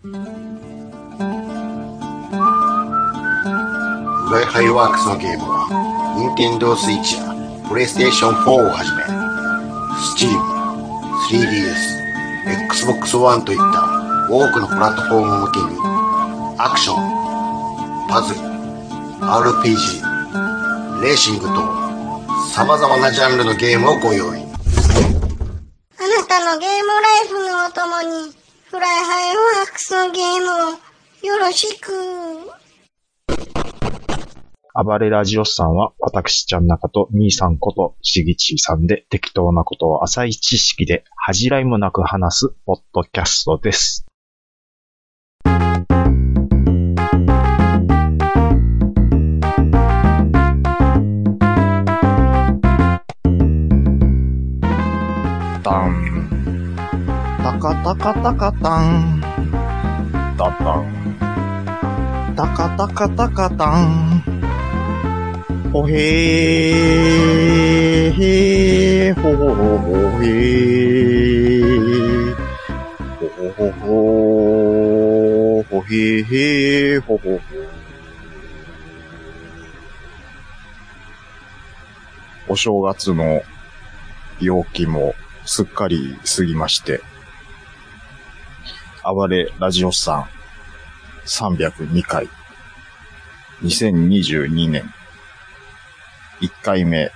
Wi-Fi ワークスのゲームは Nintendo Switch や PlayStation 4をはじめ Steam、3DS、Xbox One といった多くのプラットフォーム向けにアクション、パズル、RPG、レーシングと様々なジャンルのゲームをご用意。 あなたのゲームライフのお供にフライハイワークスのゲームをよろしく。 暴れラジオスさんは、私ちゃん中と兄さんことしぎちさんで適当なことを浅い知識で恥じらいもなく話すポッドキャストです。タン。タカタカタカタン。タタン。タカタカタカタン。ほへーへーほほほほへーほほほほほへーへーほほほ。お正月の陽気もすっかり過ぎまして、暴れラジオさん302回2022年1回目、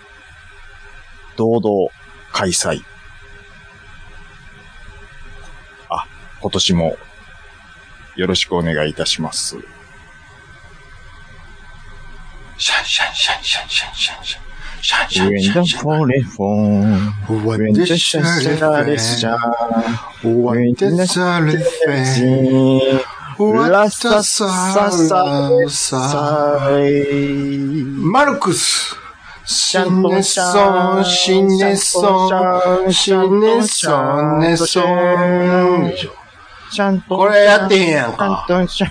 堂々開催。今年もよろしくお願いいたします。 シャンシャンシャンシャンシャンシャンシャン。シャンシャン When シャン the シャン。 telephone, when the sun is down, when the sun is down, Last マルクス新ネソン新ネソン新ネソンネソンでしょ。これやってへんやんか。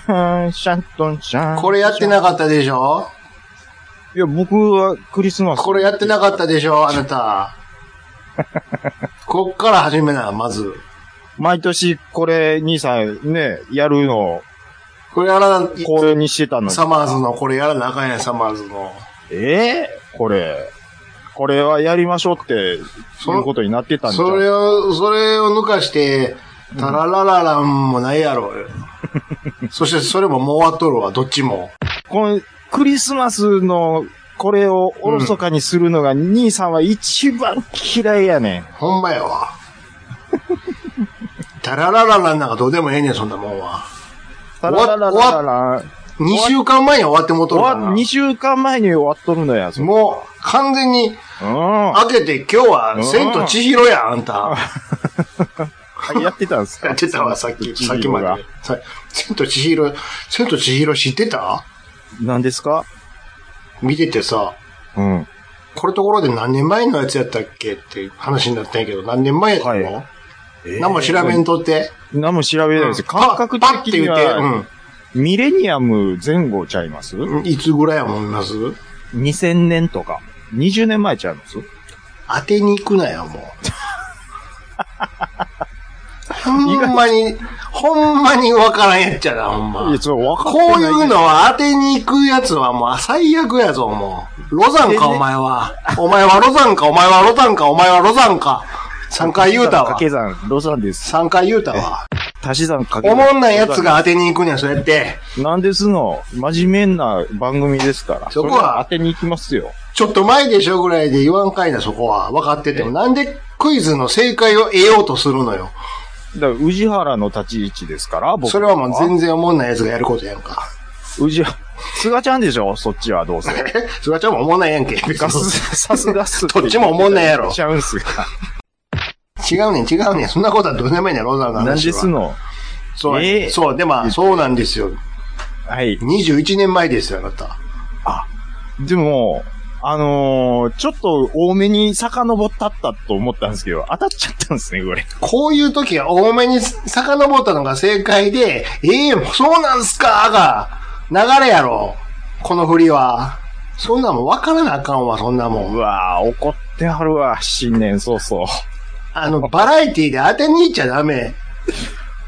これやってなかったでしょ。 いや、僕はクリスマス。 これやってなかったでしょ、あなた。こっから始めな、まず。 毎年これ兄さんね、やるの。 これやらな、 これにしてたの。 サマーズのこれやらなあかんやん、サマーズの。 これはやりましょうって、そういうことになってたんじゃん。 それを抜かして、タラララランもないやろ。そしてそれももう終わっとるわ、どっちも。 このクリスマスのこれをおろそかにするのが、兄さんは一番嫌いやねん。 ほんまやわ。タラララランなんかどうでもええねん、そんなもんは。 タラララララ 2週間前に終わってもとるからな。 2週間前に終わっとるのや。 もう、完全に、開けて今日は、千と千尋や、あんた。 やってたんすか？ やってたわ、さっきまで。千と千尋知ってた？ 何ですか？ 見ててさ、これところで何年前のやつやったっけって話になったんやけど、何年前やったの？何も調べんとって。 何も調べないですよ。感覚的には、ミレニアム前後ちゃいます？ いつぐらいや思います？ 2000 年とか。20年前ちゃいます？ 当てに行くなよ、もう。ほんまにわからんやっちゃな、ほんま。 いや、こういうのは当てに行くやつはもう最悪やぞ、もう。ロザンか、お前は。お前はロザンか、お前はロザンか、お前はロザンか。3回言うたわ。 掛け算、ロザンです。 3回言うたわ。 足し算掛け算。 おもんないやつが当てに行くんや、そうやって。 なんですの？真面目な番組ですから。 そこは当てに行きますよ。 ちょっと前でしょぐらいで言わんかいな、そこは。分かってても。なんでクイズの正解を得ようとするのよ。 だから、宇治原の立ち位置ですから、僕は。 それはもう全然おもんないやつがやることやんか。 菅ちゃんでしょそっちはどうせ。 菅ちゃんもおもんないやんけ。 さすがっす。 どっちもおもんないやろ。 ちゃうんすが。 違うねん。そんなことはどうでもいいねん、ロザンの話は。 なんですの？ そう、でも、そうなんですよ。 はい。 21年前ですよ、あなた。 でも、ちょっと多めに遡ったと思ったんですけど、当たっちゃったんですね、これ。 こういう時は多めに遡ったのが正解で、そうなんすかが、流れやろ。この振りは。そんなもん分からなあかんわ、そんなもん。 うわぁ、怒ってはるわ、新年早々。 バラエティで当てに行っちゃダメ。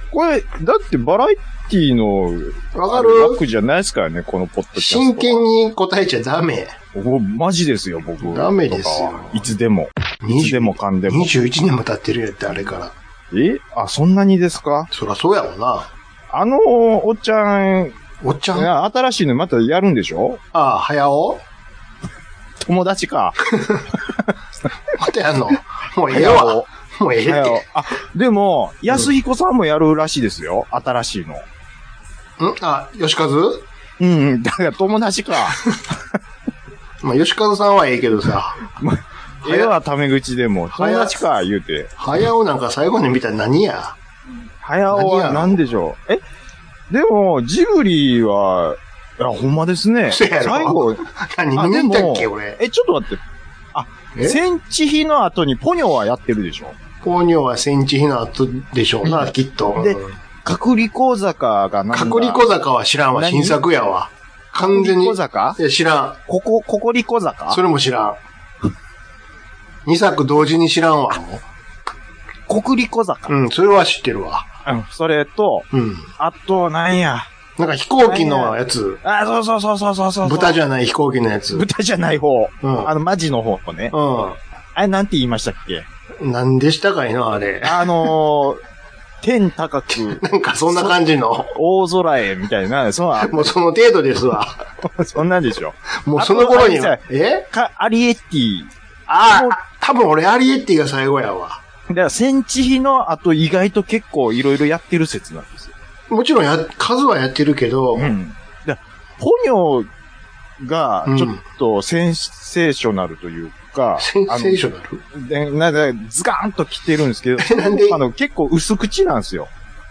これ、だってバラエティの、 わかる？ 枠じゃないですからね、このポッドキャストは。 真剣に答えちゃダメ。 マジですよ、僕。 ダメですよ。 いつでも。いつでもかんでも。 21年も経ってるやって、あれから。 あ、そんなにですか？ そらそうやろな。 おっちゃん、新しいのまたやるんでしょ？ ああ、早尾？ 友達か。 またやんの？もうええわ。もうええって。 あ、でも、安彦さんもやるらしいですよ。新しいの。 吉和？ うん、だから友達か。 まあ、吉和さんはええけどさ。 ええわ、タメ口でも。友達か、言うて。 早尾なんか最後に見たら何や？ 早尾は何でしょう？でも、ジブリは、ほんまですね。 そうやろ？ 最後。 何見たっけ、俺。 ちょっと待って。戦地碑の後にポニョはやってるでしょ？ ポニョは戦地碑の後でしょうな、きっと。 で、隔離小坂が隔離小坂は知らんわ、新作やわ。完全に。 小坂？ いや、知らん。 ここり小坂？ それも知らん。2作同時に知らんわ。 国立小坂。 うん、それは知ってるわ。 それと、あと、なんや。 なんか飛行機のやつ。 そう。 豚じゃない飛行機のやつ。 豚じゃない方。マジの方ね。あれ、なんて言いましたっけ？ なんでしたかいな、あれ。 天高く。 なんかそんな感じの。 大空へ、みたいな。 もうその程度ですわ。 そんなんでしょ。 もうその頃には。 アリエッティ。 多分俺アリエッティが最後やわ。 だから戦地碑の後意外と結構いろいろやってる説なんですよ。もちろん数はやってるけど。ポニョがちょっとセンセーショナルというか。 センセーショナル？ズガーンと来てるんですけど。 なんで結構薄口なんですよ。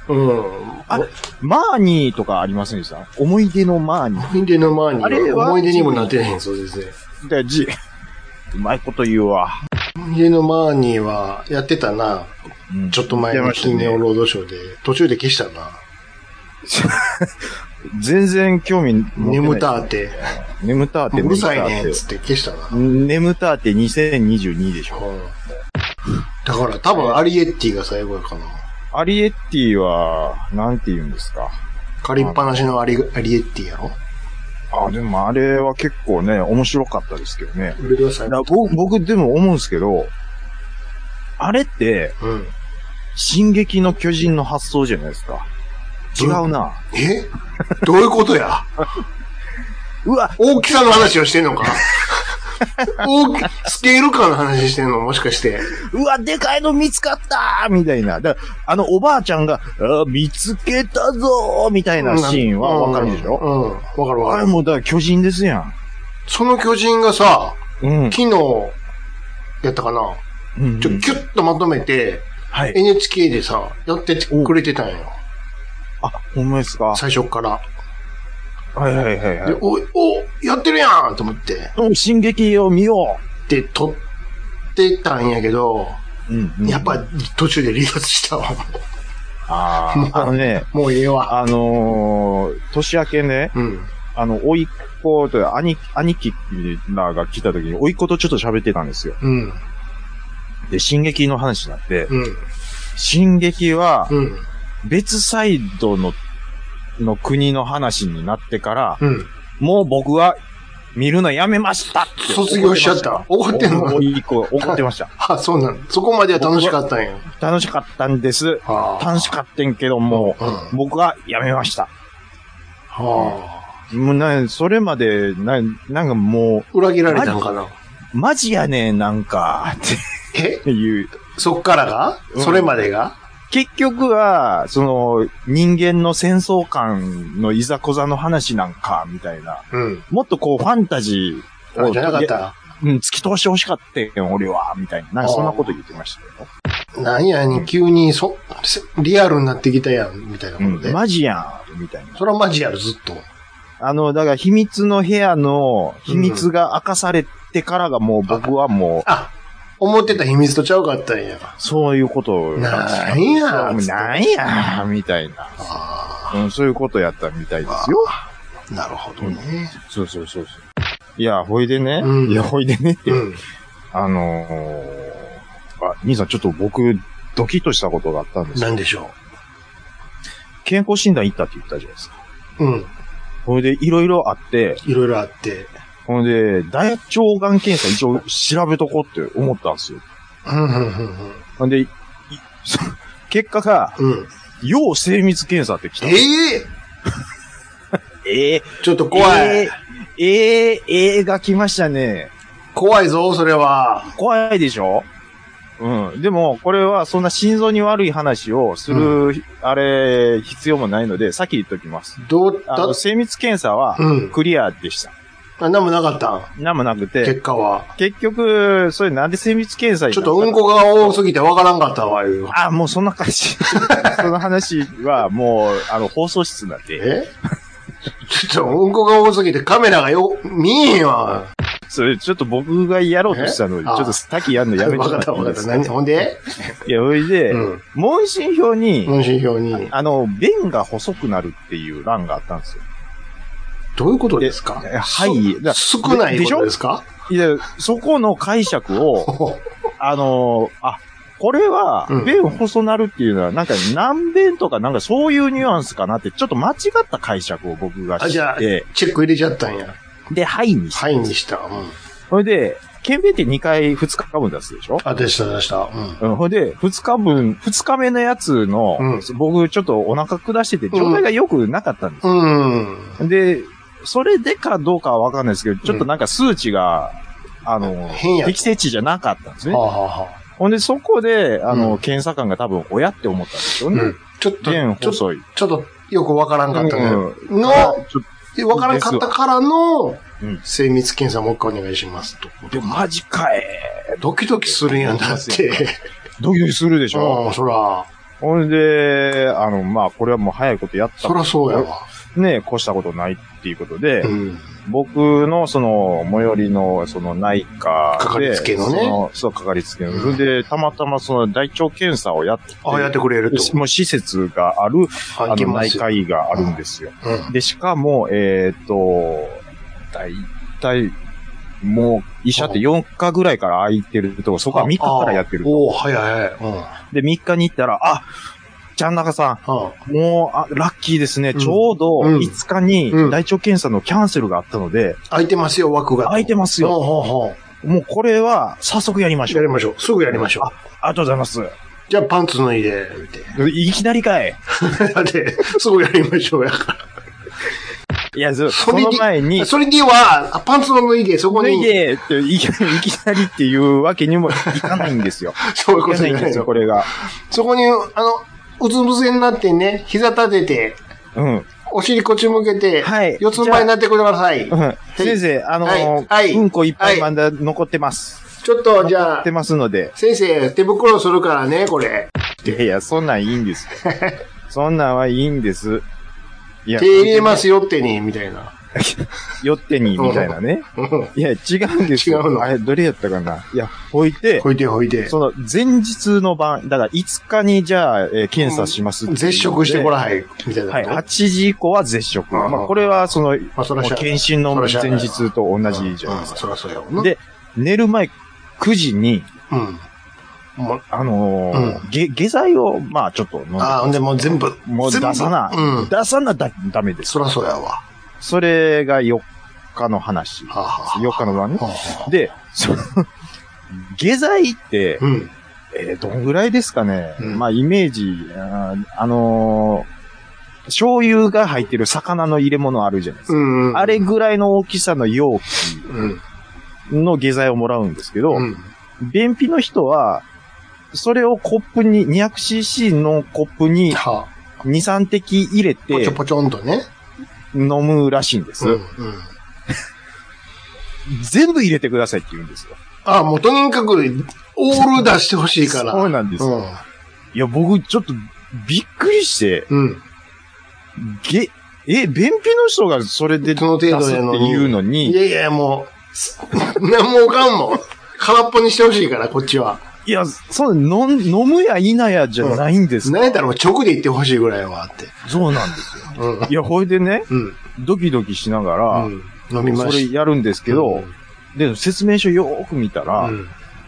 マーニーとかありませんでした？思い出のマーニー。 思い出のマーニー。 あれは思い出にもなってないんそうですね。 うまいこと言うわ。 家のマーニーはやってたな。ちょっと前の金曜ロードショーで。途中で消したな。 全然興味眠たーって。 眠たーって。 うるさいねっつって消したな。 眠たーって2022でしょ。 だから多分アリエッティが最後やかな。 アリエッティは、なんて言うんですか？ 借りっぱなしのアリエッティやろ？ でもあれは結構ね、面白かったですけどね。 僕でも思うんですけど、あれって、進撃の巨人の発想じゃないですか。違うな。 どういうことや？ うわ、 大きさの話をしてんのか？スケール感の話してんのもしかして。 うわ、でかいの見つかったみたいな。おばあちゃんが、見つけたぞーみたいなシーンはわかるでしょ？ わかるわ。 あれもうだから巨人ですやん。 その巨人がさ、昨日、やったかな？キュッとまとめて、NHK でさ、やってくれてたんよ。 ほんまですか？ 最初から。 はい。 で、やってるやんと思って。 進撃を見ようって撮ってたんやけど、やっぱ途中で離脱したわ。もうええわ。 年明けね、甥っ子と兄貴らが来た時に、甥っ子とちょっと喋ってたんですよ。で、進撃の話になって、進撃は、別サイドの国の話になってから、もう僕は見るのやめましたって。 卒業しちゃった。怒ってんの？ 怒ってました。 そうなの。そこまでは楽しかったんや。 楽しかったんです。楽しかったんけども、僕はやめました。もうそれまで、なんかもう。 裏切られたのかな？ マジやねなんか、っていう。 そっからが？それまでが？ 結局は、人間の戦争観のいざこざの話なんか、みたいな。もっとファンタジーを。 じゃなかった？ 突き通してほしかったよ、俺は、みたいな。なんかそんなこと言ってましたよ。 なんやに、急に、リアルになってきたやん、みたいなことで。 マジやん、みたいな。 それはマジやる、ずっと。 だから秘密の部屋の秘密が明かされてからがもう僕はもう、 思ってた秘密とちゃうかったんや。 そういうことなんやみたいな。そういうことやったみたいですよ。 なるほどね。 そう。いや、ほいでね。って。兄さんちょっと僕、ドキッとしたことがあったんですよ。 何でしょ健康診断行ったって言ったじゃないですか。 うん。 ほんで、いろいろあって、ほんで、大腸がん検査一応調べとこうって思ったんですよ。ほんで、結果が、要精密検査って来た。 ちょっと怖い。 が来ましたね。 怖いぞ、それは。 怖いでしょ？うん。でも、これはそんな心臓に悪い話をする、必要もないので、さっき言っときます。精密検査は、クリアでした。 何もなかったん？ 何もなくて。 結果は。 結局、それなんで精密検査にちょっとうんこが多すぎてわからんかったわ、いう。 もうそんな感じ。その話は、もう、放送室なんで。 ちょっとうんこが多すぎてカメラが見えへんわ。 それ、ちょっと僕がやろうとしたので、ちょっと先やるのやめてもらっていいですか？ 何ほんで？ いや、ほいで、問診票に、便が細くなるっていう欄があったんですよ。 どういうことですか？ はい。 少ないことですか？ いや、そこの解釈を、これは、便細なるっていうのは、なんか難便とかなんかそういうニュアンスかなって、ちょっと間違った解釈を僕がして。 じゃあ、チェック入れちゃったんや。 で、はいにした。 はいにした。 それで、検便って2回2日分出すでしょ？ 出した。 ほいで、2日目のやつの、僕ちょっとお腹下してて、状態が良くなかったんですよ。で、それでかどうかはわかんないですけど、ちょっとなんか数値が、適正値じゃなかったんですね。ほんで、そこで、検査官が多分、親って思ったんですよね。 ちょっと、 便細い。 ちょっと、よくわからんかったね。わからんかったからの、精密検査もう一回お願いしますと。 マジかい。 ドキドキするんやんだって。 ドキドキするでしょ？ そら。 ほんで、これはもう早いことやった。 そらそうやわ。 ね、越したことないっていうことで、僕の最寄りの内科で、 かかりつけのね。 かかりつけの。それで、たまたま大腸検査をやってくれると。 もう施設がある、内科医があるんですよ。で、しかも、だいたい、もう、医者って4日ぐらいから空いてるとこ、そこは3日からやってると。 早い。 で、3日に行ったら、ちゃん中さん、もう、ラッキーですね。ちょうど5日に大腸検査のキャンセルがあったので。 空いてますよ、枠が。 空いてますよ。もうこれは、早速やりましょう。 やりましょう。すぐやりましょう。 ありがとうございます。 じゃあパンツ脱いで、 いきなりかい。 だって、すぐやりましょうやから。 いや、その前に。 それには、パンツを脱いで、そこに。 脱いで、いきなりっていうわけにもいかないんですよ。 そういうことじゃないんですよ、これが。 そこに、うつ伏せになってね、膝立てて、お尻こっち向けて、四つん這いになってください。 先生、うんこいっぱいまだ残ってます。 ちょっと、じゃあ、 残ってますので。 先生、手袋するからね、これ。 いや、そんなんいいんですよ。そんなんはいいんです。 手入れますよってに、みたいな。 よってに、みたいなね。いや、違うんですよ。 違うの。 あれ、どれやったかな。いや、ほいて。その、前日の晩、だから5日にじゃあ、検査します。 絶食してこらはい、みたいな。 はい、8時以降は絶食。これは、検診の前日と同じじゃないですか。 そらそうやもん。 で、寝る前9時に、下剤を、ちょっと飲んで。 でも全部。 もう出さなダメです。 そらそうやわ。 それが4日の話。4日の晩ね。で、下剤って、どんぐらいですかね。イメージ、醤油が入ってる魚の入れ物あるじゃないですか。あれぐらいの大きさの容器の下剤をもらうんですけど、便秘の人は、それをコップに、200cc のコップに、2、3滴入れて、 ポチョンとね。 飲むらしいんです。全部入れてくださいって言うんですよ。 もうとにかく、オール出してほしいから。 そうなんですよ。いや、僕、ちょっと、びっくりして、便秘の人がそれで出すっていうのに。 いや、もう、なんもかんも。空っぽにしてほしいから、こっちは。 いや、飲むや否やじゃないんですか。 何やったら直で言ってほしいぐらいはあって。 そうなんですよ。いや、ほいでね、ドキドキしながら、 飲みました。 それやるんですけど、で、説明書よーく見たら、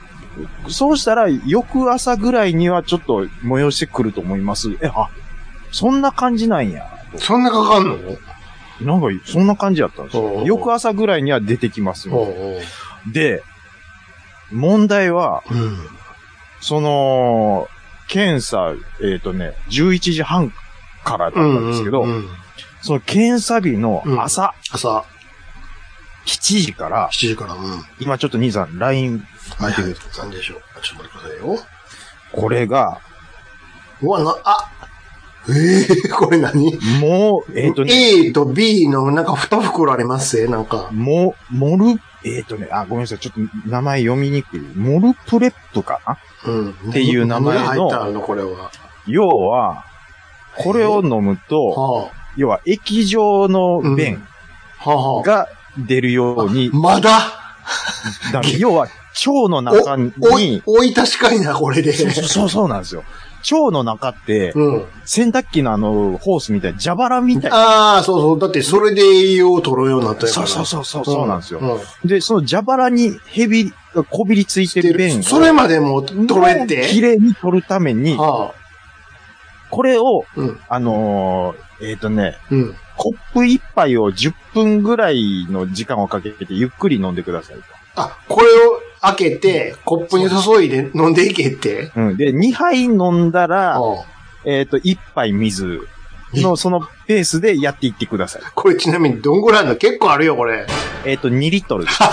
そうしたら、翌朝ぐらいにはちょっと催してくると思います。 そんな感じなんや。 そんなかかんの？ なんか、そんな感じだったんですよ。 おうおう翌朝ぐらいには出てきますよ。 おうおうで、問題は、 うん。 その、検査、11時半からだったんですけど、 うん。 その検査日の朝、 朝 7時から、 7時から、うん。 今ちょっと兄さん LINE はいはい見てください。 何でしょう。ちょっと待ってくださいよ。 これが、 うわ、これ何？ もう、 A と B のなんか2袋ありますね、なんか。 モル、ごめんなさい、ちょっと名前読みにくい。モルプレップかなうん。 っていう名前の何が入ってあるの、これは。 要は、これを飲むと、 は要は液状の便あ、はあ、 が出るように、 まだ要は腸の中に、 追い確かいな、これで。 そうなんですよ。腸の中って、 うん。 洗濯機のホースみたいな、蛇腹みたいな。 ああ、そうそう。だってそれで栄養を取るようになったよから。 そうなんですよ。 うん。 で、その蛇腹にこびりついてる便を、 それまでも取れて。 綺麗に取るために、 はあ、 これを、 うん。 うん。 うん。 コップ一杯を10分ぐらいの時間をかけてゆっくり飲んでくださいと。 あ、これを開けて、コップに注いで飲んでいけって。 うん。で、2杯飲んだら、 はあ、 1杯水のそのペースでやっていってください。 これちなみにどんぐらいあるの？結構あるよ、これ。 2リットルです。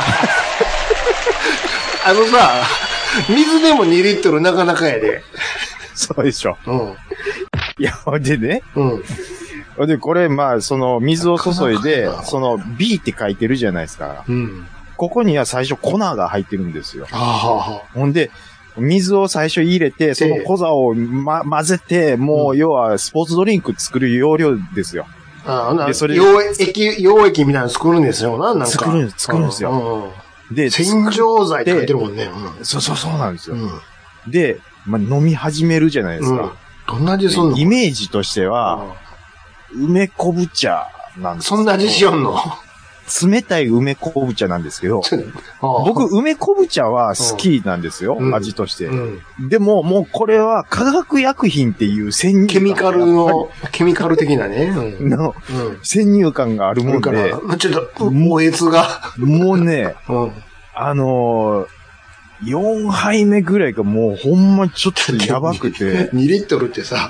あのさ、水でも2リットルなかなかやで。 そうでしょ。 うん。 いや、でね。 うん。 で、これ、まあ、その、水を注いでなかなか、 その、B って書いてるじゃないですか。 うん。 ここには最初粉が入ってるんですよ。 はあ、はほんで、水を最初入れて、その粉を、混ぜて、もう、要は、スポーツドリンク作る要領ですよ。 ああ、 でそれ溶液みたいなの作るんですよな、なんか。 作るんですよ。で、 洗浄剤って書いてるもんね。 そうなんですよ。 うん。 で、まあ、飲み始めるじゃないですか。 どんな味すんの？ イメージとしては、梅昆布茶なんですけど。 そんな味しよんの？ 冷たい梅昆布茶なんですけど、僕、梅昆布茶は好きなんですよ、味として。でも、もうこれは化学薬品っていう先入観。 ケミカル的なね。 の先入観があるもんで。 ちょっと、もえつが。 もうね、4杯目ぐらいがもうほんまちょっとやばくて。 2リットルってさ。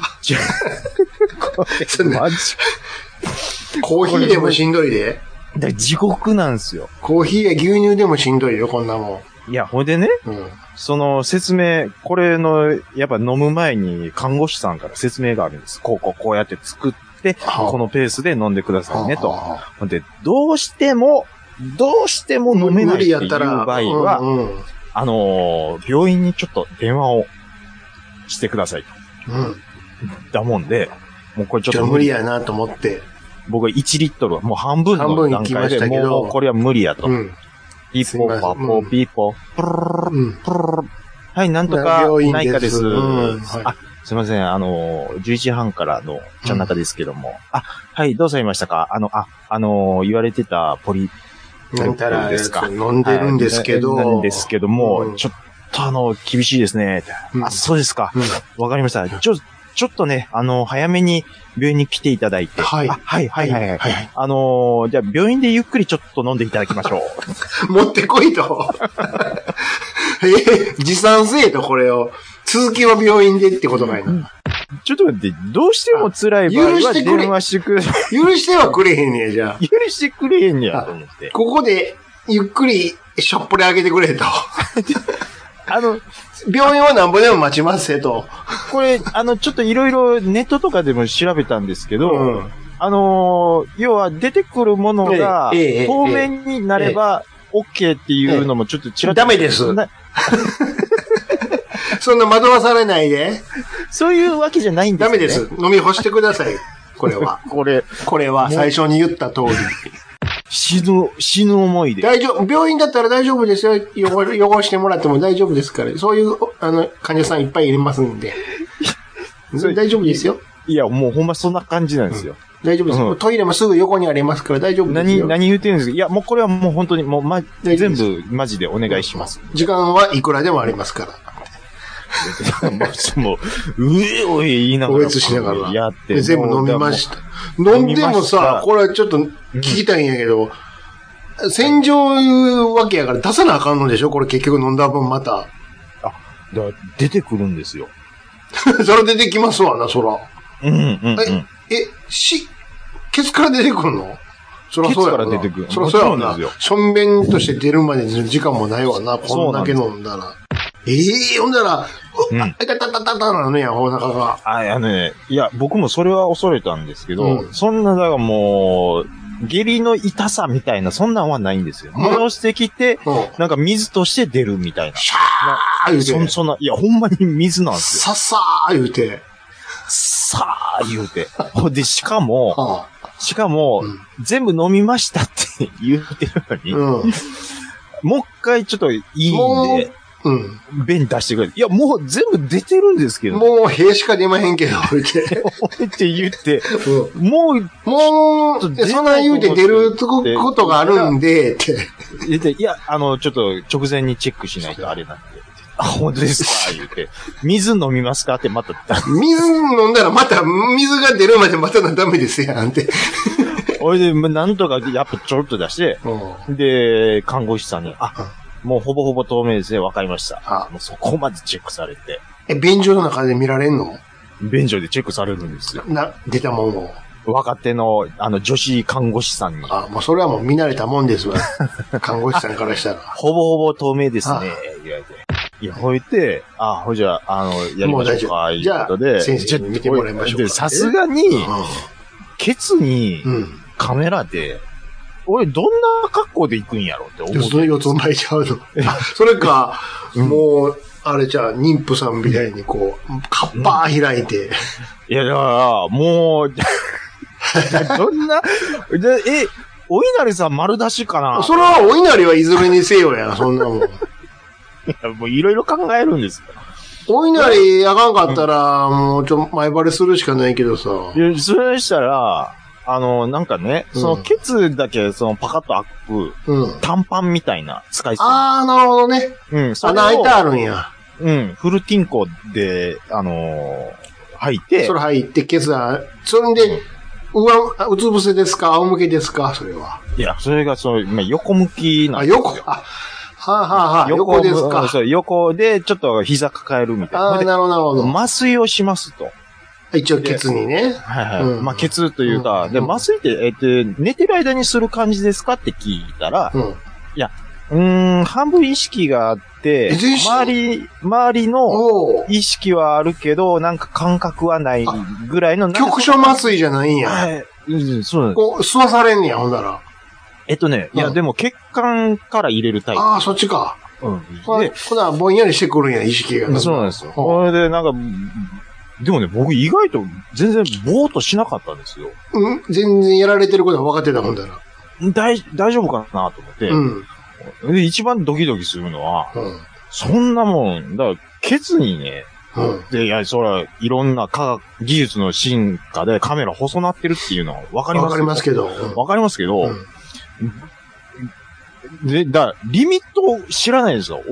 マジコーヒーでもしんどいで。 地獄なんですよ。 コーヒーや牛乳でもしんどいよ、こんなもん。いや、ほんでね、その説明、これの、やっぱ飲む前に看護師さんから説明があるんです。こうやって作って、このペースで飲んでくださいね、と。ほんで、どうしても飲めないっていう場合は、病院にちょっと電話をしてくださいと。だもんで、もうこれちょっと無理やなと思って。 僕は1リットル、もう半分の段階で、もうこれは無理やと。ピーポーパポーピーポー、プルルルプルルル。はい、なんとかないかです。あ、すいません、11時半からのちゃん中ですけども。はい、どうされましたか？言われてたポリ、 なんたらですか。飲んでるんですけど。 なんですけども、ちょっと厳しいですね。そうですか。わかりました。ちょっとね、早めに病院に来ていただいて。はい。はい。じゃあ病院でゆっくりちょっと飲んでいただきましょう。持ってこいと。持参せえと、これを。続きは病院でってことないな。 ちょっと待って、どうしても辛い場合は電話してくれ。 許してはくれへんねや、じゃあ。 許してくれへんねや、と思って。 ここで、ゆっくり、しょっぽりあげてくれと。病院はなんぼでも待ちますよと。 これ、ちょっといろいろネットとかでも調べたんですけど、要は出てくるものが透明になれば OK っていうのもちょっとちらっと。 ダメです。そんな惑わされないで。 そういうわけじゃないんですね。 ダメです。飲み干してください。これは。これは最初に言った通り。 死ぬ思いで。 大丈夫。病院だったら大丈夫ですよ。汚してもらっても大丈夫ですから。そういう、患者さんいっぱいいますんで。大丈夫ですよ。 いや、もうほんまそんな感じなんですよ。 大丈夫です。トイレもすぐ横にありますから大丈夫ですよ。 何言ってるんですか？いや、もうこれはもう本当に、もう全部マジでお願いします。 時間はいくらでもありますから。 もう、上を言いながら。 おえつしながら。 やって。 全部飲みました。飲んでもさ、これちょっと聞きたいんやけど、洗浄いうわけやから出さなあかんのでしょこれ結局飲んだ分また。 出てくるんですよ。 それ出てきますわな、そら。ケツから出てくるの？そらそうやな。 ケツから出てくる。 そらそうやな。しょんべんとして出るまでの時間もないわな、こんだけ飲んだら。飲んだら、いたたたたたなのや、お腹が。 いや、僕もそれは恐れたんですけど、そんな、だからもう、下痢の痛さみたいな、そんなんはないんですよ。戻してきて、なんか水として出るみたいな。 シャー言うて。 そんな、いや、ほんまに水なんですよ。 ささー言うて。 さー言うて。で、しかも、全部飲みましたって言ってるのに、もう一回ちょっといいんで、便出してくれ。いや、もう全部出てるんですけど、ね。 もう塀しか出まへんけど、 って言って、もう、 そんな言うて出ることがあるんで、って。 いや、ちょっと直前にチェックしないとあれなんで。本当ですか言うて。水飲みますかってまた。 水飲んだらまた、水が出るまでまたダメですやんって。 俺で、なんとかやっぱちょろっと出して、で、看護師さんに、もうほぼほぼ透明ですね、わかりました。もうそこまでチェックされて。 便所の中で見られんの？ 便所でチェックされるんですよ。 出たもんを。若手の、女子看護師さんに。 もうそれはもう見慣れたもんですわ。看護師さんからしたら。 ほぼほぼ透明ですね、言われて。いや、ほいて、ほいじゃやりましょうか、いうことで。 先生に見てもらいましょうか。 さすがに、ケツに、カメラで、俺どんな格好で行くんやろって思う。 その四つ前ちゃうの。それか、もう、あれじゃあ、妊婦さんみたいにこう、カッパー開いて。 いや、だから、もう、どんな、お稲荷さん丸出しかな？ それはお稲荷はいずれにせよや、そんなもん。 いや、もういろいろ考えるんですよ。 お稲荷あかんかったら、もう前張れするしかないけどさ。 いや、それしたら、なんかね、そのケツだけパカッと開く、短パンみたいな使いする。 なるほどね。穴開いてあるんや。 フルティンコで、履いて。 それ履いて、ケツは、それで、うつ伏せですか？仰向けですか？それは。 いや、それが今横向きなんですよ。 横ですか。 そう、横でちょっと膝抱えるみたいな。 なるほど、なるほど。 麻酔をしますと。 一応、ケツにね。 まあ、ケツというか、で、麻酔って、寝てる間にする感じですかって聞いたら、いや、半分意識があって、周りの意識はあるけど、なんか感覚はないぐらいの。 局所麻酔じゃないんや。 はい。そうなんです。 こう、吸わされんねや、ほんなら。 いや、でも血管から入れるタイプ。 そっちか。 で、 これはぼんやりしてくるんや、意識が。 そうなんですよ。これで、なんか、でもね、僕意外と全然ぼーっとしなかったんですよ。 全然やられてることは分かってたもんだな。 大丈夫かなと思って。で、一番ドキドキするのは、そんなもん、だから、ケツにね、で、いや、そら、いろんな科学技術の進化でカメラ細なってるっていうのは分かりますけど。分かりますけど、で、リミットを知らないですよ。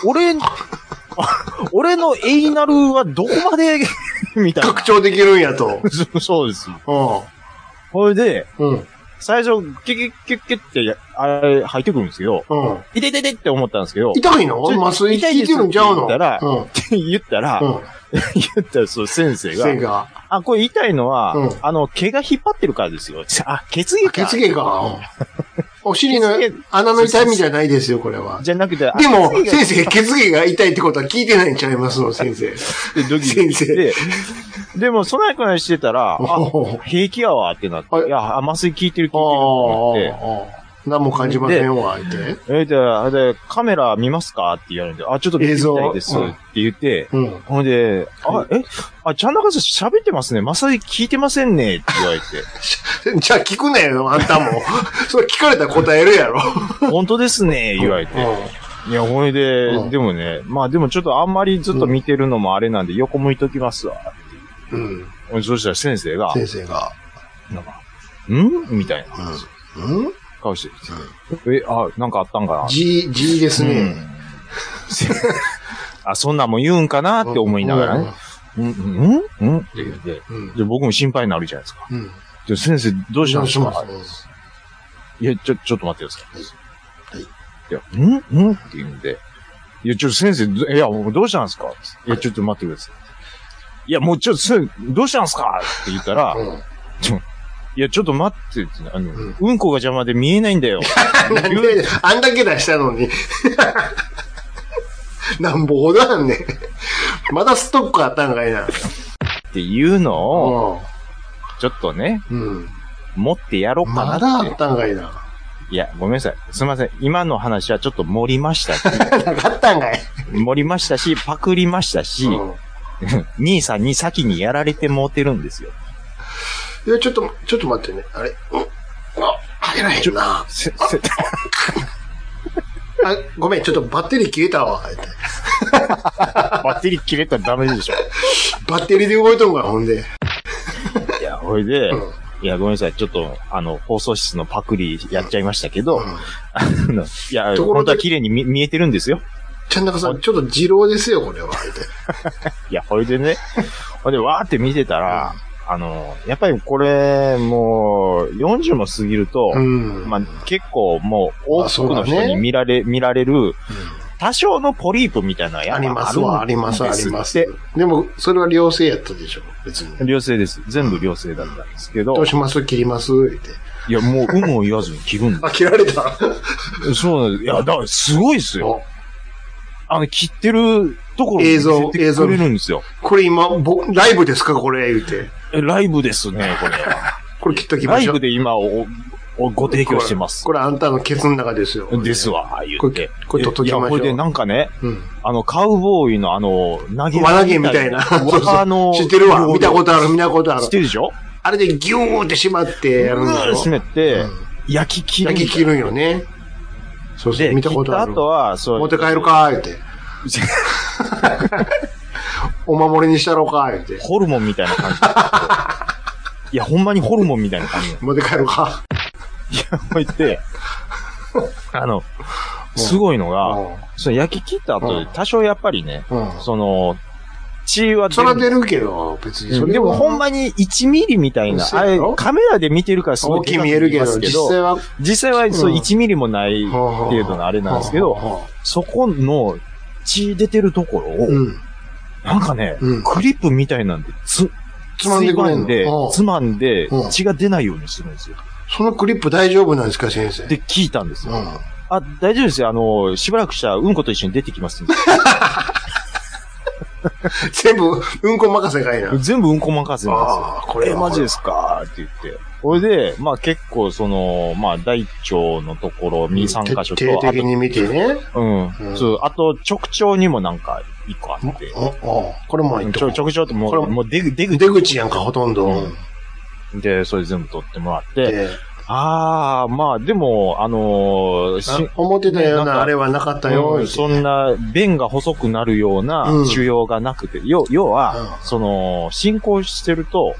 俺のエイナルはどこまでみたいな。 拡張できるんやと。 そうですよ。それで、最初、キュッって、あれ、入ってくるんですけど、痛いって思ったんですけど、 痛いの麻酔効いてるんちゃうの言ったら、そう、先生が、これ痛いのは、毛が引っ張ってるからですよ。血毛か。 血毛か。お尻の穴の痛みじゃないですよ、これは。 じゃなくて、 でも、先生、血毛が痛いってことは聞いてないんちゃいますの、先生。先生。 でも、そないくらいしてたら、平気やわってなって、いや、麻酔効いてるって何も感じませんわ、って。 で、カメラ見ますかって言われて、ちょっと見てみたいですって言って、ほんで、ちゃんなかさん喋ってますね。麻酔効いてませんねって言われて。 じゃあ聞くなよ、あんたも。それ聞かれたら答えるやろ。 本当ですね、言われて。いや、ほいで、でもね、まあでもちょっとあんまりずっと見てるのもあれなんで、横向いときますわ。そしたら先生が、なんか、みたいな。顔して、なんかあったんかな。 G ですね。 あ、そんなんも言うんかなって思いながらね。って言って、で、僕も心配になるじゃないですか。で、先生、どうしたんですか？いや、ちょっと待ってください。いや、って言うんで、いや、先生、いや、どうしたんですか？いや、ちょっと待ってください。いや、もうどうしたんですか？って言ったら、いや、ちょっと待って、うんこが邪魔で見えないんだよ。 なんで、あんだけ出したのに。なんぼほどあんねん。まだストックあったんかいな。 っていうのを、ちょっとね、持ってやろうかなって。 まだあったんかいな。 いや、ごめんなさい。すみません。今の話はちょっと盛りましたし。 なかったんかい。 盛りましたし、パクりましたし、兄さんに先にやられてもうてるんですよ。 いや、ちょっと待ってね。あれ入らへんな。ごめん、ちょっとバッテリー切れたわ。 バッテリー切れたらダメでしょ。 バッテリーで動いとんか、ほんで。 いや、ほいで、いや、ごめんなさい。ちょっと、放送室のパクリやっちゃいましたけど、いや、本当は綺麗に見えてるんですよ。 ちゃんなかさん、ちょっと二郎ですよ、これは。 いや、ほいでね、ほいで、わーって見てたら、やっぱりこれ、もう、40も過ぎると、まあ、結構もう、多くの人に見られる、多少のポリープみたいなのやありますわ、あります。でも、それは良性やったでしょ、別に。 良性です。全部良性だったんですけど。 どうします切りますって。 いや、もう、も言わずに切るんだ。 あ、切られたそうなんです。いや、だから、すごいですよ。切ってるところ映像くれるんですよ。 これ今、ライブですかこれ、言うて。 ライブですね、これ。 これ切っときましょう。 ライブで今ご提供してます。 これあんたのケツの中ですよ。 ですわ、言って。 これ取っときましょう。いや、 これでなんかね、カウボーイの投げ輪投げみたいな。知ってるわ。見たことある。 知ってるでしょ？ あれでギューってしまってやるんだよ。 締めて、焼き切るんよね。そうそう、見たことある。 あとは、 持って帰るかーって。お守りにしたろうかーって。 ホルモンみたいな感じ。いや、ほんまにホルモンみたいな感じ。 持って帰るか。 いや、こう言って、すごいのが、焼き切った後で多少やっぱりね、血は出る。 そら出るけど、別にそれでもほんまに1ミリみたいな、あれ、カメラで見てるからすごい大きく見えるけど、 実際はそう1ミリもない程度のあれなんですけど、そこの血出てるところを、なんかね、クリップみたいなんで、つまんで、血が出ないようにするんですよ。 そのクリップ大丈夫なんですか、先生。 で、聞いたんですよ。大丈夫ですよ。しばらくしたらうんこと一緒に出てきますんで。 全部、うんこ任せかいな。 全部うんこ任せなんですよ。これマジですかって言って。それで、まあ結構まあ大腸のところ2、3箇所と。 定的に見てね。 そう、あと直腸にもなんか1個あって。 これも直腸ってもう出口やんか、ほとんど。 で、それ全部取ってもらって。まあ、でも、 思ってたようなあれはなかったよ。 そんな、便が細くなるような腫瘍がなくて、要は、進行してると、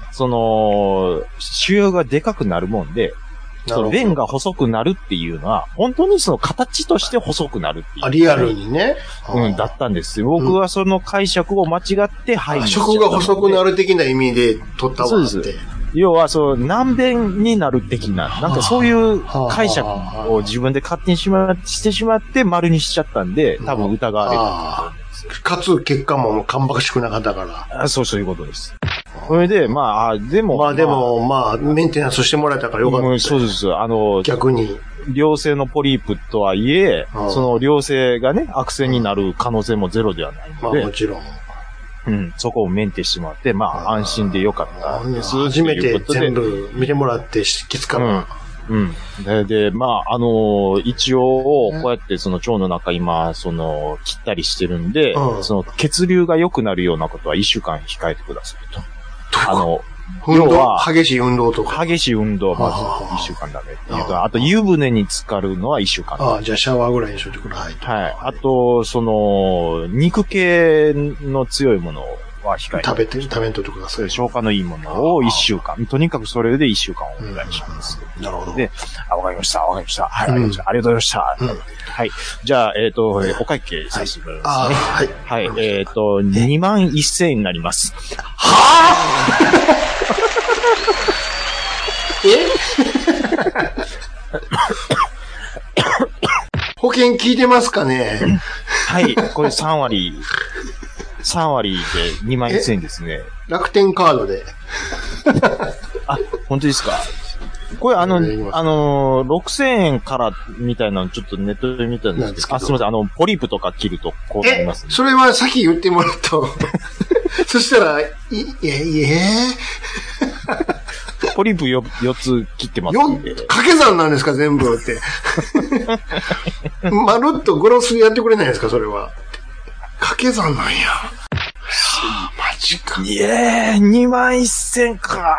腫瘍がでかくなるもんで、便が細くなるっていうのは、本当に形として細くなるっていう。 リアルにね。 だったんですよ。僕はその解釈を間違って入る。 食が細くなる的な意味で取ったわって。そうです。 要は、難便になる的な、なんかそういう解釈を自分で勝手にしてしまって丸にしちゃったんで、多分疑われる。 かつ、結果も芳しくなかったから。 そういうことです。それで、でも、 メンテナンスしてもらえたからよかった。 そうです。 逆に。 良性のポリープとはいえ、その良性がね、悪性になる可能性もゼロではないので。 もちろん。 そこをメンテしてもらって、安心でよかったです。 初めて全部見てもらって気づかない。 で、一応、こうやって腸の中今、切ったりしてるんで、血流が良くなるようなことは1週間控えてくださいと。 要は、激しい運動とか。 激しい運動はまず1週間ダメっていうか、あと湯船に浸かるのは1週間。 じゃあシャワーぐらいにしといてください。 はい。あと、肉系の強いものをは控えて。 食べんととかそういう。 消化のいいものを1週間。とにかくそれで1週間お願いします。 なるほど。 で、わかりました。はい、ありがとうございました。はい。じゃあ、お会計させてもらいますね。はい。21,000円になります。 は保険聞いてますかね？ はい。これ3割で21,000円ですね。 楽天カードで。 あ、本当ですか？これ6,000円からみたいなのちょっとネットで見たんですけど。あ、すみません。ポリープとか切るとこうなりますね。 それは先言ってもらうと。そしたら、 ポリープ4つ切ってますんで。 掛け算なんですか、全部って。まるっとグロスでやってくれないですか、それは。掛け算なんや。マジか。 21,000か。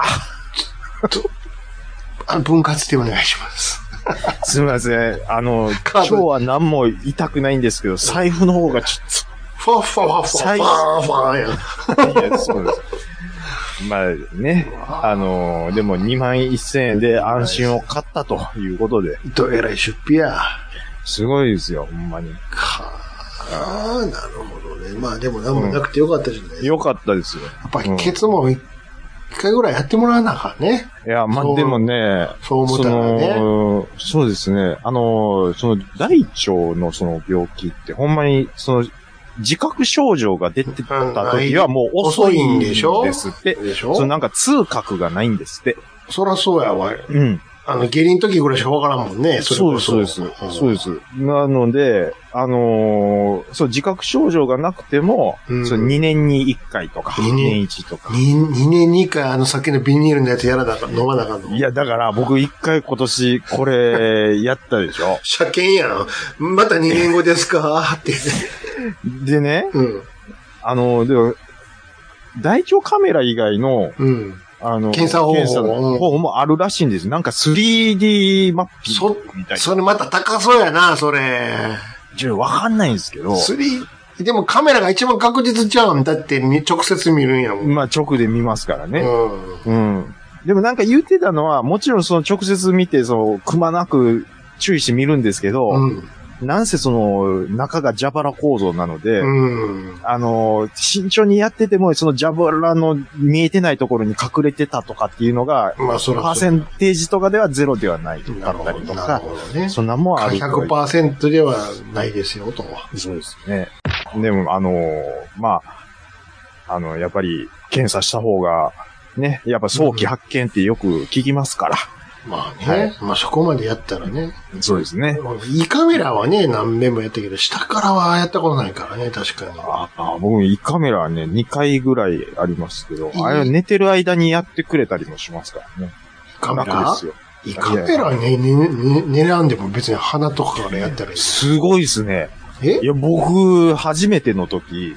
分割でお願いします。 すみません。今日は何も痛くないんですけど、財布の方がちょっと。 ファーや。 いや、そうです。まあね、でも21,000円で安心を買ったということで。 どえらい出費や。 すごいですよ、ほんまに。 なるほどね。まあでも何もなくてよかったじゃないですか。 よかったですよ。 やっぱりケツも一回ぐらいやってもらわなあかんね。 いや、まあでもね、 そう思ったらね。 そうですね。大腸のその病気ってほんまに自覚症状が出てた時はもう遅いんですって。なんか痛覚がないんですって。 そらそうやわ。 うん。 下痢の時ぐらいしかわからんもんね。 そうです。なので、自覚症状がなくても、2年に1回とか、2年1とか。 2年に1回さっきのビニールのやつ飲まなあかんの。 いや、だから僕1回今年これやったでしょ。 車検やん。また2年後ですかって。 でね、でも大腸カメラ以外の、検査方法もあるらしいんです。なんか 3D マッピングみたいな。 それまた高そうやな、それ。 わかんないんですけど。 でもカメラが一番確実ちゃうんだって直接見るんやもん。 まあ直で見ますからね。でもなんか言ってたのは、もちろん直接見て、くまなく注意して見るんですけど、なんせ中が蛇腹構造なので、慎重にやってても、蛇腹の見えてないところに隠れてたとかっていうのが、パーセンテージとかではゼロではないだったりとか、そんなもんある。 100% ではないですよ、と。 そうですね。でも、やっぱり検査した方が、ね、やっぱ早期発見ってよく聞きますから。 まあね。まあそこまでやったらね。 そうですね。 胃カメラはね、何遍もやったけど、下からはやったことないからね、確かに。 僕、胃カメラはね、2回ぐらいありますけど、あれは寝てる間にやってくれたりもしますからね。 胃カメラですよ。胃カメラね、寝らんでも別に鼻とかからやったらいい。 すごいですね。いや、僕、初めての時、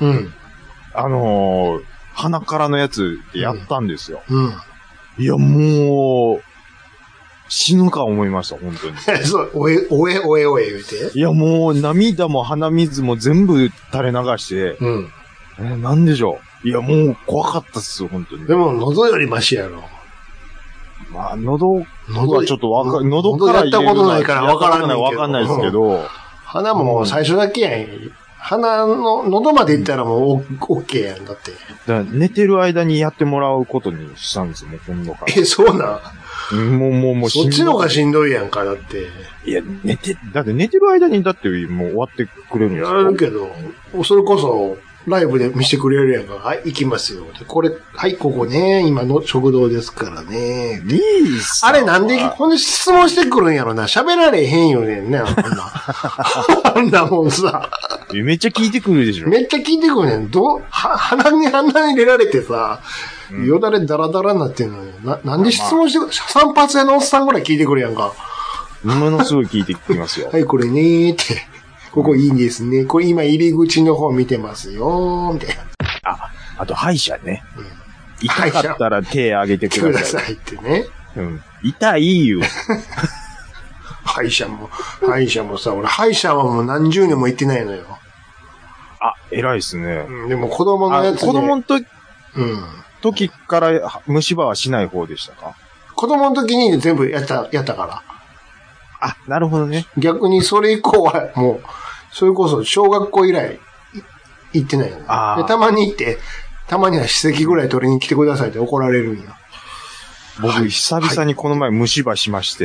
鼻からのやつってやったんですよ。いや、もう、死ぬか思いました、本当に。 そう、おえ言うて。 いや、もう涙も鼻水も全部垂れ流して、なんでしょう。いや、もう怖かったっすよ、本当に。 でも、喉よりマシやろ。 まあ、喉はちょっと喉からやったことないからわからない。 わかんないですけど。 鼻ももう最初だけやん。喉まで行ったらもう、オッケーやん、だって。 だから寝てる間にやってもらうことにしたんですよ、もう今度から。 そうなんもうそっちの方がしんどいやんか、だって。 いや、だって寝てる間にだってもう終わってくれるんですよ。 やるけど、それこそ、ライブで見せてくれるやんか。はい、行きますよ。これ、はい、ここね、今の食堂ですからね。あれなんで、ほんで質問してくるんやろな。喋られへんよねんね、あんなもんさ。 めっちゃ聞いてくるでしょ。 めっちゃ聞いてくるねん。鼻に入れられてさ、よだれダラダラになってんのよ。なんで質問してくる、散髪屋のおっさんぐらい聞いてくるやんか。 ものすごい聞いてきますよ。 はい、これねーって。ここいいんですね。これ今入り口の方見てますよー、みたいな。 あと歯医者ね。痛かったら手挙げてください。 ってね。 痛いよ。 歯医者もさ、俺歯医者はもう何十年も行ってないのよ。 偉いっすね。 でも子供のやつ子供の時時から虫歯はしない方でしたか？ 子供の時に全部やったから。 あ、なるほどね。 逆にそれ以降はもう、それこそ小学校以来行ってないよね。でたまに行って、たまには歯石ぐらい取りに来てくださいって怒られるんや。 僕、久々にこの前虫歯しまして、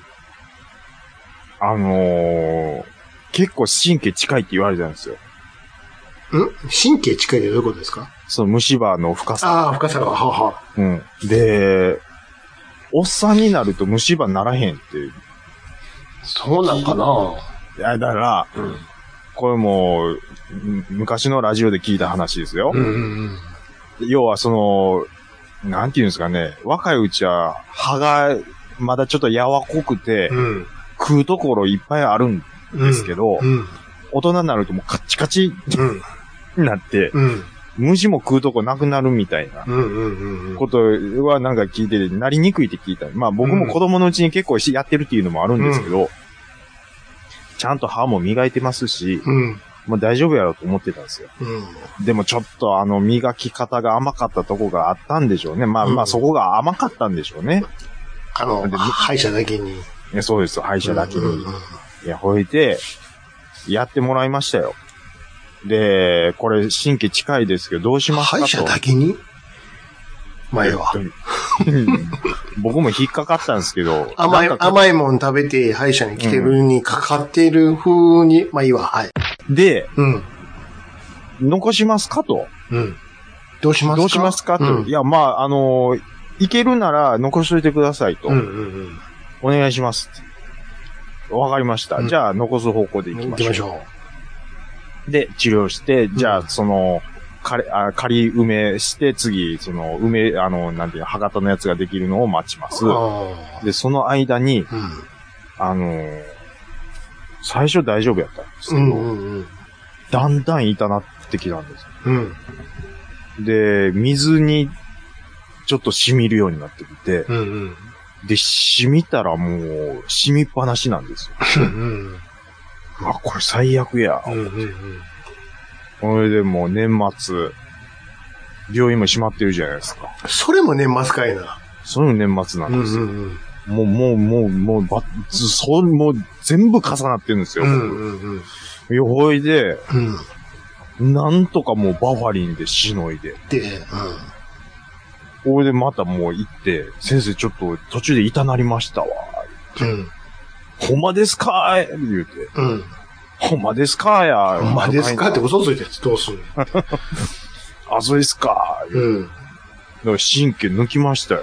結構神経近いって言われたんですよ。 神経近いってどういうことですか？ その虫歯の深さ。 ああ、深さが、は。 で、おっさんになると虫歯ならへんって。 そうなんかな？ いや、だから、これもう、昔のラジオで聞いた話ですよ。要はなんていうんですかね、若いうちは歯がまだちょっと柔らこくて、食うところいっぱいあるんですけど、大人になるともうカッチカチになって、虫も食うとこなくなるみたいなことはなんか聞いてて、なりにくいって聞いた。まあ僕も子供のうちに結構やってるっていうのもあるんですけど、ちゃんと歯も磨いてますし、もう大丈夫やろうと思ってたんですよ。でもちょっと磨き方が甘かったとこがあったんでしょうね。まあそこが甘かったんでしょうね。 歯医者だけに。 いや、そうです、歯医者だけに。いや、ほいで、やってもらいましたよ。で、これ神経近いですけど、どうしますかと。 歯医者だけに前は。 僕も引っかかったんですけど。 甘いもん食べて歯医者に来てるにかかってる風に、まあいいわ、はい。 で、残しますかと。 どうしますかと。いや、まあ、いけるなら残しといてくださいと。お願いします。わかりました。じゃあ、残す方向で行きましょう。で、治療して、じゃあ、仮埋めして、次、なんていうの、歯型のやつができるのを待ちます。で、その間に、最初大丈夫やったんですけど、だんだん痛なってきたんです。で、水にちょっと染みるようになってきて、で、染みたらもう、染みっぱなしなんですよ。うわ、これ最悪や。これでもう年末、病院も閉まってるじゃないですか。 それも年末かいな。 それも年末なんですよ。もう全部重なってるんですよ。ほいで、なんとかもうバファリンでしのいで。これでまたもう行って、先生ちょっと途中で痛なりましたわ。ほんまですかー言うて。ほんまですかや。 ほんまですかって嘘ついてどうすんの？ あ、そうですか。だから神経抜きましたよ。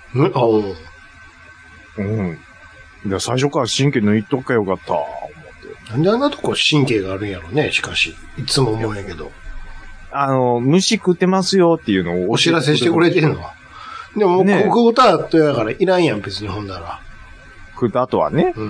で最初から神経抜いとけよかった、思って。 なんであんなとこ神経があるんやろね、しかし。いつも思うんやけど。 虫食ってますよっていうのをお知らせしてくれてんのは。でも、ね、食うた後やからいらんやん、別にほんだら。 食うた後はね。だ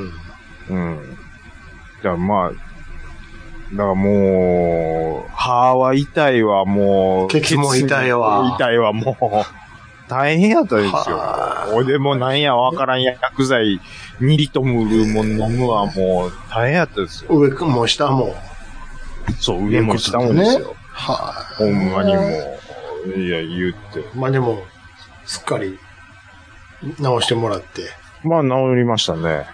からまあ、だからもう、歯は痛いわ、もう。 ケツも痛いわ。 痛いわ、もう。大変やったですよ。俺もなんやわからん薬剤、2リットルも飲むわ、もう大変やったですよ。 上も下も。 そう、上も下もですよ。ほんまにもう、いや、言って。 まあでも、すっかり、治してもらって。 まあ治りましたね。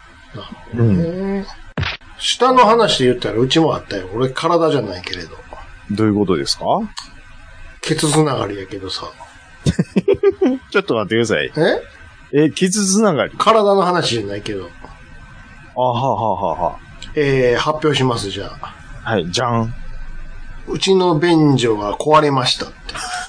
下の話で言ったらうちもあったよ。俺体じゃないけれど。 どういうことですか？ ケツつながりやけどさ。 ちょっと待ってください。ケツつながり？ 体の話じゃないけど。 は。 発表します、じゃあ。 はい、じゃん。 うちの便所が壊れましたって。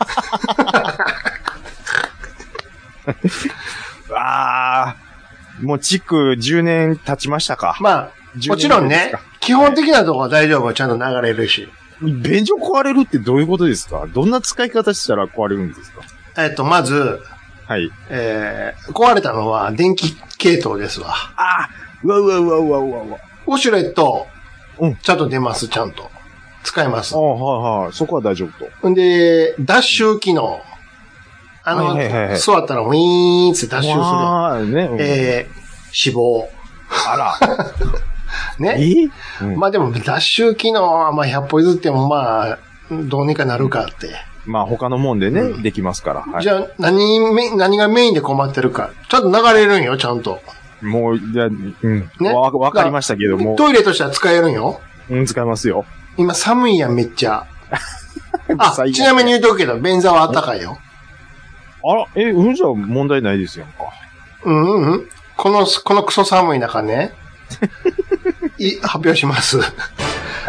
もう築10年経ちましたか。 まあ、もちろんね、基本的なところは大丈夫、ちゃんと流れるし。 便所壊れるってどういうことですか？どんな使い方したら壊れるんですか？ まず、 はい。 壊れたのは電気系統ですわ。 うわ。 ウォシュレット、ちゃんと出ます、ちゃんと。使えます。 そこは大丈夫と。 んで、脱臭機能。座ったらウィーンって脱臭する。脂肪。 あら。 ね。まあでも脱臭機能はまあ100歩譲ってもまあ、どうにかなるかって。 まあ他のもんでね、できますから。はい、 じゃあ、何がメインで困ってるか。ちゃんと流れるんよ、ちゃんと。 もう、じゃあ、 ね。 わかりましたけども。 トイレとしては使えるんよ。 使えますよ。 今寒いやん、めっちゃ。ちなみに言うとくけど、便座はあったかいよ。 あら、じゃあ問題ないですよ。 このクソ寒い中ね、発表します。はい。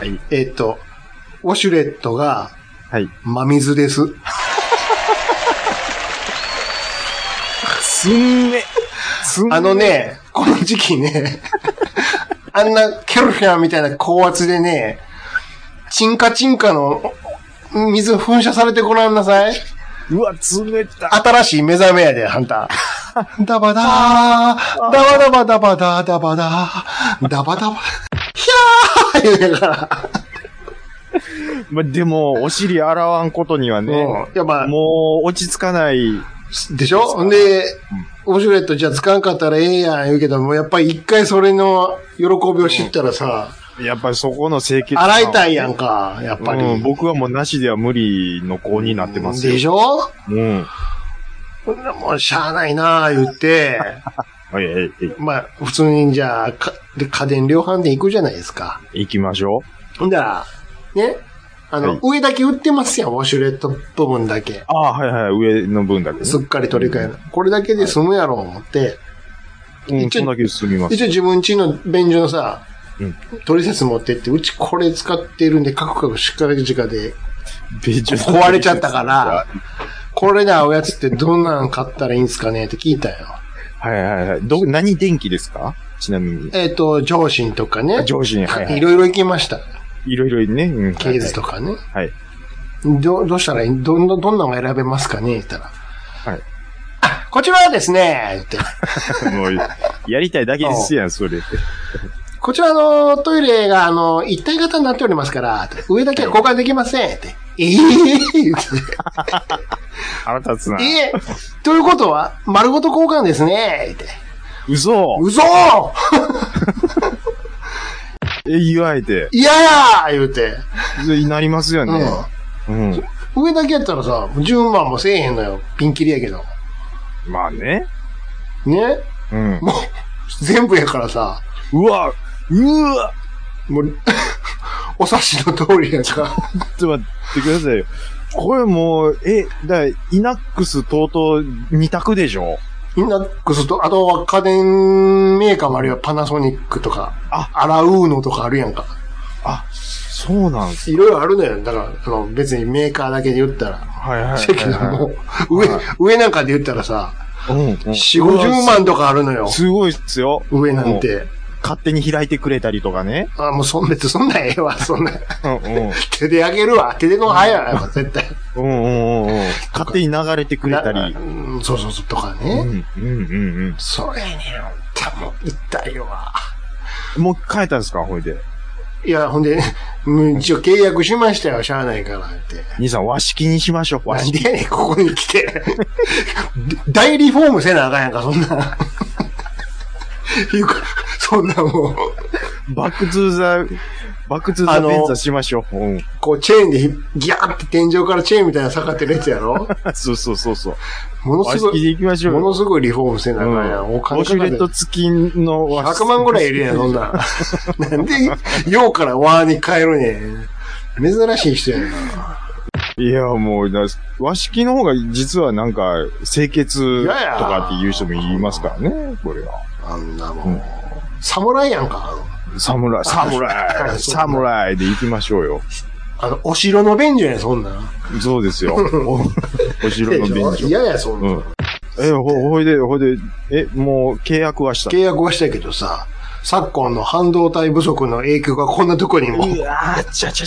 ウォシュレットが、 はい。 真水です。 すんね。 この時期ね、あんなケルフィャンみたいな高圧でね、チンカの水噴射されてごらんなさい。 うわ、冷たい。 新しい目覚めやで、ハンター。ダバダー、ダバダバダバダー、ダバダー、ダバダバ、ヒャー言うから。 まあ、でも、お尻洗わんことにはね、 やっぱもう落ち着かない。 でしょ？で、ウォシュレットじゃあ使わんかったらええやん言うけども、やっぱり一回それの喜びを知ったらさ、 やっぱりそこの清潔洗いたいやんか、やっぱり。 僕はもうなしでは無理の子になってますよ。 でしょ？もうしゃあないなぁ言って、まあ、普通にじゃあ、家電量販店行くじゃないですか。 行きましょう。ほんだら、ね、上だけ売ってますやん、ウォシュレット部分だけ。 上の分だけ、ね。 すっかり取り替える。これだけで済むやろ、思って。 そんだけで済みます。 一応自分家の便所のさ、取説持ってって、うちこれ使ってるんで、カクカクしっかり直で、壊れちゃったから、これで合うやつってどんなん買ったらいいんすかねって聞いたよ。 何電気ですか？ちなみに。 上新とかね。 上新、 いろいろ行きました。 いろいろね。 ケーズとかね。 はい。 どうしたらいい？どんなの選べますかねって言ったら。 はい。 こちらはですね、って。 もう、やりたいだけですやん、それ。 こちらトイレが一体型になっておりますから、上だけは交換できませんって。言って。 腹立つな。 ということは、丸ごと交換ですね、って。 嘘言われて。 嫌や言うて。 なりますよね。 上だけやったらさ、10万もせえへんのよ。ピンキリやけど。 まあね。 ね？もう、全部やからさ。 うわもう、お察しの通りやから。 ちょっと待ってくださいよ。これもう、イナックスとうとう2択でしょ？ イナックスと、あとは家電メーカーもあるよ。パナソニックとか、アラウーノとかあるやんか。 そうなんですか。 いろいろあるのよ。だから、別にメーカーだけで言ったら。だけども、上なんかで言ったらさ、4、50万とかあるのよ。 すごいっすよ。 上なんて。 勝手に開いてくれたりとかね。 もう別にそんなんええわ、そんな。手であげるわ。手での早いわ、絶対。 勝手に流れてくれたり。 そう、とかね。そうやねん。もう、痛いわ。 もう変えたんですか、ほいで。 いや、ほんで、一応契約しましたよ、しゃあないからって。 兄さん、和式にしましょう、 和式。なんでやねん、ここに来て。大リフォームせなあかんやんか、そんな。そんなもう。 バックトゥザベンザしましょう。 こう、チェーンでギャーって天井からチェーンみたいな下がってるやつやろ？ そう。 ものすごい、 ものすごいリフォームせなあかんやん。 お金かかる。ウォシュレット付きの 100万ぐらいいるやん、そんな。なんで、洋から和に変えるねん。珍しい人やな。 いや、もう、和式の方が実はなんか、清潔とかっていう人も言いますからね、これは。 あんなもん。侍やんか。 侍で行きましょうよ。 お城の便所や、そんなん。 そうですよ。お城の便所。 嫌や、そんなん。 ほいで、もう契約はした。 契約はしたけどさ、昨今の半導体不足の影響がこんなとこにも。 うわー、ちゃ。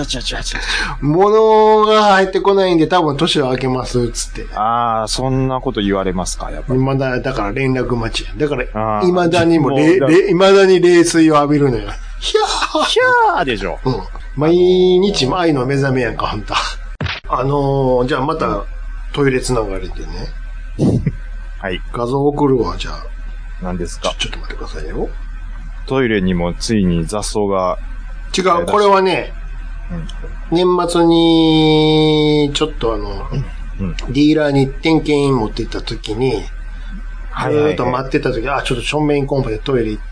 物が入ってこないんで多分年を明けます、つって。 そんなこと言われますか、やっぱり。 だから連絡待ちや。だから、未だに冷水を浴びるのよ。 ひゃーでしょ。 毎日愛の目覚めやんか、あんた。じゃあまた、トイレつながりでね。 はい。 画像送るわ、じゃあ。 何ですか？ ちょっと待ってくださいよ。 トイレにもついに雑草が。 違う、これはね、 年末に、ちょっとディーラーに点検持って行った時に、ずーっと待ってた時、ちょっと正面コンパでトイレ行って、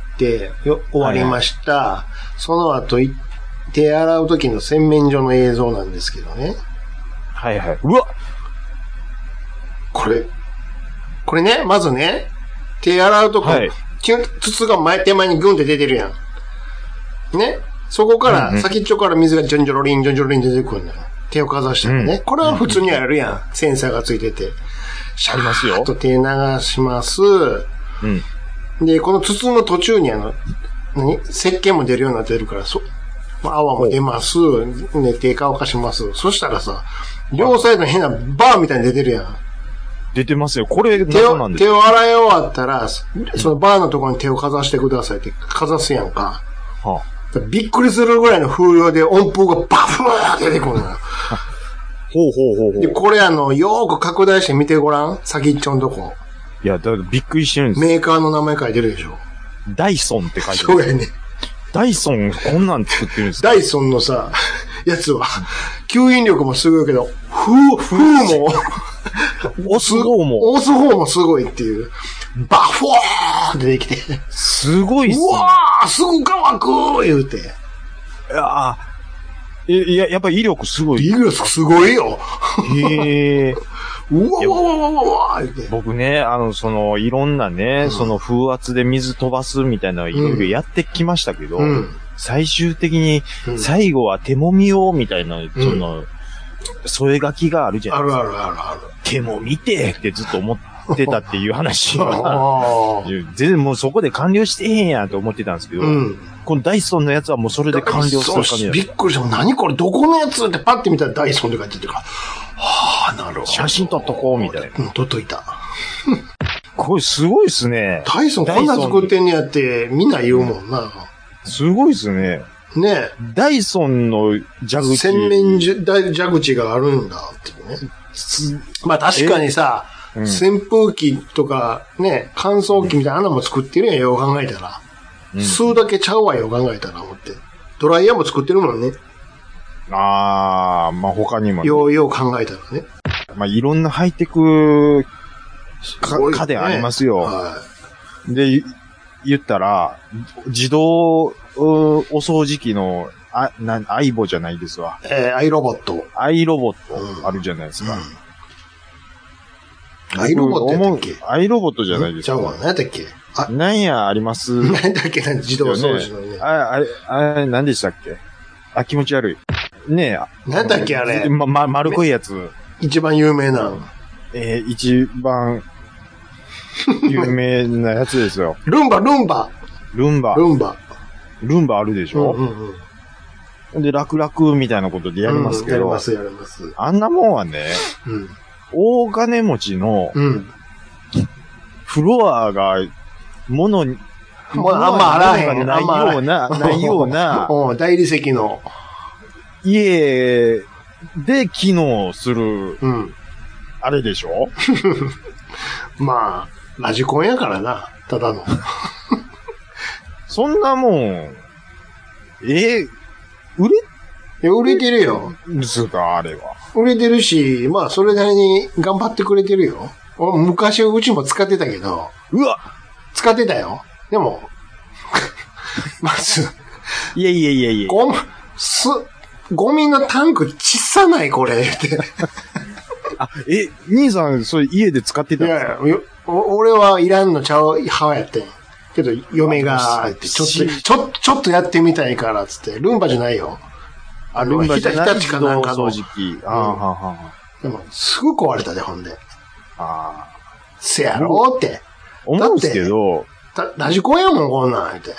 終わりました。その後、手洗う時の洗面所の映像なんですけどね。 はいはい。うわこれね、まずね、手洗うとこ、筒が手前にグンって出てるやん。ね。そこから、先っちょから水がジョンジョロリン出てくるんだよ。手をかざしてね。これは普通にあるやん。センサーがついてて。 ありますよ。 と手流します。で、この筒の途中に石鹸も出るようになってるから、泡も出ます。ね、手乾かします。そしたらさ、両サイドに変なバーみたいに出てるやん。 出てますよ。これ、 手を洗い終わったら、そのバーのところに手をかざしてくださいってかざすやんか。びっくりするぐらいの風量で音符がバフー出てくるのよ。 ほう。 で、これよーく拡大して見てごらん。先っちょのとこ。 いや、だからびっくりしてるんですよ。 メーカーの名前書いてるでしょ。 ダイソンって書いてる。 そうやね。 ダイソン、こんなん作ってるんですか？ ダイソンのさ、やつは、吸引力もすごいけど、風も、 押す方もすごいっていう。バフォー出てきて。 すごいっすね。 うわーすぐ乾く言うて。 いや、やっぱり威力すごい。 威力すごいよ。 へー。 うわ言うて。 僕ね、いろんなね、風圧で水飛ばすみたいなのいろいろやってきましたけど、最終的に、最後は手もみを、みたいな、添え書きがあるじゃないですか。 ある。 手もみてってずっと思ってたっていう話が、全然もうそこで完了してへんやんと思ってたんですけど、このダイソンのやつはもうそれで完了する感じだ。 びっくりした。何これどこのやつってパッて見たらダイソンって書いてるから。なるほど。 写真撮っとこうみたいな。 撮っといた。 これすごいっすね。 ダイソンこんな作ってんねやってみんな言うもんな。 すごいっすね。 ねダイソンの蛇口。 洗面蛇口があるんだっていうね。まあ確かにさ、扇風機とかね、乾燥機みたいなのも作ってるやんよ、考えたら。吸うだけちゃうわよ、考えたら思って。ドライヤーも作ってるもんね。 まあ他にも、ね。 よう考えたらね。 まあいろんなハイテク家電ありますよ。で、言ったら、自動お掃除機の、アイボじゃないですわ。 アイロボット。 アイロボットあるじゃないですか。 アイロボットやったっけ？ アイロボットじゃないですか。 ちゃうわ、何やったっけ？ なんやあります。 何だっけ自動掃除のね。 あれ、何でしたっけ？気持ち悪い。ねえ。何だっけあれ。 丸濃いやつ。 一番有名な。 一番有名なやつですよ。 ルンバあるでしょ？で、楽々みたいなことでやりますけど。 やります。 あんなもんはね、大金持ちの、フロアが、物に、 あんまあらへん。 ないような、 大理石の。 家で機能する、あれでしょ？ まあ、ラジコンやからな、ただの。 そんなもん、 売れてるよ。 ですか、あれは。 売れてるし、まあ、それなりに頑張ってくれてるよ。昔うちも使ってたけど。 うわ！ 使ってたよ。でも、まず。 いや。 ゴミのタンク小さないこれって。 兄さん、それ家で使ってたんですか？ いや、俺はいらんのちゃう派やってん。けど、嫁が、ちょっとやってみたいから、つって。ルンバじゃないよ。 ルンバじゃない日立かなんかの。 掃除機。 でも、すぐ壊れたで、ほんで。せやろって。 思うんですけど。 ラジコンやもん、こんなん、って。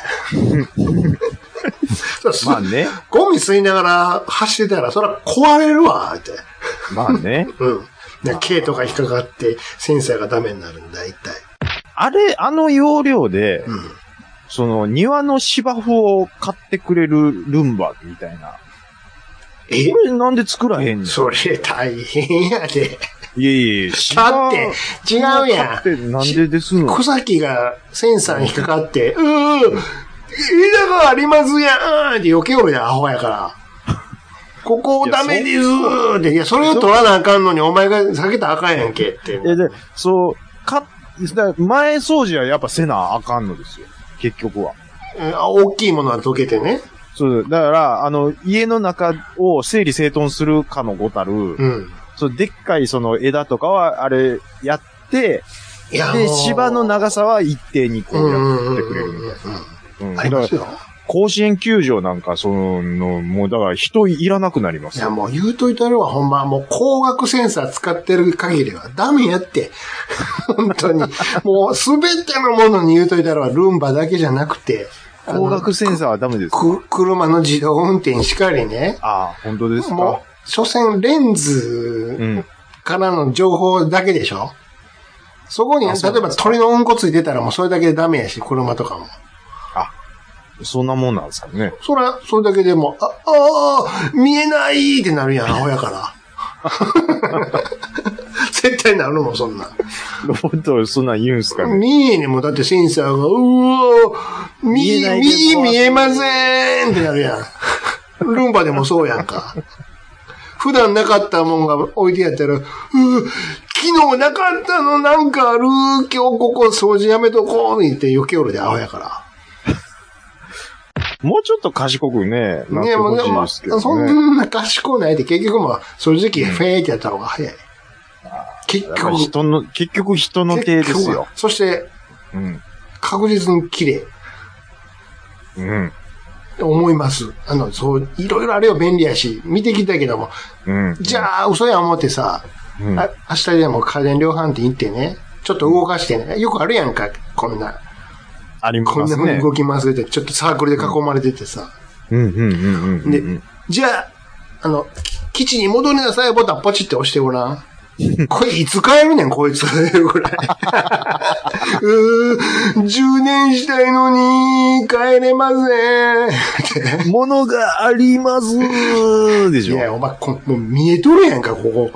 まあね。ゴミ吸いながら走ってたら、そら壊れるわ、って。 まあね。 K とか引っかかって、センサーがダメになるんだ、一体。 あの容量で、庭の芝生を買ってくれるルンバみたいな。これなんで作らへんの？ それ大変やで。 いや。 だって、違うやん。 なんでですの？ 草木がセンサーに引っかかって、枝がありますやんって余計俺でアホやから。 ここダメですって。いや、それを取らなあかんのに、お前が避けたらあかんやんけって。 で、前掃除はやっぱせなあかんのですよ。結局は。 大きいものは溶けてね。 そう、だから、家の中を整理整頓するかのごたる、うん。そう、でっかいその枝とかは、あれ、やって、で、芝の長さは一定にこうやってくれるみたいな。 ありますよ。 甲子園球場なんか、もうだから人いらなくなります。 いや、もう言うといたるわ、ほんま。もう光学センサー使ってる限りはダメやって。本当に。もうすべてのものに言うといたるわ、ルンバだけじゃなくて。 光学センサーはダメですか？ 車の自動運転しかりね。 ああ、本当ですか？ もう、所詮レンズからの情報だけでしょ？そこに、例えば鳥のうんこついてたらもうそれだけでダメやし、車とかも。 そんなもんなんですかね。 それだけでも、見えないってなるやん、アホやから。絶対なるもん、そんな。 ロボットそんなん言うんすかね。 見えねもん、だってセンサーが、見えませんってなるやん。ルンバでもそうやんか。普段なかったもんが置いてやったら、昨日なかったのなんかある、今日ここ掃除やめとこうって余計おるで、アホやから。 もうちょっと賢くね、なってほしいですけどね。 そんな賢くないで、結局も正直フェーってやった方が早い。結局人の手ですよ。 そして、確実に綺麗。思います。いろいろあれよ、便利やし、見てきたけども。じゃあ、嘘や思ってさ、明日でも家電量販店行ってね、ちょっと動かしてね、よくあるやんか、こんな。 ありますね。 こんな風に動きますって、ちょっとサークルで囲まれててさ。で、じゃあ、基地に戻りなさいボタンポチって押してごらん。これいつ帰るねん、こいつ。ぐらい。10年したいのに、帰れません。 物がありますでしょ。 いや、お前、もう見えとるやんか、ここ。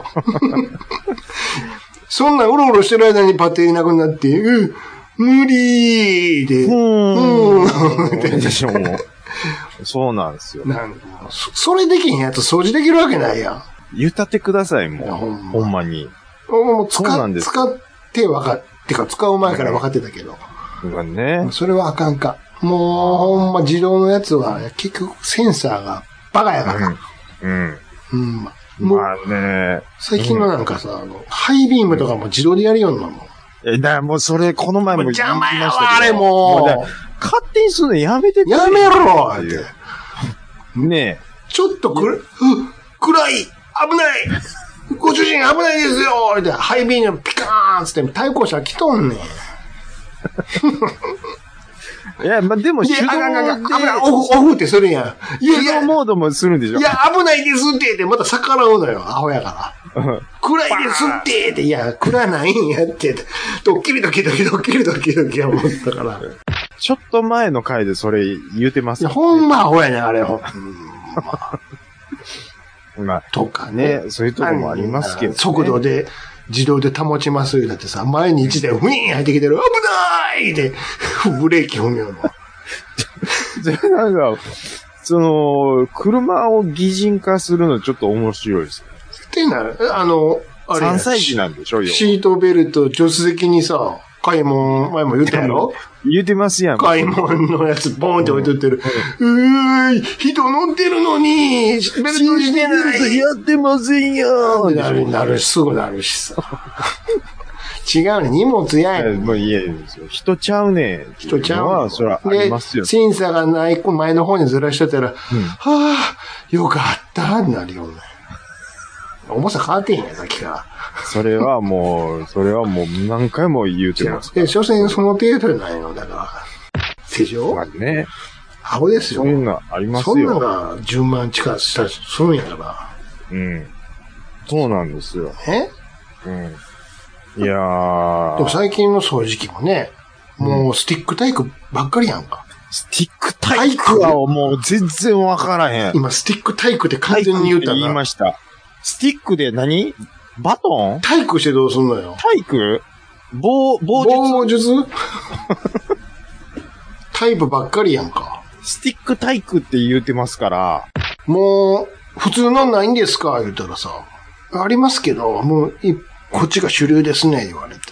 そんなうろうろしてる間にパッテリーなくなって、無理で。 でしょ、もう。そうなんですよ。 それできへんやつ掃除できるわけないやん。 言ったってください、もう。ほんまに。 もう使って分かってか、使う前から分かってたけど。 ね。 それはあかんか。もう、ほんま自動のやつは、結局センサーがバカやから。 まあね。 最近のなんかさ、ハイビームとかも自動でやるようになるもん。 だからもうそれ、この前も言いましたけど。 邪魔やわ、あれもう。 勝手にするのやめてくれ。 やめろって。 ねえ。 ちょっと暗い危ないご主人危ないですよって、ハイビームピカーンつって対向車来とんねん。 いや、まあ、でも手動で。 オフってするやん。 手動モードもするんでしょ。 いや、危ないですって、また逆らうのよ、アホやから。暗いですって、いや、暗ないんやって、ドッキリドキドキ思ったから。 ちょっと前の回でそれ言うてます、 ね。ほんまアホやねん、あれ。 まあ、 とかね。 そういうとこもありますけど、ね。 速度で、自動で保ちますよ。だってさ、前に1台ウィーン入ってきてる。危ないで、ブレーキ踏むような。 なんか、車を擬人化するのちょっと面白いですね。 ってなる。 あれ3歳児なんでしょよ。 シートベルト、助手席にさ、買い物、前も言ったやろ言ってますやん。 買い物のやつ、ボーンって置いとってる。人乗ってるのに、ベルトしてない。 やってませんよ。 なるし、すぐなるしさ。違うね、荷物やん。 もういやですよ。人ちゃうねん。 人ちゃうねん。 それありますよ。 センサーがない、前の方にずらしとったら、はぁ、よかったってなるよね。重さ変わってへんやん、さっきから。それはもう何回も言うてます。 で、所詮その程度ないのだから。でしょ？ まあね。 アホですよ。 そういうのありますよ。 そんなのが10万近くしたりするんやから。 そうなんですよ。いやー。 でも最近の掃除機もね、もうスティックタイプばっかりやんか。 スティックタイプはもう全然わからへん。 今スティックタイプって完全に言ったな。 言いました。スティックで何？バトン？ 体育してどうすんのよ。 体育？棒術タイプばっかりやんか。 スティック体育って言うてますから。 もう、 普通のないんですか言ったらさ、ありますけど、もう、こっちが主流ですね、言われて。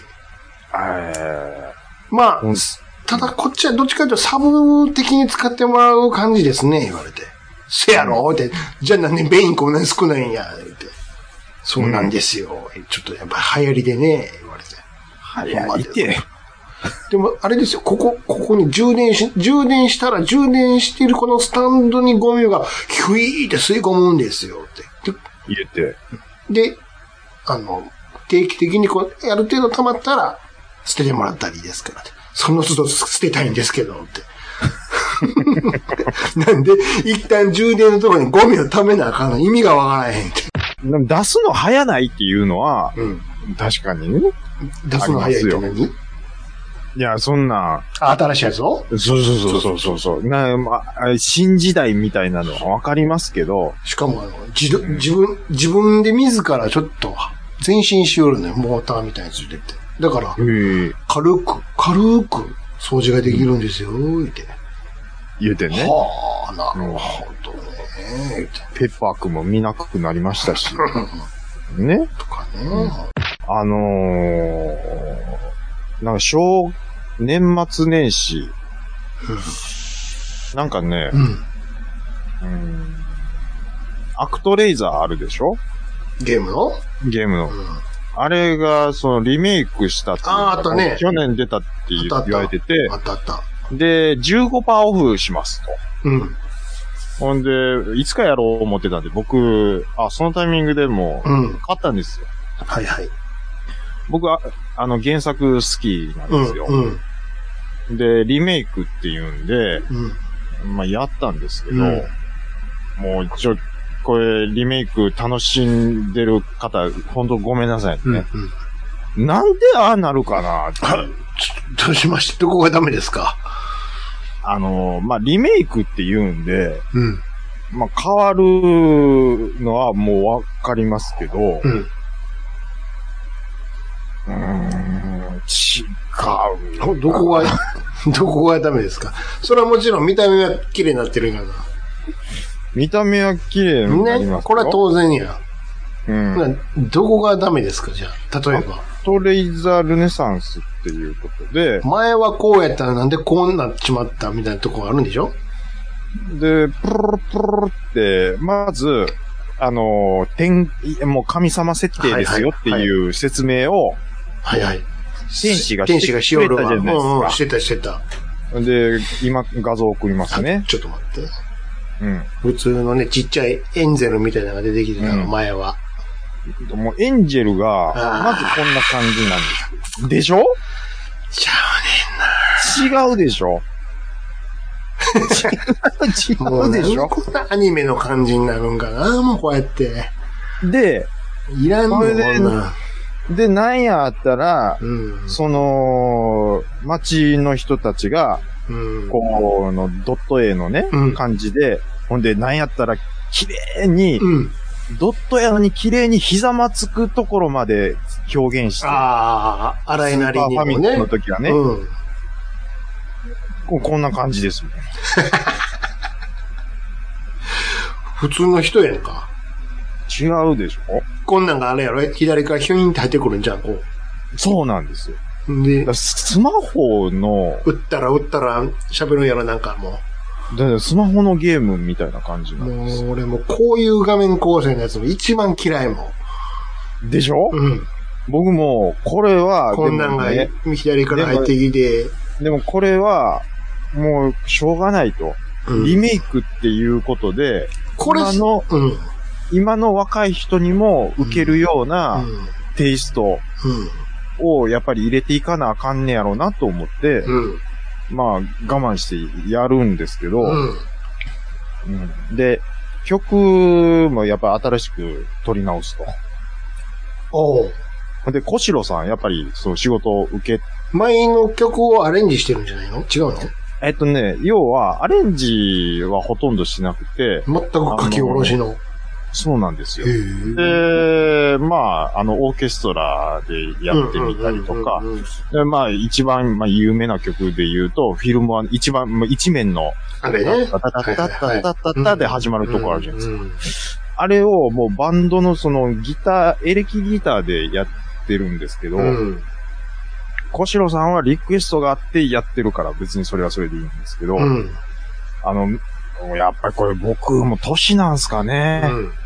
まあ、ただこっちはどっちかというとサブ的に使ってもらう感じですね、言われて。せやろって、じゃあなんでベインこんなに少ないんや、言って。そうなんですよ。ちょっとやっぱ流行りでね、言われて。 流行りで。 でも、あれですよ、ここに充電したら、充電してるこのスタンドにゴミが、ヒュイーって吸い込むんですよ、って。 言って。 で、定期的にある程度溜まったら、捨ててもらったらいいですからって。その都度捨てたいんですけど、って。なんで、一旦充電のところにゴミを溜めなあかんの意味がわからへんって。 出すの早ないっていうのは、確かにね。 出すの早いって何？いや、そんな。 新しいやつを？ そう。新時代みたいなのはわかりますけど。 しかも自分で自らちょっと前進しよるね、モーターみたいについてて。だから、軽く掃除ができるんですよ、 言うてね。 はあ、なるほどね。 ペッパーくんも見なくなりましたし。ね。 とかね。 なんか年末年始、なんかね、アクトレイザーあるでしょ？ ゲームの。 あれが、リメイクしたっていうあったね。 去年出たって言われてて、 あった。 で、15% オフしますと。ほんで、いつかやろう思ってたんで、僕、そのタイミングでも、買ったんですよ。 はいはい。 僕は、原作好きなんですよ。で、リメイクっていうんで、まあ、やったんですけど、もう、これ、リメイク楽しんでる方、本当ごめんなさいね。なんでああなるかなって。 どうしまして、どこがダメですか？ まあ、リメイクって言うんで、まあ、変わるのはもうわかりますけど、違う。 どこがダメですか？それはもちろん見た目は綺麗になってるんやな。 見た目は綺麗になりますよ。 ね、これは当然や。どこがダメですか？じゃあ、例えば。 アクトレイザールネサンスっていうことで。 前はこうやったらなんでこうなっちまったみたいなとこあるんでしょ？ で、プルって、まず、もう神様設定ですよっていう説明を、天使がしよるじゃないですか。してた。 で、今画像送りますね。 ちょっと待って。普通のね、ちっちゃいエンゼルみたいなのが出てきてたの、前は。 もうエンジェルが、まずこんな感じなんです。でしょ？ ちゃうねんな。 違うでしょ？違うでしょ？ こんなアニメの感じになるんかな、もうこうやって。 で、 いらんのな。 で、なんやあったら、街の人たちが、このドット絵のね、感じで、ほんで、なんやったら、綺麗に、ドット絵に綺麗にひざまつくところまで表現して。 洗いなりにもね。ファミコンの時はね。こんな感じですね。 普通の人やんか。 違うでしょ？ こんなんがあれやろ？左からヒュインって入ってくるんじゃん、こう。 そうなんですよ。 で、 スマホの、 打ったら喋るんやろ、なんかもう。スマホのゲームみたいな感じなんですよ。 もう俺もこういう画面構成のやつも一番嫌いもん。でしょ？僕も、これは、 こんなんが左から入ってきて。 でもこれは、もう、しょうがないと。リメイクっていうことで、今の若い人にも受けるようなテイストをやっぱり入れていかなあかんねやろうなと思って、まあ我慢してやるんですけど、で、曲もやっぱり新しく撮り直すと。で、小城さん、やっぱりそう仕事を受け、 前の曲をアレンジしてるんじゃないの？違うの？ 要は、アレンジはほとんどしなくて。 全く書き下ろしの。 そうなんですよ。で、まあ、オーケストラでやってみたりとか、でまあ、一番、まあ、有名な曲で言うと、フィルムは一番、一面の、 あれね。 タタタタタタタタで始まるとこあるじゃないですか。 あれをもうバンドのそのギター、エレキギターでやってるんですけど、小城さんはリクエストがあってやってるから別にそれはそれでいいんですけど、やっぱりこれ僕も年なんすかね。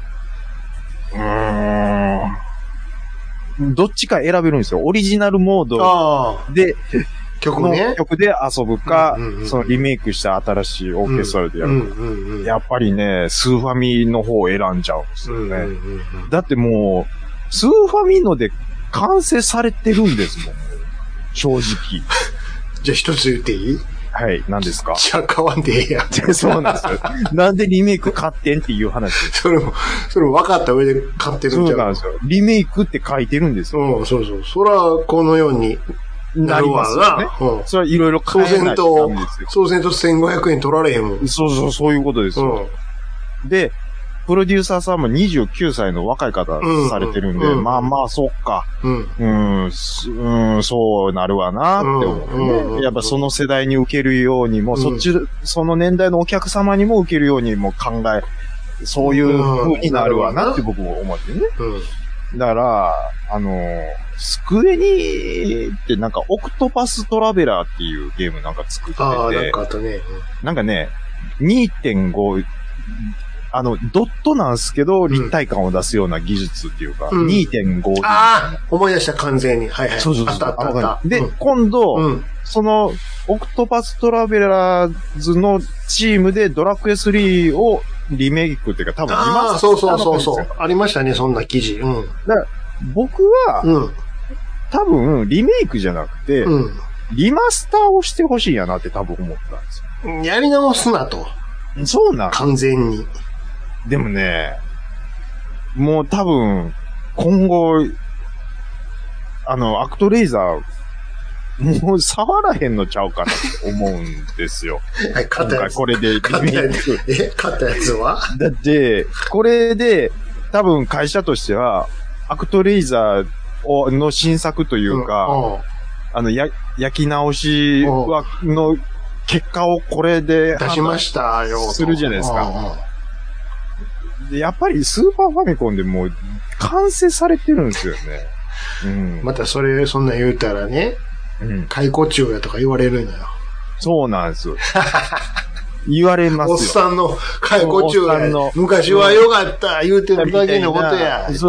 どっちか選べるんですよ。オリジナルモードで、曲で遊ぶか、そのリメイクした新しいオーケストラでやるか。やっぱりね、スーファミの方を選んじゃうんですよね。だってもう、スーファミので完成されてるんですもん。正直。 じゃあ一つ言っていい？ はい、何ですか？ じゃあ買わんでええやん。 そうなんですよ。なんでリメイク買ってんっていう話です。 それも分かった上で買ってるんちゃう？ そうなんですよ。リメイクって書いてるんですよ。 そう。そら、このようになるわな。 それはいろいろ変えないとダメですよ。 そうせんと1500円取られへんもん。 そういうことですよ。で、プロデューサーさんも29歳の若い方されてるんで、まあ、そっか。そうなるわなって思う。やっぱその世代に受けるようにも、その年代のお客様にも受けるようにもそういう風になるわなって僕も思ってね。だから、スクエニってなんかオクトパストラベラーっていうゲームなんか作ってて。 なんかあったね。 なんかね、2.5、ドットなんすけど、立体感を出すような技術っていうか、2.5。 思い出した、完全に。はい。 そう。 あった。 で、今度、その、オクトパストラベラーズのチームでドラクエ3をリメイクっていうか、多分今そう。ありましたね、そんな記事。だから僕は、多分、リメイクじゃなくて、リマスターをしてほしいんやなって多分思ったんですよ。 やり直すなと。 そうなん。 完全に。 でもね、もう多分、今後、アクトレイザー、もう触らへんのちゃうかなって思うんですよ。 はい、 今回これでリメイク。 買ったやつは？ だって、これで、多分会社としては、アクトレイザーの新作というか、焼き直しの結果をこれで出しましたよ。 するじゃないですか。でやっぱりスーパーファミコンでもう完成されてるんですよね。 またそんなん言うたらね、解雇中やとか言われるんだよ。 そうなんですよ。言われますよ。 おっさんの解雇中や。昔は良かった言うてるだけのことや。 そう。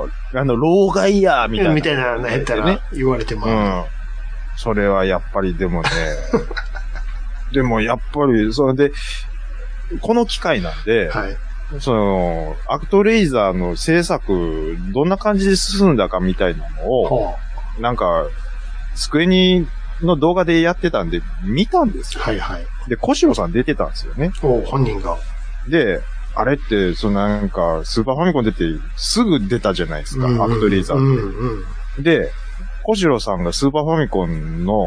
老害や、みたいな。 みたいなのやったら言われても。 それはやっぱりでもね。でもやっぱり、それで、この機会なんで、アクトレイザーの制作、どんな感じで進んだかみたいなのを、なんか、スクエニの動画でやってたんで、見たんですよ。で、小城さん出てたんですよね。 本人が。 で、あれって、なんか、スーパーファミコン出て、すぐ出たじゃないですか、アクトレイザーって。で、小城さんがスーパーファミコンの、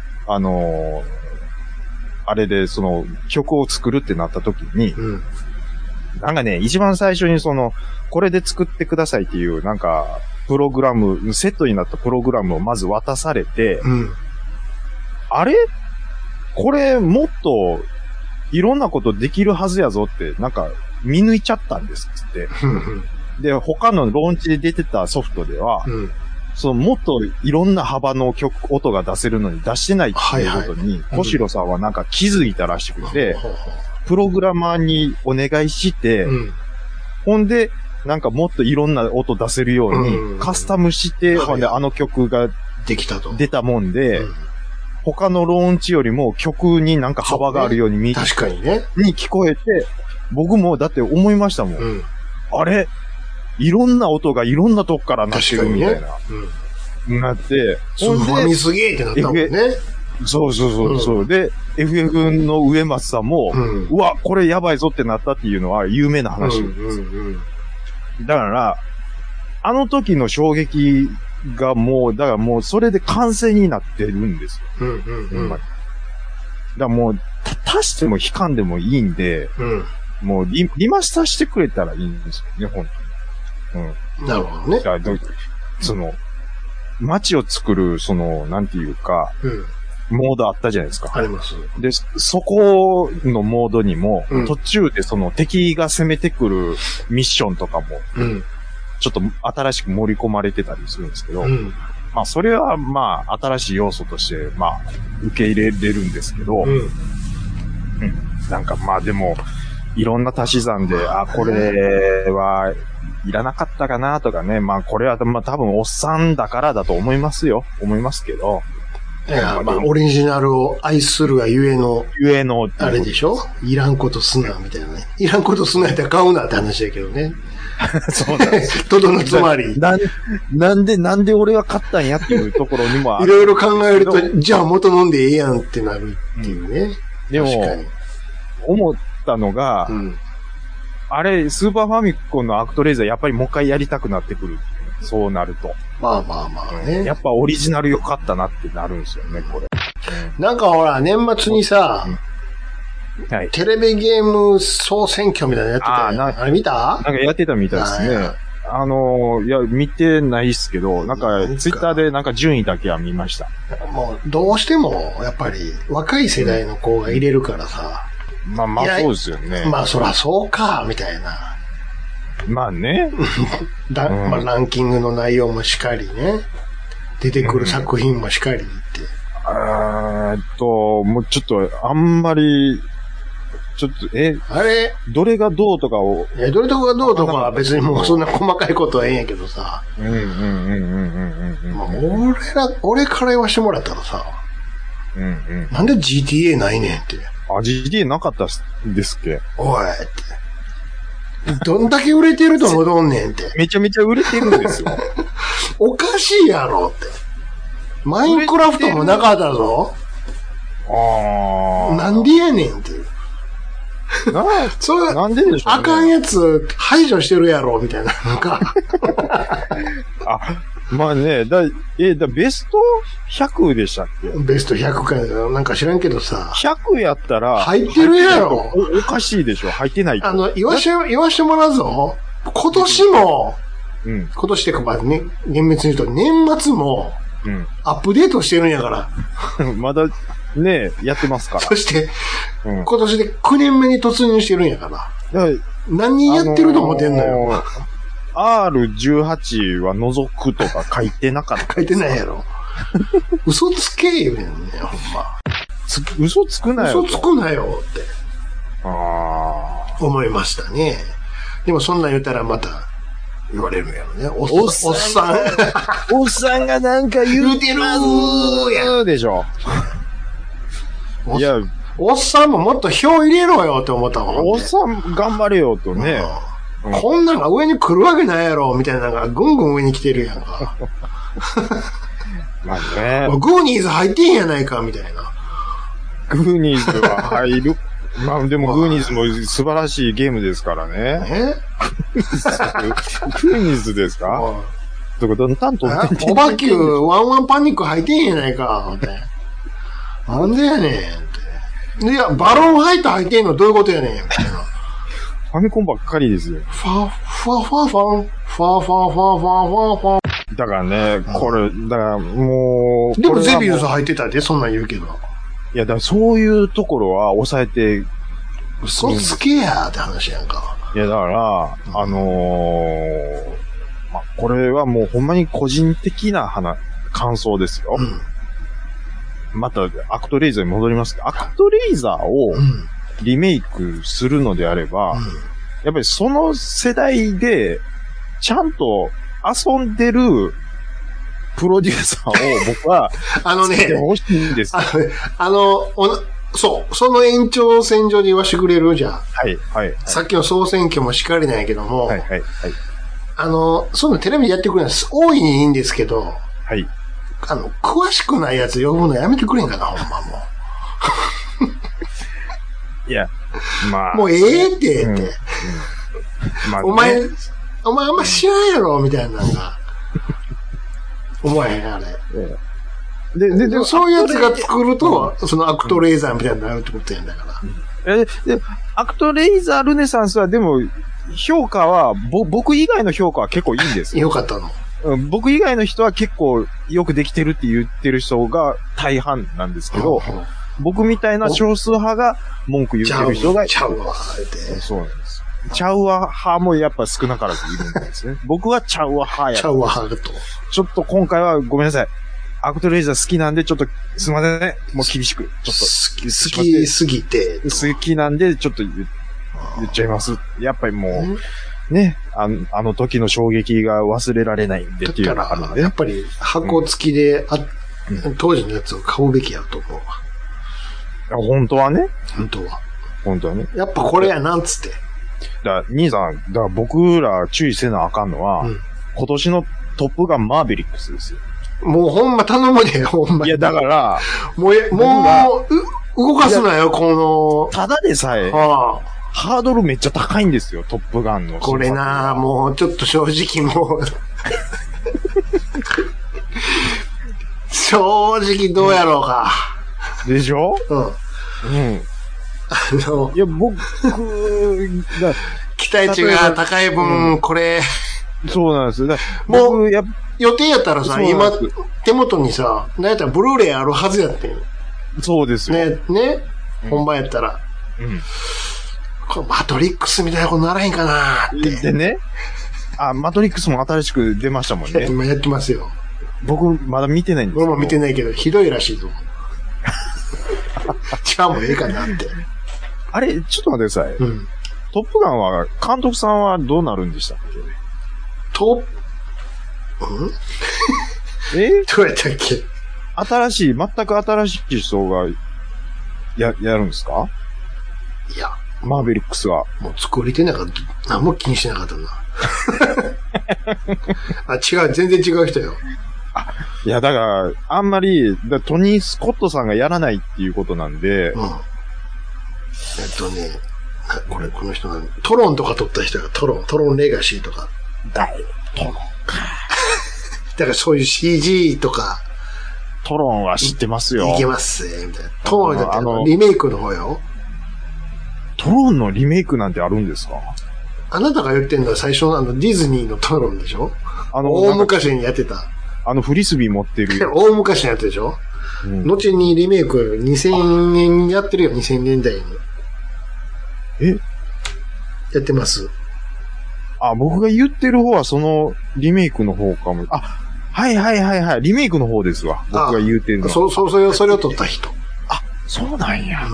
あれで、曲を作るってなった時に、なんかね、一番最初にこれで作ってくださいっていう、なんか、プログラム、セットになったプログラムをまず渡されて、あれこれ、もっと、いろんなことできるはずやぞって、なんか、見抜いちゃったんですって。で、他のローンチで出てたソフトでは、もっといろんな幅の音が出せるのに出してないっていうことに、小城さんはなんか気づいたらしくて、プログラマーにお願いして、ほんで、なんかもっといろんな音出せるようにカスタムして、ほんで曲が出たもんで、他のローンチよりも曲になんか幅があるように確かにね。 に聞こえて、僕もだって思いましたもん。あれいろんな音がいろんなとこから鳴ってるみたいな。なって、 ほんで、すげえってなったもんね。 そう。で、FF の上松さんも、うわ、これやばいぞってなったっていうのは有名な話なんですよ。だから、あの時の衝撃がだからもうそれで完成になってるんですよ。だからもう、足しても引かんでもいいんで、もうリマスターしてくれたらいいんですよね、本当に。 なるほどね。 街を作る、なんていうか、 モードあったじゃないですか。 あります。 で、そこのモードにも、 うん、 途中でその敵が攻めてくるミッションとかも、 うん、 ちょっと新しく盛り込まれてたりするんですけど、 うん、 まあそれはまあ新しい要素として、まあ受け入れれるんですけど、なんかまあでも、いろんな足し算で、これはいらなかったかなとかね、まあこれはまあ多分おっさんだからだと思いますけど、 いや、まあ、オリジナルを愛するがゆえの、あれでしょ？いらんことすな、みたいなね。いらんことすなやったら買うなって話だけどね。 そうなんです。 とどのつまり。 なんで俺が買ったんやっていうところにもある。 いろいろ考えると、じゃあ元飲んでええやんってなるっていうね。 でも、思ったのが、あれ、スーパーファミコンのアクトレイザーやっぱりもう一回やりたくなってくる。そうなると。 まあまあまあね。 やっぱオリジナル良かったなってなるんですよね、これ。 なんかほら、年末にさ、 はい、 テレビゲーム総選挙みたいなのやってたよ。あれ見た？ なんかやってたみたいですね。いや、見てないっすけど、なんか、ツイッターでなんか順位だけは見ました。 もう、どうしても、やっぱり、若い世代の子が入れるからさ。 まあ、そうですよね。 まあ、そらそうか、みたいな。 まあね。 まあ、ランキングの内容もしかりね。出てくる作品もしかりって。 もうちょっと、あんまり、ちょっと、 あれどれがどうとかを。 いや、どれとかがどうとかは別にもうそんな細かいことはええんやけどさ。俺から言わしてもらったらさ。なんで GTA ないねんって。 GTA なかったんですっけ？ おいって。どんだけ売れてると思うとんねんって。 めちゃめちゃ売れてるんですよ。 おかしいやろって。マインクラフトもなかったぞ。なんでやねんっていう。 なんででしょうね。 あかんやつ排除してるやろみたいな。なんかまあね、ベスト100でしたっけ？ ベスト100かなんか知らんけどさ。 100やったら。 入ってるやろ。 おかしいでしょ。入ってないと。 言わしてもらうぞ。今年も、今年ってかまあね、厳密に言うと年末も、アップデートしてるんやから。 まだ、ねやってますから。 そして、今年で9年目に突入してるんやから。何人やってると思ってんのよ。 R18 は除くとか書いてなかった。 書いてないやろ。嘘つけ言うねんね、ほんま。 嘘つくなよ。 嘘つくなよって。思いましたね。でもそんなん言ったらまた言われるんやろね。おっさん。 おっさんがなんか言うてるやでしょ。いや、 おっさんももっと票入れろよって思ったもん。 おっさん頑張れよとね。 こんなんが上に来るわけないやろみたいなのがぐんぐん上に来てるやんか。 まあね。 グーニーズ入ってんやないかみたいな。 グーニーズは入る。まあでもグーニーズも素晴らしいゲームですからね。グーニーズですか？どこどんたんとおばきゅうワンワンパニック入ってんやないかって。なんでやねんって。いや、バロンハイト入ってんのどういうことやねんみたいな。 ファミコンばっかりですよ。 ファー。 だからね、これ、だからもう。 でもゼビウス入ってたで、そんなん言うけど。 いや、だからそういうところは抑えて。 嘘つけやって話やんか。 いや、だから、まあ、これはもうほんまに個人的な感想ですよ。また、アクトレイザーに戻りますけど、アクトレイザーをリメイクするのであれば、やっぱりその世代で、ちゃんと遊んでるプロデューサーを僕は、作ってほしいんですよ。 そう、その延長線上で言わしてくれるじゃん。 はい、はい。 さっきの総選挙もしかりなんやけども、 はい、はい、はい。 そういうのテレビでやってくれるのは大いにいいんですけど、 はい。 詳しくないやつ呼ぶのやめてくれんかな、ほんまもう。いや、まあ。 もうええって、まあね、お前あんま知らんやろ、みたいなのが。思えへん、あれ。で、そういうやつが作ると、そのアクトレイザーみたいになるってことやんだから。 で、アクトレイザールネサンスはでも、評価は、僕以外の評価は結構いいんですよ。 よかったの。 僕以外の人は結構よくできてるって言ってる人が大半なんですけど、僕みたいな少数派が文句言ってる人が、 ちゃうわ、 そうなんです。ちゃうわ派もやっぱ少なからずいるんですね。僕はちゃうわ派や。 ちゃうわ派と。 ちょっと今回はごめんなさい。アクトレイザー好きなんで、ちょっと、すいませんね。もう厳しく。ちょっと。 好きすぎて。 好きなんで、ちょっと言っちゃいます。やっぱりもう、ね、あの時の衝撃が忘れられないんでっていうのがあるんで。 やっぱり箱付きで、当時のやつを買うべきやと思うわ。 本当はね。 本当はね。やっぱこれやなんつって。 兄さん、だから僕ら注意せなあかんのは、今年のトップガンマーベリックスですよ。 もうほんま頼むで、ほんま。 いや、だから、 もう動かすなよ、この。ただでさえ、ハードルめっちゃ高いんですよ、トップガンの。 これなもうちょっと正直もう。正直どうやろうか。 でしょ？いや、僕、 期待値が高い分、これ。 そうなんですよ。 もう、予定やったらさ、今、手元にさ、なんやったらブルーレイあるはずやってん。 そうですよ。 ね、本番やったら。これマトリックスみたいなことならへんかなーって。 でね、マトリックスも新しく出ましたもんね。 今やってますよ。 僕、まだ見てないんですよ。 僕も見てないけど、ひどいらしいぞ。じゃあもうええかなって。 あれ、ちょっと待ってください。トップガンは、監督さんはどうなるんでしたっけ？ どうやったっけ？ 全く新しい人が、やるんですか？ いや。 マーベリックスは。 もう作り手なんか何も気にしなかったな。違う、全然違う人よ。 いや、だから、あんまり、トニー・スコットさんがやらないっていうことなんで。 この人が、トロンとか撮った人がトロンレガシーとか。 トロンか。 だからそういう CG とか。 トロンは知ってますよ。 いけますね、みたいな。トロンだってリメイクの方よ。 トロンのリメイクなんてあるんですか？ あなたが言ってんのは最初のディズニーのトロンでしょ？大昔にやってた。 フリスビー持ってる。 大昔のやつでしょ？後にリメイク2000年やってるよ、2000年代に。やってます。 僕が言ってる方はそのリメイクの方かも。はい。リメイクの方ですわ。僕が言うてるのは。 それを撮った人。 そうなんや。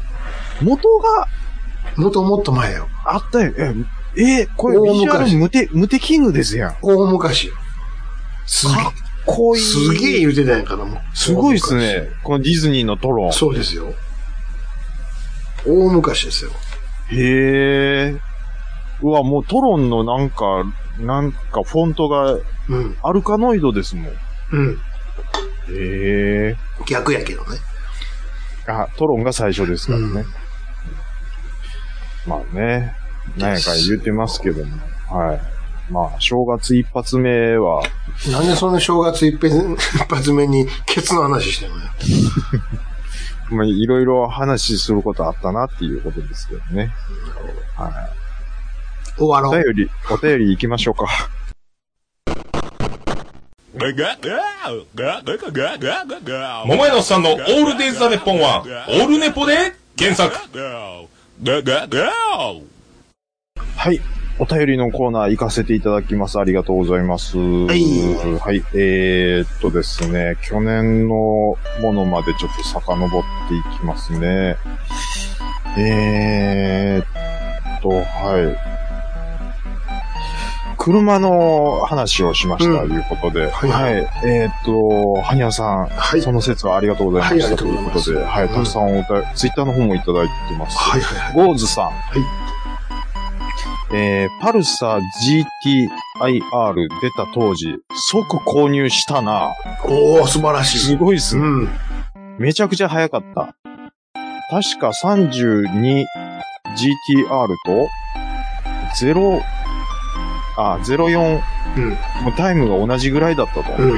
もっと前よ。 あったよ。これビジュアルムテキングですやん。 大昔よ。 かっこいい。 すげえ言うてたんやからもう。 すごいっすね。このディズニーのトロン。 そうですよ。大昔ですよ。 へえ。うわ、もうトロンのなんかフォントが、アルカノイドですもん。へえ。 逆やけどね。 トロンが最初ですからね。まあね、何やか言ってますけども。はい。まあ、正月一発目は。 なんでその正月一発目にケツの話してんのよ。 まあ、いろいろ話することあったなっていうことですけどね。はい。 終わろう。 お便り行きましょうか。 桃屋のおっさんのオールデイズ・ザ・ネッポンは、オールネポで検索。 はい。お便りのコーナー行かせていただきます。ありがとうございます。はい。ですね、去年のものまでちょっと遡っていきますね。はい。車の話をしましたということで、はい。はにゃさん、その説はありがとうございましたということで、はい。たくさんツイッターの方もいただいてます。ゴーズさん。パルサー GTIR 出た当時、即購入したな。 素晴らしい。 すごいっすね。めちゃくちゃ早かった。確か 32GTR と、04、もうタイムが同じぐらいだったと。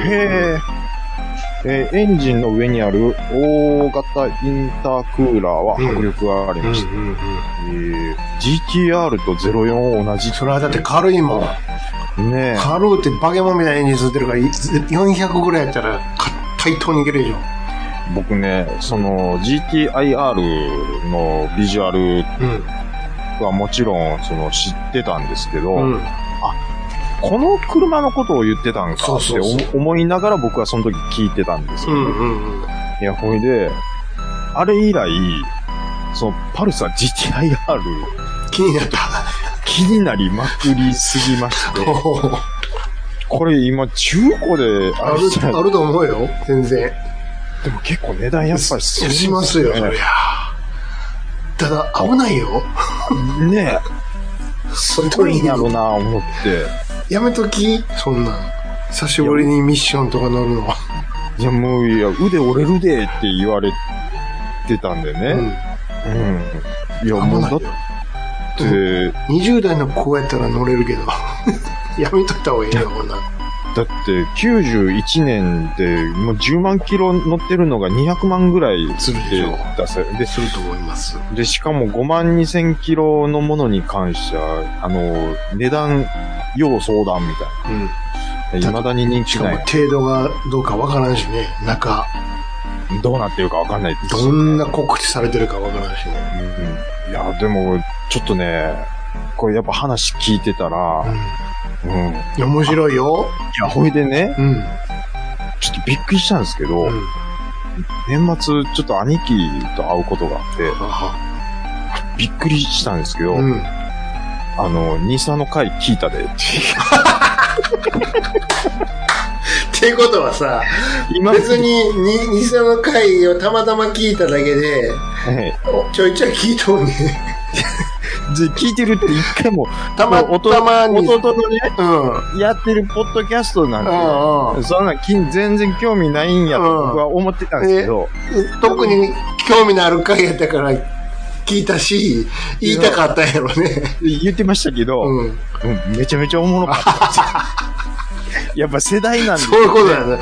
エンジンの上にある大型インタークーラーは迫力がありました。GTR と04同じ。 それはだって軽いもん。 ねえ。 軽うってバケモンみたいにずってるから、400ぐらいやったら、対等にいけるでしょ。 僕ね、その GTIR のビジュアルはもちろん知ってたんですけど、この車のことを言ってたんかって思いながら僕はその時聞いてたんですよ、いや、ほいで、あれ以来、パルサー GTIR 気になった。 気になりまくりすぎまして、これ今中古であると思うよ、全然。 でも結構値段やっぱりしますよ、そりゃ。ただ、危ないよ。 ねえ。すごいんやろな、思って。 やめとき、そんな。久しぶりにミッションとか乗るのは。 いや、もう、いや、腕折れるでって言われてたんでね。いや、もうだって、 20代の子やったら乗れるけど。やめといた方がいいよ、こんな。 だって、91年で、もう10万キロ乗ってるのが200万ぐらいするでしょ。 で、 すると思います。 で、しかも5万2000キロのものに関しては、値段、要相談みたいな。未だに人気ない。 しかも程度がどうかわからんしね、中。 どうなってるかわかんないですよね。どんな告知されてるかわからんしね。 いや、でも、ちょっとね、これやっぱ話聞いてたら、 面白いよ。 いや、ほいでね、ちょっとびっくりしたんですけど、年末ちょっと兄貴と会うことがあって、びっくりしたんですけど、兄さんの回聞いたで。 っていうことはさ、別に兄さんの回をたまたま聞いただけで、ちょいちょい聞いとんね。 聞いてるって一回も、 たまに、 弟のね、やってるポッドキャストなんて、そんな全然興味ないんやと僕は思ってたんですけど、 特に興味のある回やったから聞いたし、言いたかったんやろね。 言ってましたけど、めちゃめちゃおもろかったですよ。やっぱ世代なんで、 そういうことだよね。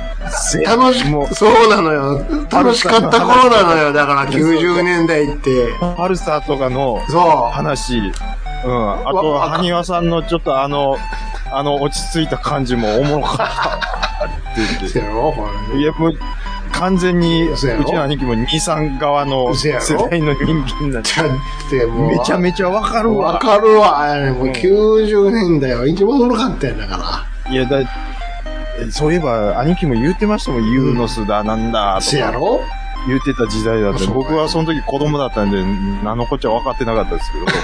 そうなのよ。楽しかった頃なのよ。だから90年代って。 パルサーとかの話。あと、埴輪さんのちょっと落ち着いた感じもおもろかったって言って。いや、もう、完全に、うちの兄貴も兄さん側の世代の人間なんで。めちゃめちゃわかるわ。 わかるわ。もう90年代は一番おもろかったんだから。 いや、そういえば、兄貴も言ってましたもん、ユーノスだ、なんだ、とか。 やろ言ってた時代だって、僕はその時子供だったんで、何のこっちゃ分かってなかったですけど。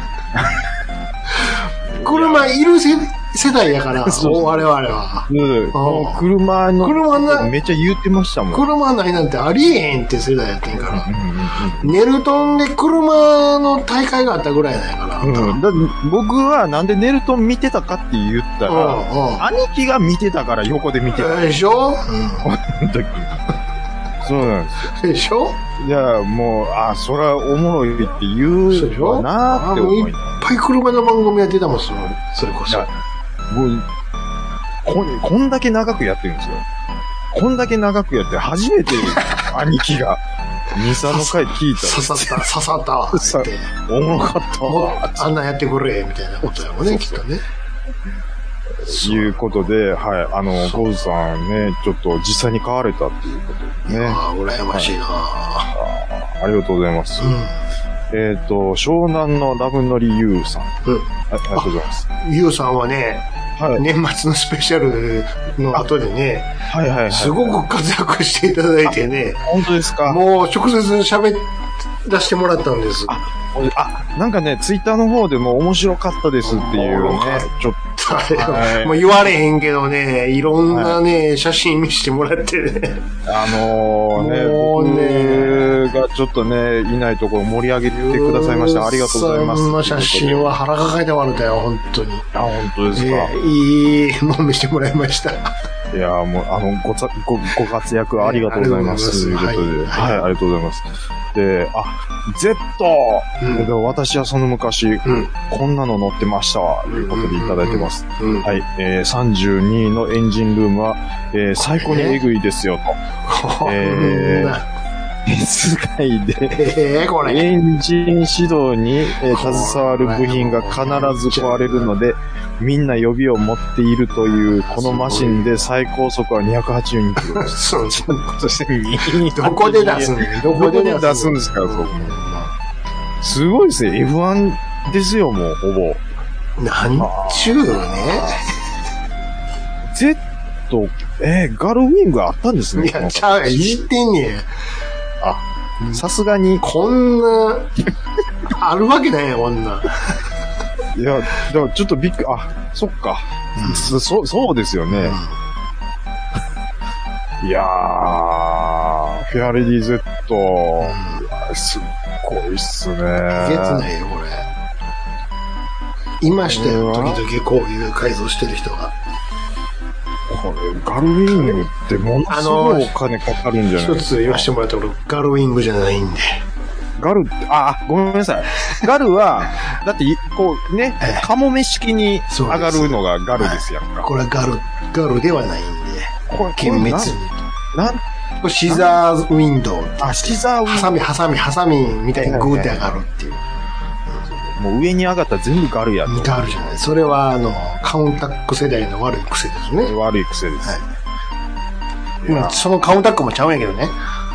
車いる世代やから、我々は。 車めっちゃ言ってましたもん。 車ないなんてありえへんって世代やってんから。ネルトンで車の大会があったぐらいなんやから。 僕はなんでネルトン見てたかって言ったら、兄貴が見てたから横で見てた。 でしょそうなんですよ。でしょいや、もう、それはおもろいって言うわなーって思いな。 いっぱい車の番組やってたもん、それこそ。 こんだけ長くやってるんですよ。こんだけ長くやって初めて兄貴が兄さんの回聞いた。 刺さったわ。 おもろかったわ。 あんなんやってくれ、みたいなことやもんね、きっとね。 いうことで、はい、ゴーズさんね、ちょっと実際に買われたっていうことでね。 羨ましいな、 ありがとうございます。湘南のラブノリユーさん。ありがとうございます。 ユーさんはね、年末のスペシャルの後でね、すごく活躍していただいてね。 本当ですか？ もう直接喋らせてもらったんです。 なんかね、ツイッターの方でも面白かったですっていうね、ちょっと。 もう言われへんけどね、いろんなね、写真見せてもらってね。 僕がちょっとね、いないところ盛り上げてくださいました。ありがとうございます。 その写真は腹抱えて笑ったよ、本当に。 本当ですか。 いいもん見せてもらいました。 いや、もう、ご活躍ありがとうございます。ということで、はい、ありがとうございます。で、Z！私はその昔、こんなの乗ってましたわ、ということでいただいてます。はい、32のエンジンルームは、最高にエグいですよ、と。 S 外で、 これ。 エンジン指導に、携わる部品が必ず壊れるので、みんな予備を持っているという、このマシンで最高速は282キロ。 そう。 そして、 どこで出すんどこで出すんですか、そこ。すごいですね。F1 ですよ、もう、ほぼ。 なんちゅうのね。 Z、ガルウィングあったんですね。 いや、ちゃう、いじってんねん。 さすがに。 こんな、あるわけないやん、こんな。 いや、だからちょっとびっくり、そっか。そうですよね。いやー、フェアレディ Z、すっごいっすね。 えげつないよ、これ。いましたよ、時々こういう改造してる人が。 これ、ガルウィングってものすごいお金かかるんじゃないですか。 一つ言わせてもらったら、ガルウィングじゃないんで。 ガルって、ごめんなさい。ガルは、だって、こうね、カモメ式に上がるのがガルですやんか。 これはガルではないんで。 これ、 厳密に。これシザーウィンドウ。 シザーウィンドウ。 ハサミみたいにグーって上がるっていう。 もう上に上がったら全部ガルやと。 ガルじゃない。それは、カウンタック世代の悪い癖ですね。 悪い癖です。 はい。そのカウンタックもちゃうんやけどね。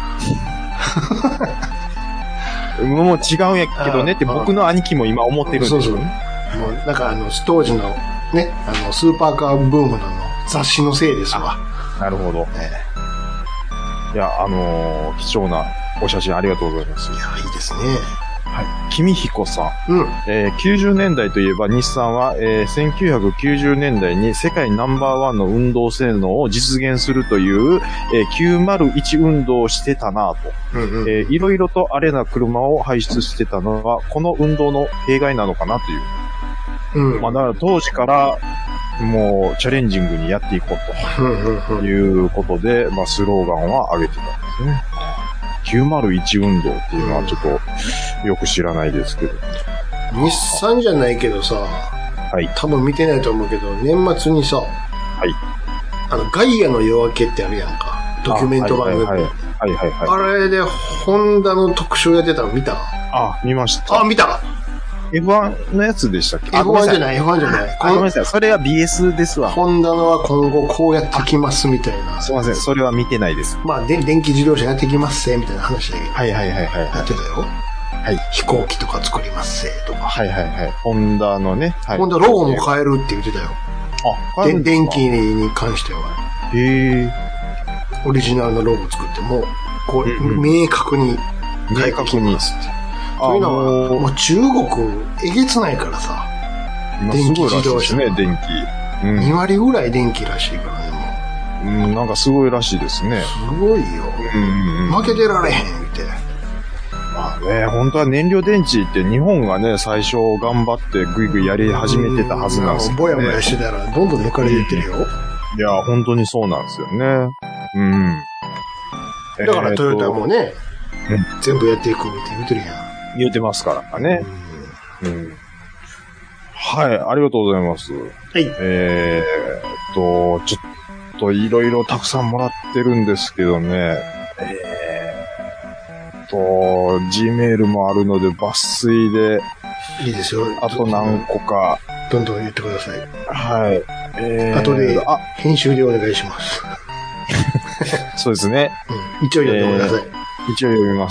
もう違うんやけどねって僕の兄貴も今思ってるんですよ。 そう。もう、なんか当時のね、スーパーカーブームの雑誌のせいですわ。 なるほど。いや、貴重なお写真ありがとうございます。 いや、いいですね。 はい。君彦さん。90年代といえば日産は、1990年代に世界ナンバーワンの運動性能を実現するという、901運動をしてたなと。いろいろとアレな車を輩出してたのは、この運動の弊害なのかなという。だから当時から、もうチャレンジングにやっていこうということで、スローガンは上げてたんですね。901運動っていうのはちょっとよく知らないですけど。 日産じゃないけどさ、多分見てないと思うけど、年末にさ、ガイアの夜明けってあるやんか。ドキュメント番組。あれで、ホンダの特集やってたの見た？ 見ました。 見た ？F1 のやつでしたっけ？ F1 じゃない。 ごめんなさい。それは BS ですわ。 ホンダのは今後こうやってきますみたいな。 すいません。それは見てないです。 電気自動車やってきますせ、みたいな話だけど。やってたよ。飛行機とか作りますせ、とか。 ホンダのね。 ホンダロゴも変えるって言ってたよ。電気に関しては。オリジナルのロゴ作っても、こう、明確に変えてきますって。そういうのは、もう中国、えげつないからさ。電気自動車。 ね、電気。 2割ぐらい電気らしいからね、もう。 なんかすごいらしいですね。 すごいよ。負けてられへん、って。 本当は燃料電池って日本がね、最初頑張ってぐいぐいやり始めてたはずなんですよね。 ぼやぼやしてたらどんどん抜かれていってるよ。 いや、本当にそうなんですよね。 だからトヨタもね、全部やっていくって言ってるやん。 言ってますからね。はい、ありがとうございます。ちょっといろいろたくさんもらってるんですけどね。G メールもあるので抜粋で。 いいですよ。 あと何個か。 どんどん言ってください。 後で、 編集でお願いします。 そうですね。 一応読んでください。 一応読みます。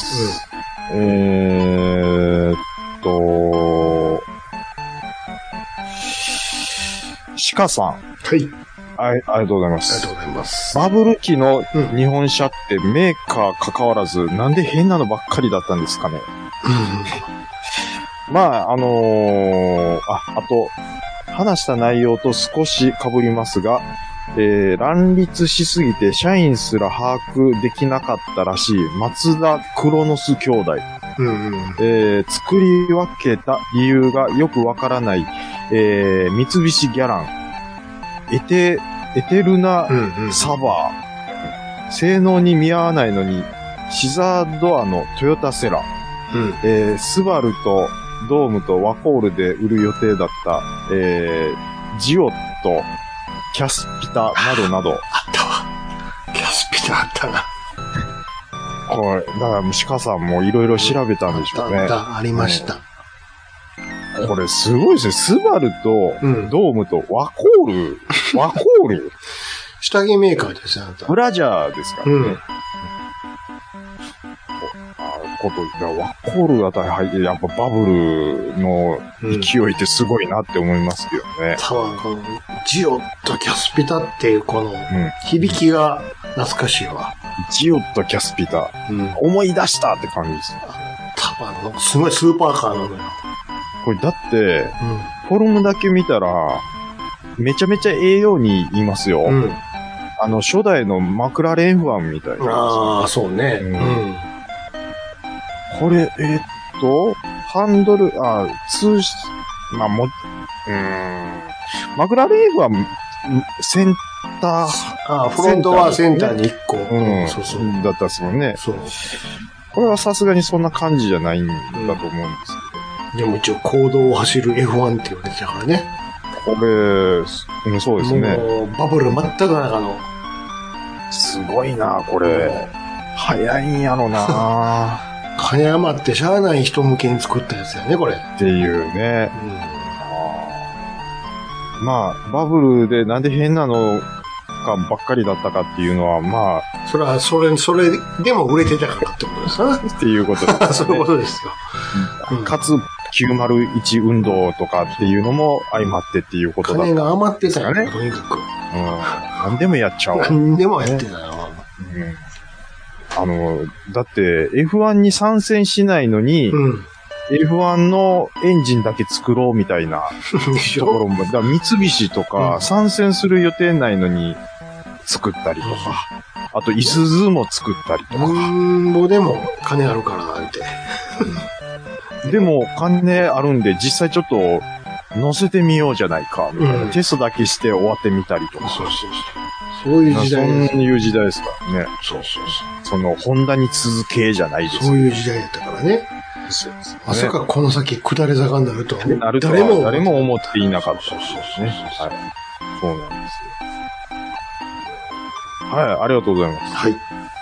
鹿さん。ありがとうございます。 ありがとうございます。 バブル期の日本車ってメーカー関わらず、なんで変なのばっかりだったんですかね。あと、話した内容と少し被りますが、乱立しすぎて社員すら把握できなかったらしい松田クロノス兄弟。作り分けた理由がよくわからない、三菱ギャラン、エテルナサバー、性能に見合わないのにシザードアのトヨタセラ、スバルとドームとワコールで売る予定だった、ジオとキャスピタなどなど。 あったわ。キャスピタあったな。 これ、だから鹿さんもいろいろ調べたんでしょうね。 ありました。 これすごいですね。スバルと、ドームとワコール下着メーカーですよ、あなた。 ブラジャーですからね。ワコールあたり入って、やっぱバブルの勢いってすごいなって思いますけどね。 多分この、ジオとキャスピタっていうこの、響きが懐かしいわ。 ジオとキャスピタ。思い出したって感じです。 多分、すごいスーパーカーなのよ。 これだって、フォルムだけ見たら、めちゃめちゃええように言いますよ。初代のマクラーレンF1みたいな。 ああ、そうね。 これ、ハンドル、マクラーレンF1、センター。 フロントはセンターに1個。 そうそう。だったっすもんね。 そう。 これはさすがにそんな感じじゃないんだと思うんですけど。でも一応公道を走る F1 って言われてたからね。 これ、そうですね。 もうバブル全く中の。 すごいな、これ。早いんやろな。 金余ってしゃあない人向けに作ったやつやね、これ。 っていうね。まあ、バブルでなんで変なのかばっかりだったかっていうのは、まあ。 それでも売れてたからってことですかっていうことですね。 そういうことですよ。 かつ、901運動とかっていうのも相まってっていうことだった、 金が余ってたよね、とにかく。 何でもやっちゃおう。 何でもやってたよ。 だって F1 に参戦しないのに、F1 のエンジンだけ作ろうみたいなところも、だから三菱とか参戦する予定ないのに作ったりとか、あとイスズも作ったりとか。 もうでも金あるからな、って。 でも金あるんで実際ちょっと乗せてみようじゃないか、みたいな。テストだけして終わってみたりとか。 そういう時代です。 そういう時代ですからね。その、ホンダに続けじゃないです。 そういう時代だったからね。まさかこの先下り坂になるとは誰も思っていなかったですね。はい。そうなんですよ。はい、ありがとうございます。 はい。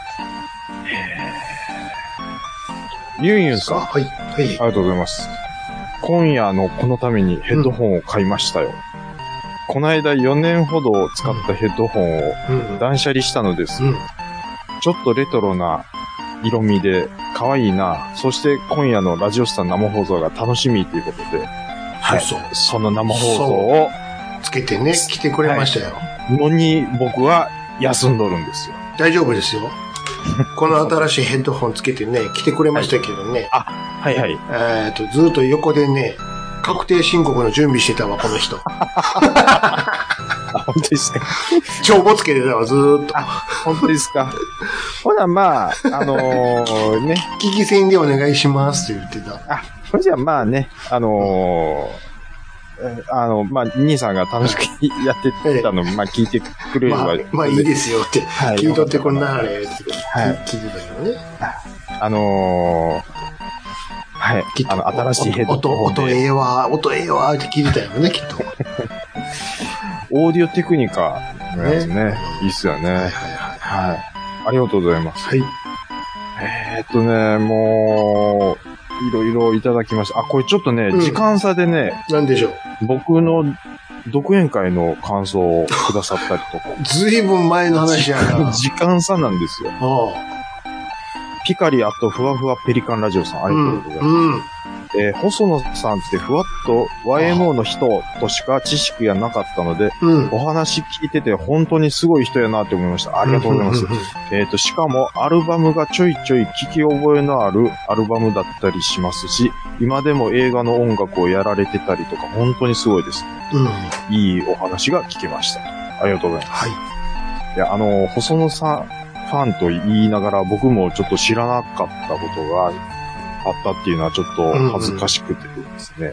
ユンユンさん。 はい。 ありがとうございます。今夜のこのためにヘッドホンを買いましたよ。この間4年ほど使ったヘッドホンを断捨離したのです。ちょっとレトロな色味で可愛いな。そして今夜のラジオスター生放送が楽しみということで、はい。その生放送をつけてね、来てくれましたよ。 のに僕は休んどるんですよ。 大丈夫ですよ。この新しいヘッドホンつけてね、来てくれましたけどね。 はいはい。 ずっと横でね、確定申告の準備してたわ、この人。 本当ですか。 帳簿つけてたわ、ずーっと。 本当ですか。ほな、まあ、ね。 聞き戦でお願いしますって言ってた。 それじゃあまあね、まあ、兄さんが楽しくやってたの、まあ、聞いてくれれば。 まあいいですよって。聞いとってこんなあれって聞いてたけどね。 はい。新しいヘッドホン。 音ええわって聞いてたよね、きっと。 オーディオテクニカのやつね。いいっすよね。はい。ありがとうございます。 はい。 もう、いろいろいただきました。これちょっとね、時間差でね。 なんでしょう。 僕の独演会の感想をくださったりとか。 ずいぶん前の話やな。 時間差なんですよ。ピカリふわふわペリカンラジオさん、ありがとうございます。細野さんってふわっと YMO の人としか知識がなかったので、お話聞いてて本当にすごい人やなって思いました。ありがとうございます。しかもアルバムがちょいちょい聞き覚えのあるアルバムだったりしますし、今でも映画の音楽をやられてたりとか本当にすごいです。いいお話が聞けました。ありがとうございます。はい。いや、細野さんファンと言いながら僕もちょっと知らなかったことがあったっていうのはちょっと恥ずかしくてですね。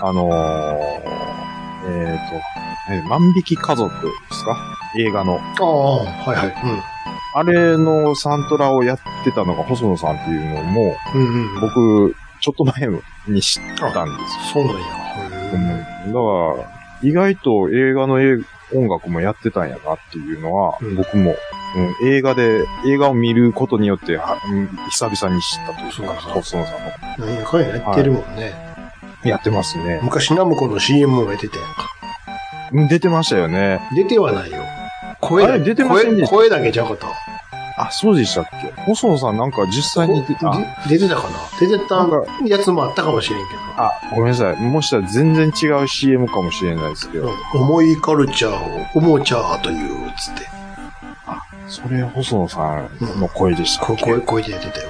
万引き家族ですか？映画の。 はいはい。 あれのサントラをやってたのが細野さんっていうのも、僕、ちょっと前に知ったんですよ。そうなんや。 だから、意外と映画の音楽もやってたんやなっていうのは、僕も映画を見ることによって、久々に知ったというか、細野さんの。 何やかんややってるもんね。 やってますね。 昔ナムコの CM もやってたやんか。 出てましたよね。 出てはないよ。 あれ出てませんでした。 声だけちゃうかった。 あ、そうでしたっけ？細野さんなんか実際に出てたかな？ 出てたやつもあったかもしれんけど。 あ、ごめんなさい。もしかしたら全然違う CM かもしれないですけど。 重いカルチャーをおもちゃという、つって。 あ、それ細野さんの声でしたっけ？ 声でやってたよ。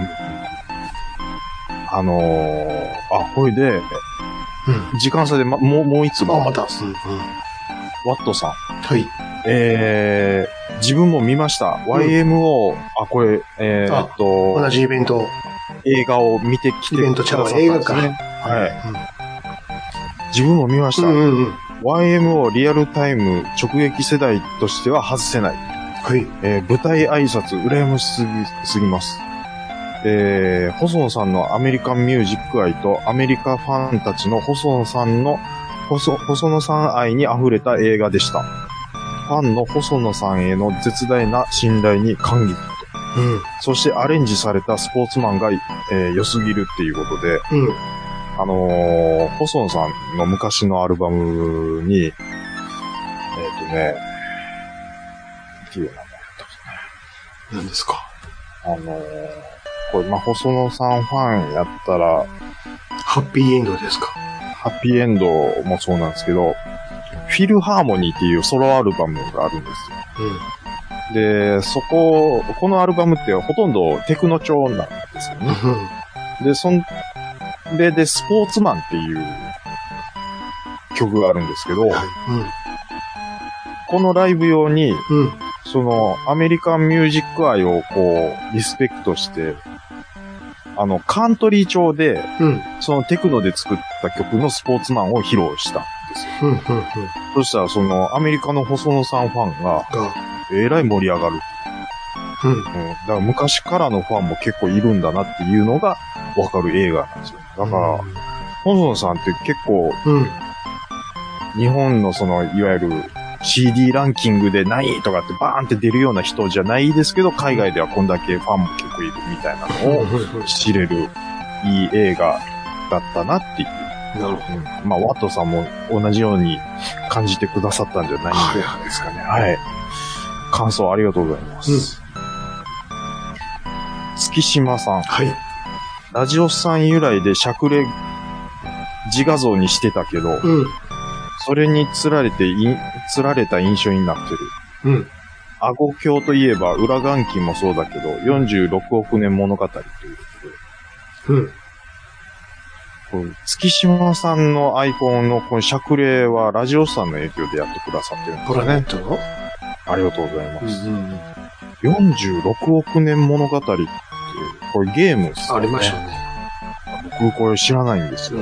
これで、時間差でもう一つも。 また。 ワットさん。 はい。 自分も見ました。YMO、これ、 同じイベント。 映画を見てきてくださったんですね。イベントちゃうわ、映画か。はい。自分も見ました。YMO リアルタイム直撃世代としては外せない。 はい。 舞台挨拶、羨ましすぎます。細野さんのアメリカンミュージック愛とアメリカファンたちの細野さん愛に溢れた映画でした。ファンの細野さんへの絶大な信頼に感激。そしてアレンジされたスポーツマンが、良すぎるっていうことで、細野さんの昔のアルバムに、 何ですか？ これ、細野さんファンやったら、 ハッピーエンドですか？ ハッピーエンドもそうなんですけど、フィルハーモニーっていうソロアルバムがあるんですよ。で、このアルバムってほとんどテクノ調なんですよね。で、スポーツマンっていう曲があるんですけど、このライブ用に、そのアメリカンミュージック愛をリスペクトして、カントリー調で、そのテクノで作った曲のスポーツマンを披露したんですよ。そしたらそのアメリカの細野さんファンが、えらい盛り上がる。だから昔からのファンも結構いるんだなっていうのがわかる映画なんですよ。だから、細野さんって結構、日本のその、いわゆる CD ランキングで何位とかってバーンって出るような人じゃないですけど、海外ではこんだけファンも結構いるみたいなのを知れるいい映画だったなっていう。 なるほど。 ワットさんも同じように感じてくださったんじゃないですかね。はい。感想ありがとうございます。月島さん。はい。ラジオさん由来でしゃくれ自画像にしてたけど、それに釣られた印象になってる。顎鏡といえば裏眼筋もそうだけど、46億年物語ということで。月島さんのアイコンのこのしゃくれはラジオさんの影響でやってくださってるんですね。 プラネットの？ ありがとうございます。46億年物語っていう、これゲームですね。 ありましたね。 僕これ知らないんですよ。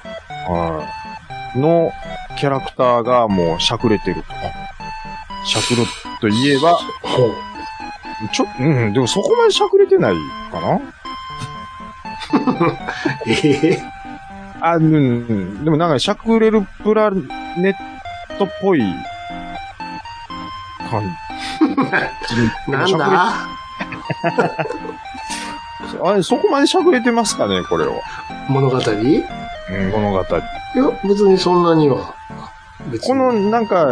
のキャラクターがもうしゃくれてると。しゃくるといえば、でもそこまでしゃくれてないかなでもなんかしゃくれるプラネットっぽい感じ。 なんだそこまでしゃくれてますかね、これは。 物語？ 物語。 いや、別にそんなには。 この、なんか、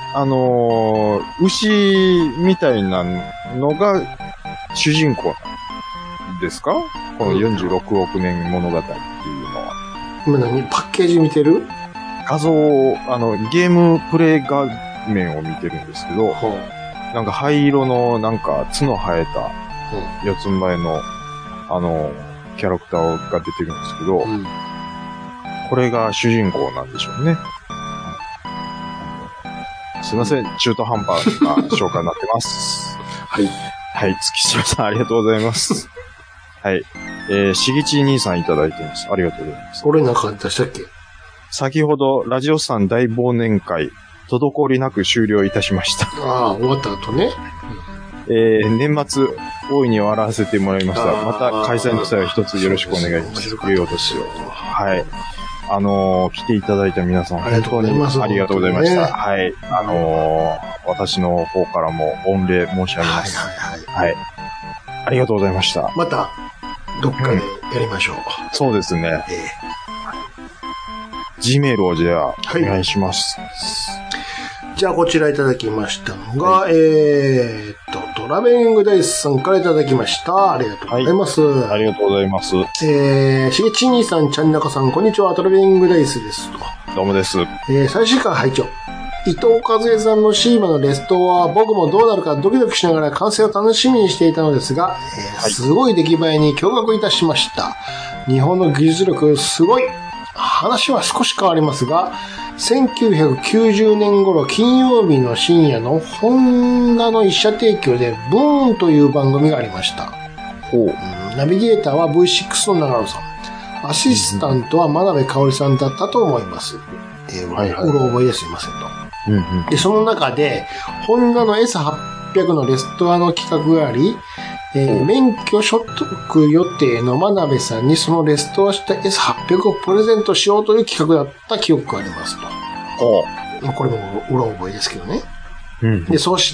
牛みたいなのが主人公ですか？この46億年物語っていうのは。 今パッケージ見てる？ 画像を、ゲームプレイ画面を見てるんですけど、なんか灰色の、なんか角生えた、四つん這いの、キャラクターが出てるんですけど、これが主人公なんでしょうね。すいません、中途半端な紹介になってます。 はい。 はい、月島さんありがとうございます。はい。しぎち兄さんいただいてます。ありがとうございます。 俺なんか出したっけ？ 先ほど、ラジオさん大忘年会、滞りなく終了いたしました。 終わった後ね。 年末、大いに笑わせてもらいました。また開催の際は一つよろしくお願いします。いうことですよ。はい。 来ていただいた皆さん、 ありがとうございます。 ありがとうございました。 ね、 はい。私の方からも御礼申し上げます。はい。ありがとうございました。 また、どっかでやりましょう。 そうですね。Gmail をじゃあ、お願いします。 じゃあ、こちらいただきましたのが、トラベリングダイスさんからいただきました。ありがとうございます。 ありがとうございます。 しげちにさん、ちゃんなかさん、こんにちは。トラベリングダイスですと。 どうもです。 最終回拝聴。伊藤和恵さんのシーマのレストは僕もどうなるかドキドキしながら完成を楽しみにしていたのですが、すごい出来栄えに驚愕いたしました。日本の技術力すごい。話は少し変わりますが、1990年頃金曜日の深夜のホンダの一社提供でブーンという番組がありました。ナビゲーターは V6 の長野さん。アシスタントは真鍋かおりさんだったと思います。うろ覚えですいませんと。で、その中で、ホンダの S800 のレストアの企画があり、免許所得予定の真鍋さんにそのレストアした S800 をプレゼントしようという企画だった記憶がありますと。これもうろ覚えですけどね。で、そして、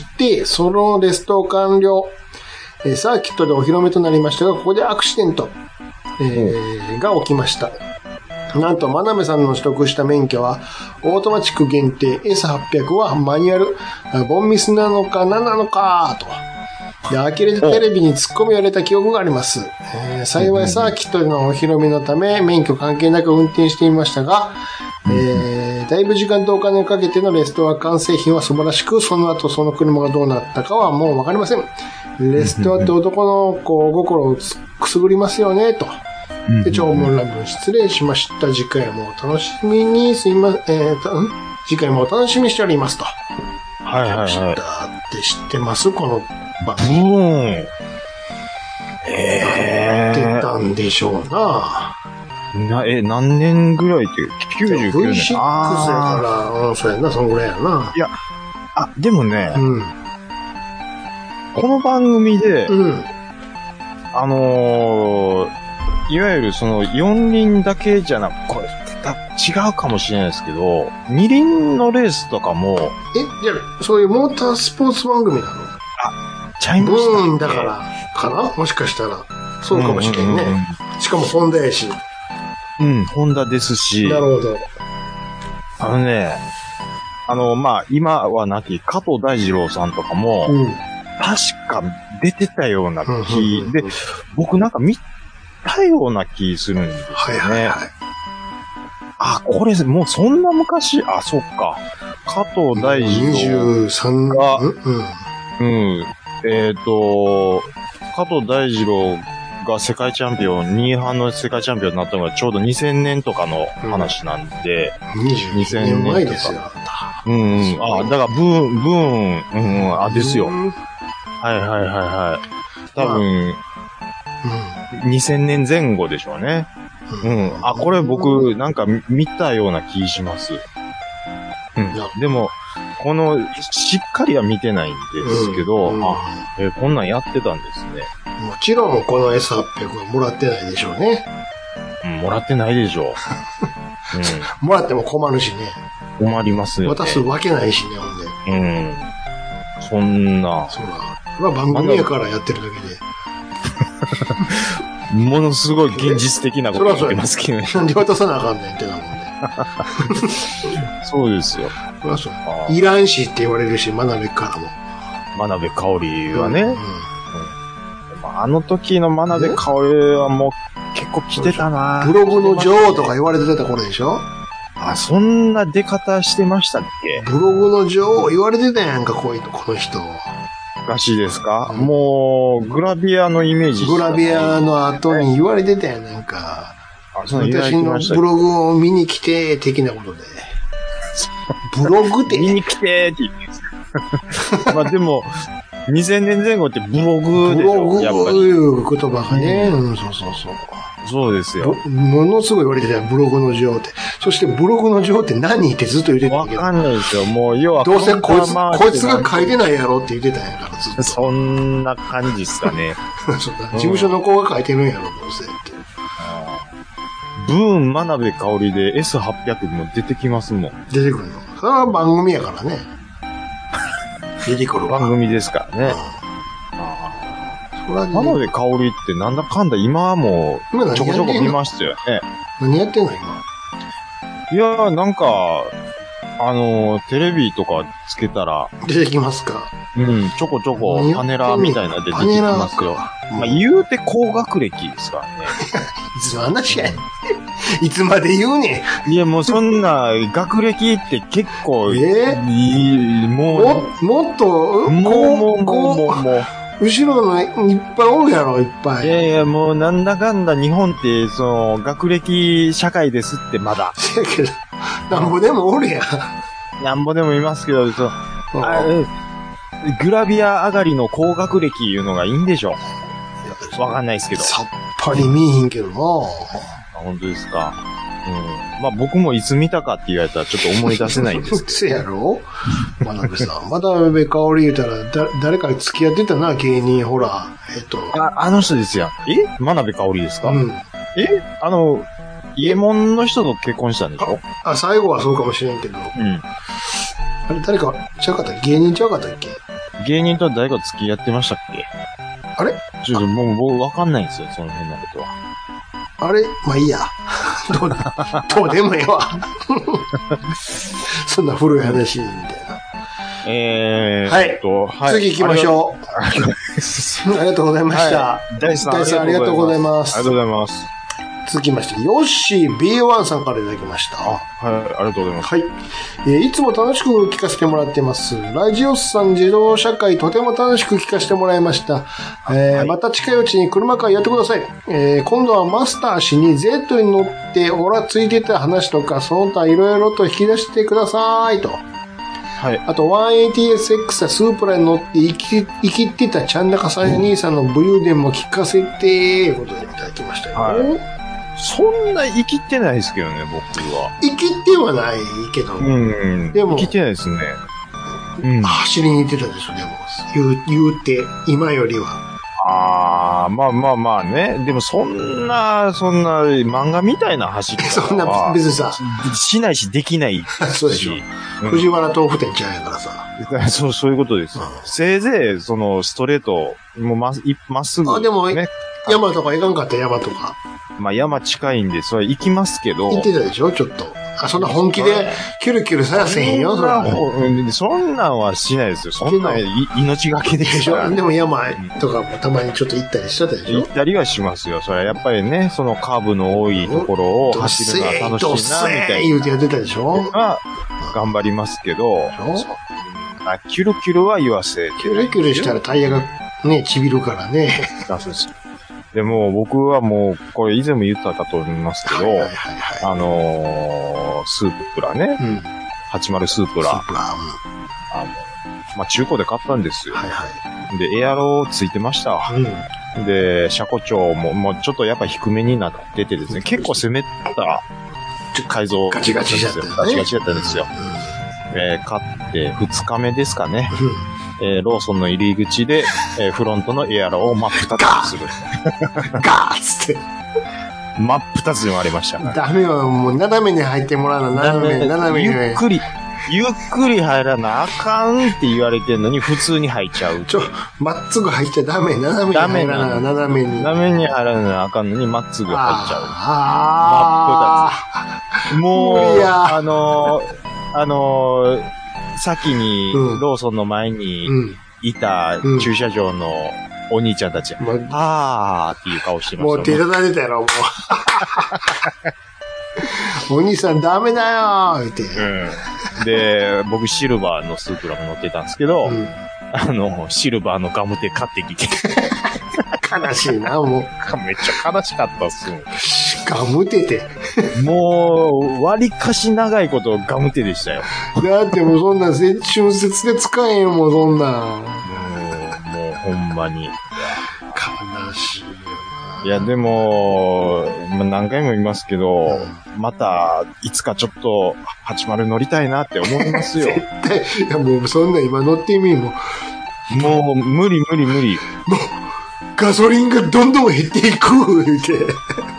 そのレスト完了、サーキットでお披露目となりましたが、ここでアクシデント、が起きました。なんと、真鍋さんの取得した免許は、オートマチック限定 S800 はマニュアル、ボンミスなのか何なのか、と。で、呆れてテレビに突っ込みを入れた記憶があります。幸いサーキットでのお披露目のため、免許関係なく運転していましたが、だいぶ時間とお金をかけてのレストア完成品は素晴らしく、その後その車がどうなったかはもうわかりません。レストアって男の子心をくすぐりますよね、と。で、長文乱文失礼しました。次回もお楽しみに、次回もお楽しみにしておりますと。 はいはいはい。 知って知ってますこの番組。 やってたんでしょうな。 何年ぐらいって99年。 V6 やから、そうやな、そのぐらいやな。 いや、でもね、この番組で、いわゆるその4輪だけじゃなく、これ違うかもしれないですけど、2輪のレースとかも。 じゃあ、そういうモータースポーツ番組なの？ ちゃいましたっけ？ ブーンだからかな？もしかしたら。そうかもしれんね。しかもホンダやし。 ホンダですし。 なるほど。 今はなき加藤大二郎さんとかも、確か出てたような気で、僕なんか見たような気するんですよね。はいはいはい。これ、もうそんな昔、そっか。加藤大二郎 23 が、加藤大二郎が世界チャンピオン、2班の世界チャンピオンになったのがちょうど2000年とかの話なんで、 20年前ですよ。 だからブーン、ですよ。はいはいはいはい。多分、2000年前後でしょうね。これ僕、なんか見たような気します。でも、しっかりは見てないんですけど、こんなんやってたんですね。 もちろん、この S800 はもらってないでしょうね。 もらってないでしょう。もらっても困るしね。 困りますよね。 渡すわけないしね、ほんで。 そんな。 番組やからやってるだけで。 ものすごい現実的なこと言ってますけどね。 なんで渡さなあかんねんってなもんね。 そうですよ。 いらんしって言われるし、真鍋からも。 真鍋かおりはね。あの時の真鍋かおりはもう結構来てたな。 ブログの女王とか言われてた頃でしょ？ そんな出方してましたっけ？ ブログの女王言われてたやんか、この人。 らしいですか？もう、グラビアのイメージ。 グラビアの後に言われてたやん、なんか。私のブログを見に来て、的なことで。ブログって。 見に来て、って言ってでも、2000年前後ってブログでしょ、やっぱり。 いう言葉がね。そう。 そうですよ。 ものすごい言われてたよ、ブログの女王って。そしてブログの女王って何ってずっと言ってたんだけど。 わかんないですよ。もう、要は、 どうせこいつが書いてないやろって言ってたんやから、ずっと。 そんな感じっすかね。 そうだ。事務所の子が書いてるんやろ、どうせって。 ブーン真鍋かおりで S800 も出てきますもん。 出てくるの。それは番組やからね。出てくるわ。 番組ですからね。 それは真鍋かおりってなんだかんだ今はもうちょこちょこ見ましたよね。 何やってんの今。 いやーなんか、テレビとかつけたら、 出てきますか。 うん、ちょこちょこパネラーみたいな出てきますよ。まあ言うて高学歴ですからね。 いつの話やねん。いつまで言うねん。いやもうそんな学歴って結構、 もっと、もう。後ろのいっぱいおるやろ、いっぱい。 いやいや、もうなんだかんだ日本って、学歴社会ですってまだ。 せやけど、なんぼでもおるやん。 なんぼでもいますけど、グラビア上がりの高学歴いうのがいいんでしょ。わかんないですけど。 さっぱり見えへんけどな。 本当ですか。うん。まあ僕もいつ見たかって言われたらちょっと思い出せないんですけど。 せやろ真鍋さん。また上香織言うたら、誰か付き合ってたな、芸人、ほら。 あの人ですやん。真鍋かおりですか？うん。イエモンの人と結婚したんでしょ？ 最後はそうかもしれんけど。うん。あれ、誰か、ちゃうかったっけ？芸人ちゃうかったっけ？芸人と誰か付き合ってましたっけ？ あれ？ ちょっともう僕わかんないんですよ、その辺のことは。 あれまあいいや。どうでもええわ。そんな古い話みたいな。はい。次行きましょう。ありがとうございました。 大さんありがとうございます。 ありがとうございます。 続きまして、ヨッシー B1 さんからいただきました。 はい、ありがとうございます。 はい。いつも楽しく聞かせてもらってます。ラジオスさん自動車会とても楽しく聞かせてもらいました。また近いうちに車会やってください。今度はマスター氏に Z に乗ってオラついてた話とか、その他いろいろと引き出してくださいと。はい。あと 180SX やスープラに乗って生きってたちゃん中さんや兄さんの武勇伝も聞かせて、ということでいただきましたよ。はい。 そんな生きてないですけどね、僕は。 生きてはないけど。 でも。生きてないですね。 走りに行ってたでしょ、でも。言うて、今よりは。 まあね。でもそんな、漫画みたいな走り方は。 そんな、別にさ。 しないし、できない。 そうでしょ。藤原豆腐店ちゃうやからさ。 そういうことです。せいぜい、ストレート、もうまっすぐ。 でも、山とか行かんかった山とか。 まあ山近いんで、それ行きますけど。 行ってたでしょちょっと。そんな本気で、キュルキュルさやせへんよ、 そんなんはしないですよ。そんな命がけでしょ。 でも山とかもたまにちょっと行ったりしてたでしょ。 行ったりはしますよ。それはやっぱりね、そのカーブの多いところを走るのは楽しいな、みたいな。 言うてやってたでしょ。 頑張りますけど、キュルキュルは言わせ。 キュルキュルしたらタイヤがね、ちびるからね。 そうです。でも僕はもう、これ以前も言ったかと思いますけど、スープラね、80スープラ、まあ中古で買ったんですよ。で、エアロついてました。で、車庫長もうちょっとやっぱ低めになっててですね、結構攻めた改造。 ガチガチだったガチガチだったんですよ。買って2日目ですかね。ローソンの入り口で、フロントのエアロを真っ二つにする。 ガーッつって。 真っ二つに割れました。 ダメよ、もう斜めに入ってもらうの、斜めに。 ゆっくり入らなあかんって言われてんのに普通に入っちゃう。 まっすぐ入っちゃダメ、斜めに入らな、斜めに。 斜めに入らなあかんのにまっすぐ入っちゃう。真っ二つ。もう、先に、ローソンの前にいた駐車場のお兄ちゃんたち、あーっていう顔してました。 もう手叩いてたやろ、もう。お兄さんダメだよーって。 で、僕シルバーのスープラも乗ってたんですけど、シルバーのガムテ買ってきて。 悲しいな、もう。 めっちゃ悲しかったっすよ。 ガムテて。 もう、割かし長いことガムテでしたよ。 だってもうそんな春節で使えんもん、そんな。もうほんまに。 悲しいよな。 いや、でも、何回も言いますけど、また、いつかちょっと、80乗りたいなって思いますよ。 絶対、いやもうそんな今乗ってみもう無理。もう、 ガソリンがどんどん減っていく、言うて。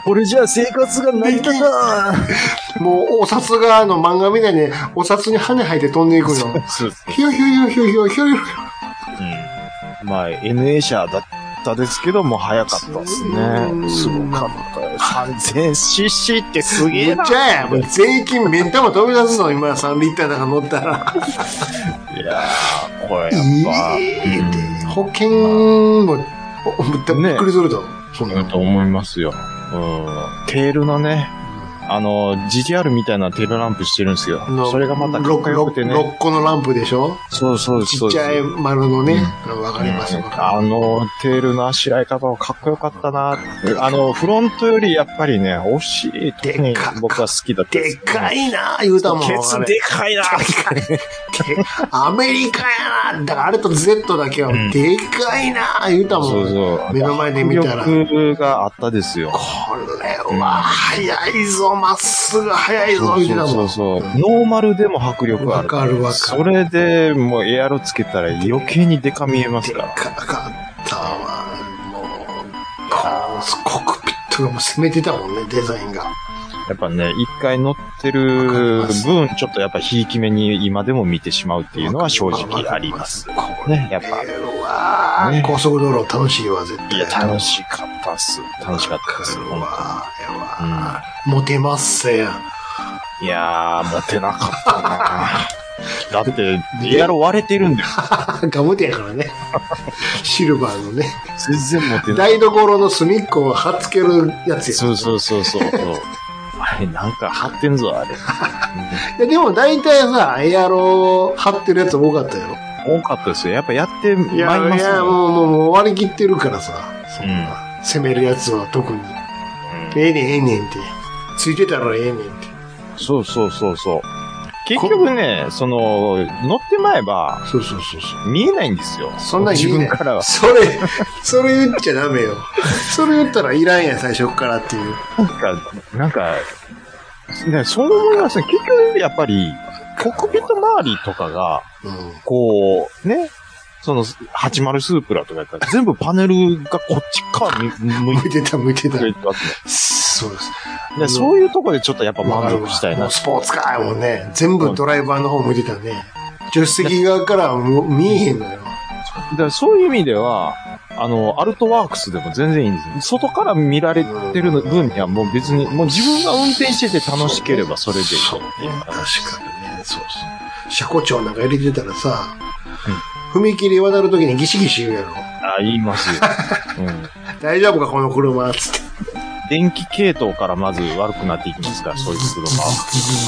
これじゃあ生活が成り立たん。 もう、お札が漫画みたいに、お札に羽生えて飛んでいくの。 そう。 ひょひょひょひょひょひょひょ。 まあ、NA 社だったですけども、早かったですね。すごかったよ。3000cc ってすげえな。 むっちゃや。もう税金目ん玉飛び出すの、今3リッターなんか乗ったら。 いやー、これやっぱ。 保険も、びっくりすると。 そうだと思いますよ。テールのね、GTR みたいなテールランプしてるんですよ。それがまたかっこよくてね。 6個のランプでしょ？ そうそうそう。 ちっちゃい丸のね。わかりますよ。 テールのあしらい方はかっこよかったな。フロントよりやっぱりね、惜しい時に僕は好きだった。 でかいな言うたもん。 ケツでかいなアメリカやなだからあれと Z だけはでかいな言うたもん。 そうそう。 目の前で見たら。 迫力があったですよ。 これは速いぞ、まっすぐ速いぞ、言うてたもん。 そうそう。ノーマルでも迫力ある。 わかる。 それでもうエアロつけたら余計にデカ見えますから。 でかかったわ。もう、コックピットがもう攻めてたもんね、デザインが。 やっぱね、一回乗ってる分、ちょっとやっぱひいき目に今でも見てしまうっていうのは正直あります。ね、やっぱ。 ね、高速道路楽しいわ、絶対。 いや、楽しかったっす。楽しかったっす。 モテますせや。 いやー、モテなかったなだって、エアロ割れてるんだよ。 ガムテやからね。シルバーのね。 全然モテない。 台所の隅っこを貼っつけるやつや。 そう。あれ、なんか貼ってんぞ、あれ。 いや、でも大体さ、エアロ貼ってるやつ多かったよ。 多かったですよ。やっぱやってまいりますよ。 いや、もう割り切ってるからさ。攻めるやつは特に。ええねんって。ついてたらええねんって。 そう。結局ね、乗ってまえば、 そう。 見えないんですよ。 そんな自分からは。 それ言っちゃダメよ。それ言ったらいらんやん、最初からっていう。 なんか、そう思いますね。結局、やっぱり、コックピット周りとかが、こう、ね、80スープラとかやったら、全部パネルがこっちから向いてた。 そうです。 でそういうとこでちょっとやっぱ満足したいな。 スポーツカーやもんね。全部ドライバーの方向いてたね。助手席側からは見えへんのよ。 そういう意味では、アルトワークスでも全然いいんですよ。外から見られてる分にはもう別に、もう自分が運転してて楽しければそれでいい。 そうね。確かにね。そう。車庫長なんか入れてたらさ、踏切渡るときにギシギシ言うやろ。 言いますよ。 大丈夫かこの車つって。 電気系統からまず悪くなっていきますから、そういう車は。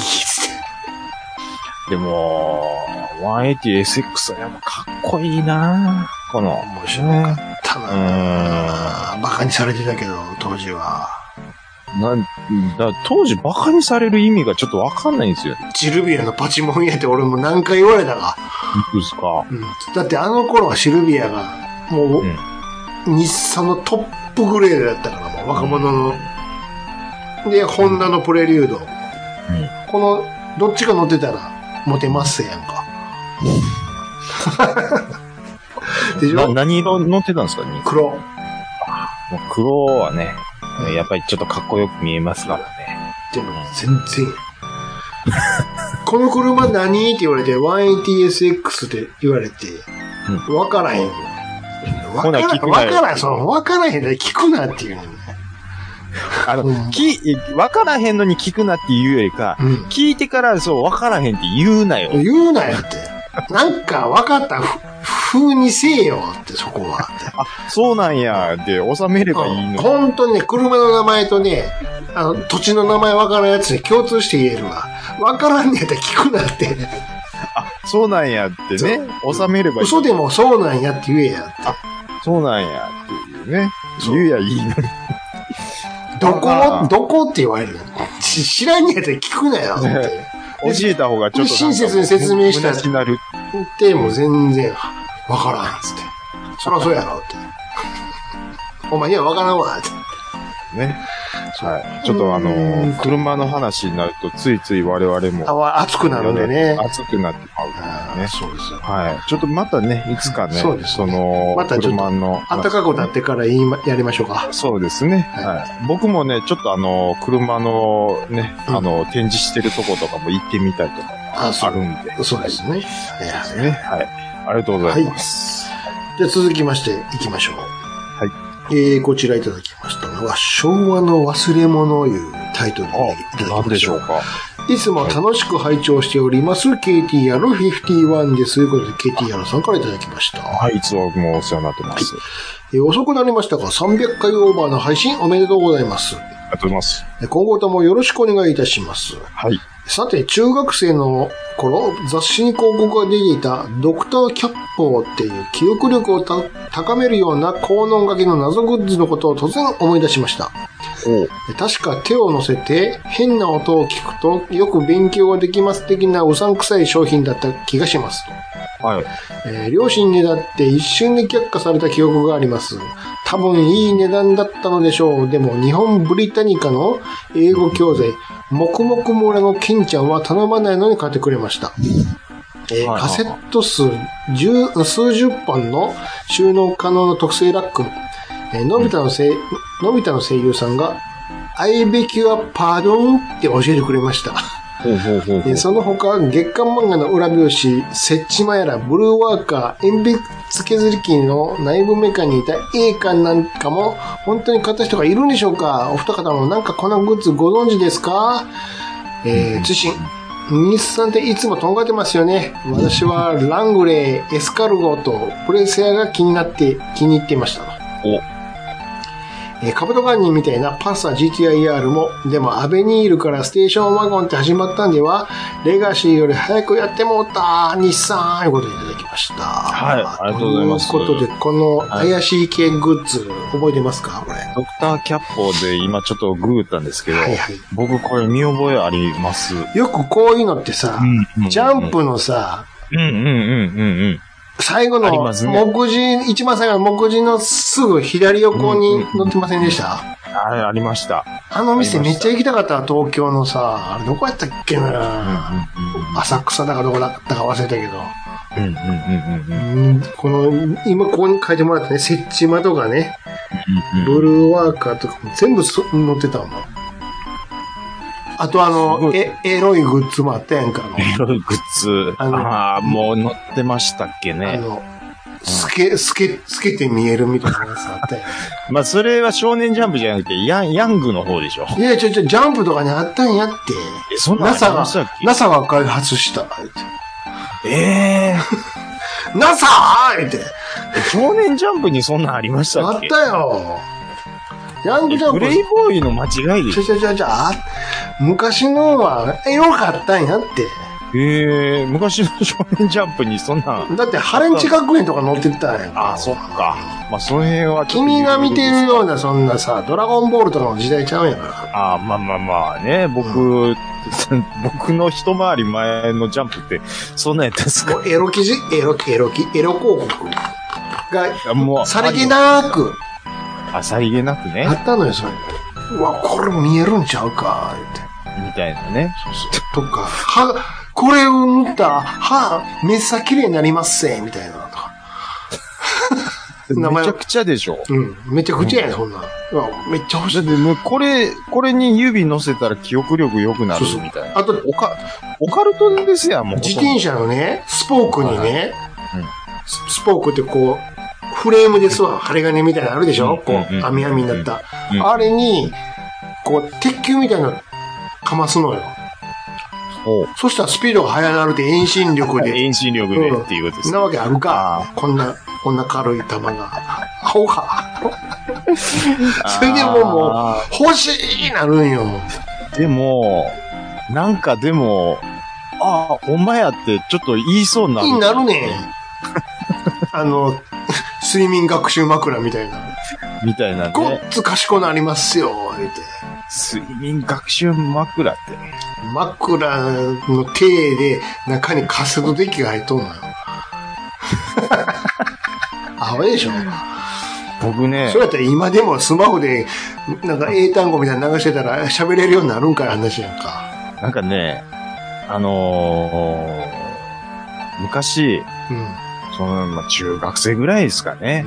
でも、180SX はやっぱかっこいいなこの。 面白かったなバカにされてたけど、当時は。 当時バカにされる意味がちょっとわかんないんですよ。 シルビアのパチモンやって俺も何回言われたか。 いいですか、 だってあの頃はシルビアが、もう、日産のトップグレードだったから、もう若者の。で、ホンダのプレリュード。この、どっちか乗ってたら、モテますやんか。でしょ？ 何色乗ってたんですか？ 黒。 もう黒はね、やっぱりちょっとかっこよく見えますからね。 でも全然。この車何って言われて、180SX って言われて、わからへん。わからへんで聞くなっていうのね。 わからへんのに聞くなって言うよりか、聞いてからわからへんって言うなよ。 言うなよって。なんか分かった風にせえよって、そこは。 そうなんや、で収めればいいの。 本当にね、車の名前とね、土地の名前分からんやつに共通して言えるわ。分からんねやったら聞くなって。 そうなんやってね、収めればいい。 嘘でもそうなんやって言えやって。 そうなんやっていうね。言えやいいのに。 どこって言われるの？知らんやったら聞くなよって。 教えた方がちょっと親切に説明したらなるっても全然わからんっつって。そりゃそうやろって。お前にはわからんわって。 ね。 はい。ちょっと車の話になると、ついつい我々も。 熱くなるんでね。 熱くなってまうからね。 そうですよ。 はい。ちょっとまたね、いつかね、 そうですね。またちょっと、暖かくなってからやりましょうか。 そうですね。はい。僕もね、ちょっと車のね、展示してるとことかも行ってみたいとかあるんで。 そうですね。 はい。ありがとうございます。 じゃあ続きまして行きましょう。 はい。 こちらいただきましたのは、昭和の忘れ物いうタイトルでいただきました。 何でしょうか。 いつも楽しく拝聴しております、KTR51 です。ということで、KTR さんからいただきました。 はい、いつもお世話になってます。 遅くなりましたが、300回オーバーの配信おめでとうございます。 ありがとうございます。 今後ともよろしくお願いいたします。 はい。 さて、中学生の頃、雑誌に広告が出ていたドクターキャッポーっていう記憶力を高めるような効能書きの謎グッズのことを突然思い出しました。確か手を乗せて変な音を聞くとよく勉強ができます的なうさんくさい商品だった気がします。 はい。 両親にだって一瞬で却下された記憶があります。多分いい値段だったのでしょう。でも日本ブリタニカの英語教材、もくもく村のケンちゃんは頼まないのに買ってくれました。カセット数数十本の収納可能な特製ラックも、のび太の声優さんが I beg your pardon って教えてくれました。その他、月刊漫画の裏表紙、設置間やら、ブルーワーカー、鉛筆削り機の内部メカにいた A 館なんかも、本当に買った人がいるんでしょうか？お二方もなんかこのグッズご存知ですか？通信。日産っていつもとんがってますよね。私はラングレー、エスカルゴとプレセアが気に入っていました。カブトガンニみたいなパッサ GTIR も、でもアベニールからステーションワゴンって始まったんでは、レガシーより早くやってもうた日産ということでいただきました。 はい、ありがとうございます。 ということで、この怪しい系グッズ、覚えてますかこれ。 ドクターキャッポーで今ちょっとググったんですけど、僕これ見覚えあります。 よくこういうのってさ、ジャンプのさ、最後の目次、一番最後の目次のすぐ左横に載ってませんでした？ ありました。 あの店めっちゃ行きたかった、東京のさ、あれどこやったっけな、浅草だかどこだったか忘れたけど。この、今ここに書いてもらったね、設置間とかね、ブルーワーカーとかも全部載ってたもん。あとエロいグッズもあったやんか。 エロいグッズ。もう載ってましたっけね。 透けて見えるみたいなやつあったやん。 まあ、それは少年ジャンプじゃなくて、ヤングの方でしょ。 いや、ジャンプとかにあったんやって。 そんな NASA が開発した。NASA! って。 少年ジャンプにそんなんありましたっけ？ あったよ。ヤングジャンプ。 プレイボーイの間違いでしょ。 昔のはエロかったんやって。 昔の少年ジャンプにそんな。 だってハレンチ学園とか載ってたんや。 そっか。まあ、その辺は君が見てるようなそんなさ、ドラゴンボールとかの時代ちゃうんやから。 まあね、僕の一回り前のジャンプって、そんなんやったんですか？ エロ記事、エロ広告が、もう、さりげなく。 さりげなくね。 あったのよ、それ。うわ、これ見えるんちゃうか、 って。みたいなね。 とか、これを塗ったら、めっさ綺麗になりますせ、みたいな。とか。 めちゃくちゃでしょ。 めちゃくちゃやね、そんな。めっちゃ欲しい。 だってもうこれに指乗せたら記憶力良くなるみたいな。 あと、 オカルトですやん、もう。 自転車のね、スポークにね、スポークってこう、フレームですわ、針金みたいなのあるでしょ、こう、網になった。あれに、こう、鉄球みたいなのかますのよ。そしたらスピードが速なるって遠心力で。 遠心力でっていうことです。 なわけあるか。こんな軽い球が。アホか。それでもう、欲しいなるんよ。 でも、ほんまやってちょっと言いそうになる。 なるね。睡眠学習枕みたいな。 みたいなね。 ごっつ賢なりますよ、言うて。 睡眠学習枕って。 枕の手で中にカセットデッキが入っとんのよ。アホでしょ。 僕ね。 そうやったら今でもスマホで、なんか英単語みたいなの流してたら喋れるようになるんかい話やんか。 なんかね、昔、中学生ぐらいですかね。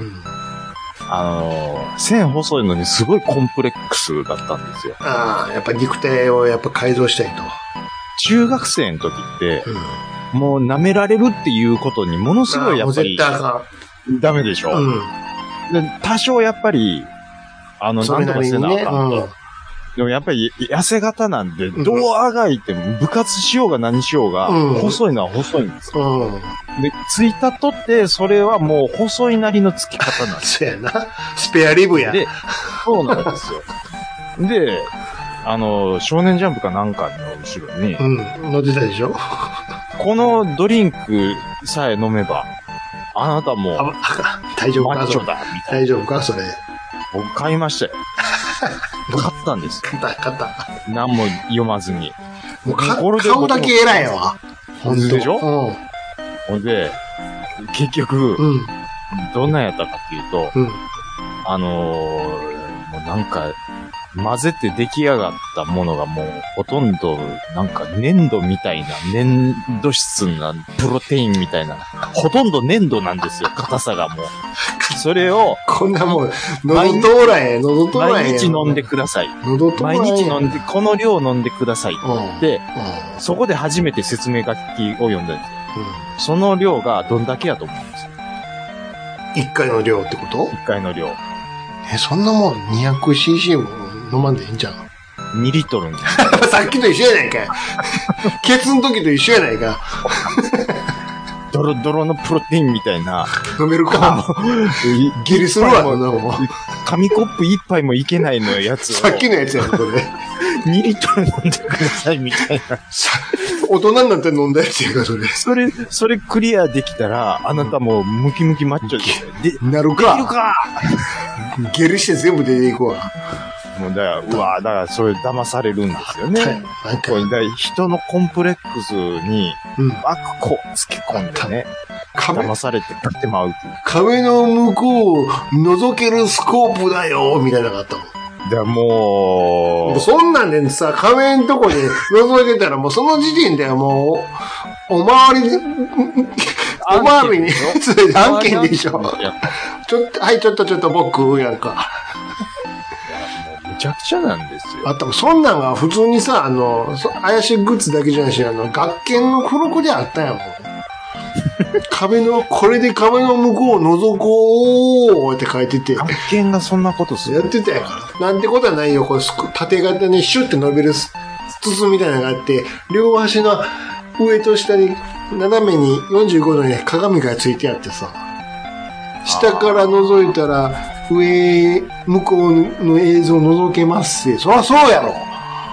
線細いのにすごいコンプレックスだったんですよ。 ああ、やっぱ肉体をやっぱ改造したいと。 中学生の時って、もう舐められるっていうことにものすごいやっぱり、 絶対あかん。ダメでしょ。で多少やっぱり、なんとかせなあかんと。でもやっぱり痩せ型なんで、どうあがいても部活しようが何しようが、細いのは細いんですよ。で、ついたとって、それはもう細いなりのつき方なんです。 そうやな。スペアリブや。 で、そうなんですよ。で、少年ジャンプかなんかの後ろに、 乗ってたでしょ。 このドリンクさえ飲めば、あなたも、 大丈夫かマッチョだ、みたいな。 大丈夫かそれ。 僕買いましたよ。買ったんですよ。 買った。 何も読まずに。 もう顔だけ偉いわ。 ほんとでしょ？ほんで、結局、どんなんやったかっていうと、もうなんか、混ぜて出来上がったものがもうほとんどなんか粘土みたいな、粘土質なプロテインみたいな、ほとんど粘土なんですよ、硬さがもう。それを、 こんなもん、喉通らへん。 毎日飲んでください。毎日飲んで、この量飲んでください。で、そこで初めて説明書きを読んだんですよ。その量がどんだけやと思うんですよ。 1回の量ってこと ?1 回の量。 そんなもん 200cc も飲まんでいいんじゃん。 2リットルに。 さっきと一緒やないか。ケツの時と一緒やないか。 ドロドロのプロテインみたいな。 飲めるか。ギリするわ、もう。 紙コップ1杯もいけないのやつを。 さっきのやつやん、これ。 2リットル飲んでください、みたいな。 大人になって飲んだやつやから、それ。 それクリアできたら、あなたもムキムキマッチョで。 なるか。 できるか。 ゲルして全部出ていくわ。 もうだからそれ騙されるんですよね。これだ人のコンプレックスに、こう、つけ込んでね。騙されて買ってまうっていう。 壁の向こうを覗けるスコープだよ、みたいなのがあったもん。 もう、 そんなんでさ、壁のとこに覗いてたらもうその時点ではもう、おまわりに、案件でしょ。はい、ちょっと僕、やんか。 めちゃくちゃなんですよ。 あと、そんなんが普通にさ、怪しいグッズだけじゃないし、学研の付録であったやん、もう。これで壁の向こうを覗こうって書いてて。 学研がそんなことするやってたやから。なんてことはないよ。これ、縦型にシュッて伸びる筒みたいなのがあって、両端の上と下に斜めに45度に鏡がついてあってさ、下から覗いたら、向こうの映像を覗けますって。そりゃそうやろ。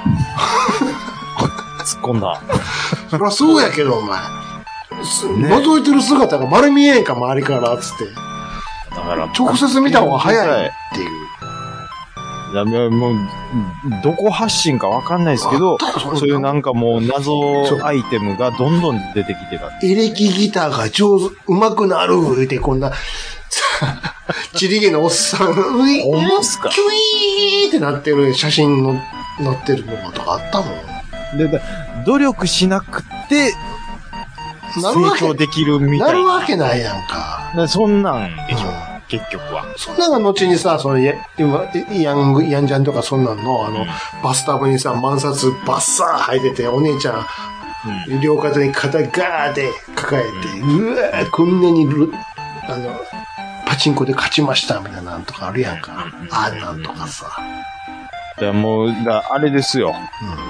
突っ込んだ。 そりゃそうやけど、お前。覗いてる姿が丸見えんか、周りから、つって。 だから、 直接見た方が早いっていう。 いや、もう、どこ発信かわかんないですけど、そういうなんかもう謎アイテムがどんどん出てきてた。 エレキギターが上手くなるって、こんな、チリゲのおっさん、キュイーってなってる写真の載ってるのとかあったもん。 で、努力しなくて、成長できるみたいな。 なるわけないやんか。 そんなんでしょ、結局は。 そんなんが後にさ、ヤンジャンとかそんなんの、バスタブにさ、万札バッサー履いてて、お姉ちゃん、両肩に肩ガーって抱えて、うわー、こんなにパチンコで勝ちましたみたいなのとかあるやんか。あんなんとかさ。 もう、あれですよ。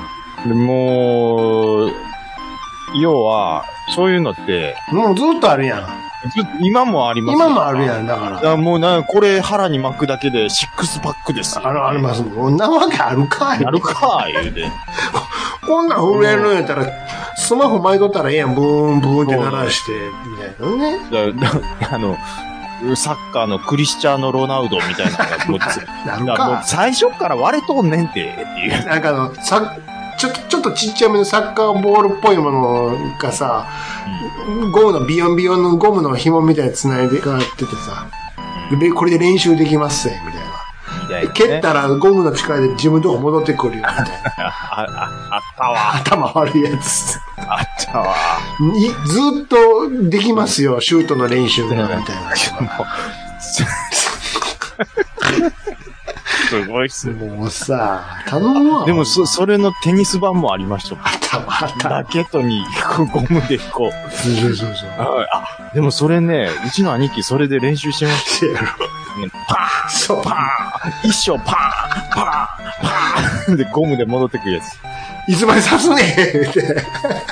もう、要は、そういうのって、 もうずっとあるやん。 今もあります今もあるやん、だから。 もうこれ腹に巻くだけで6パックですよ。 あります。こんなわけあるかい。 あるかい、言うて。 こんなん震えるんやったら、スマホ巻いとったらええやん、ブーンブーンって鳴らして、みたいなね。 サッカーのクリスチャーノ・ロナウドみたいなのがもう最初から割れとんねんっていう。 なんかちょっとちっちゃめのサッカーボールっぽいものがさ、ゴムのビヨンビヨンのゴムの紐みたいに繋いでがっててさ、 でこれで練習できますみたいな。蹴ったらゴムの力で自分のとこ戻ってくるよ、みたいな。 あったわ。 頭悪いやつ。 あったわ。 ずっとできますよ、シュートの練習が、みたいな。 すごいっすね。 もうさ、頼むわ。 でもそれのテニス版もありましたもん。ラケットにゴムでこう。 そう。 あ、でもそれね、うちの兄貴それで練習してましたよ。パーンそう、パーン一生パーンパーンでゴムで戻ってくるやつ。 いつまで刺すねって。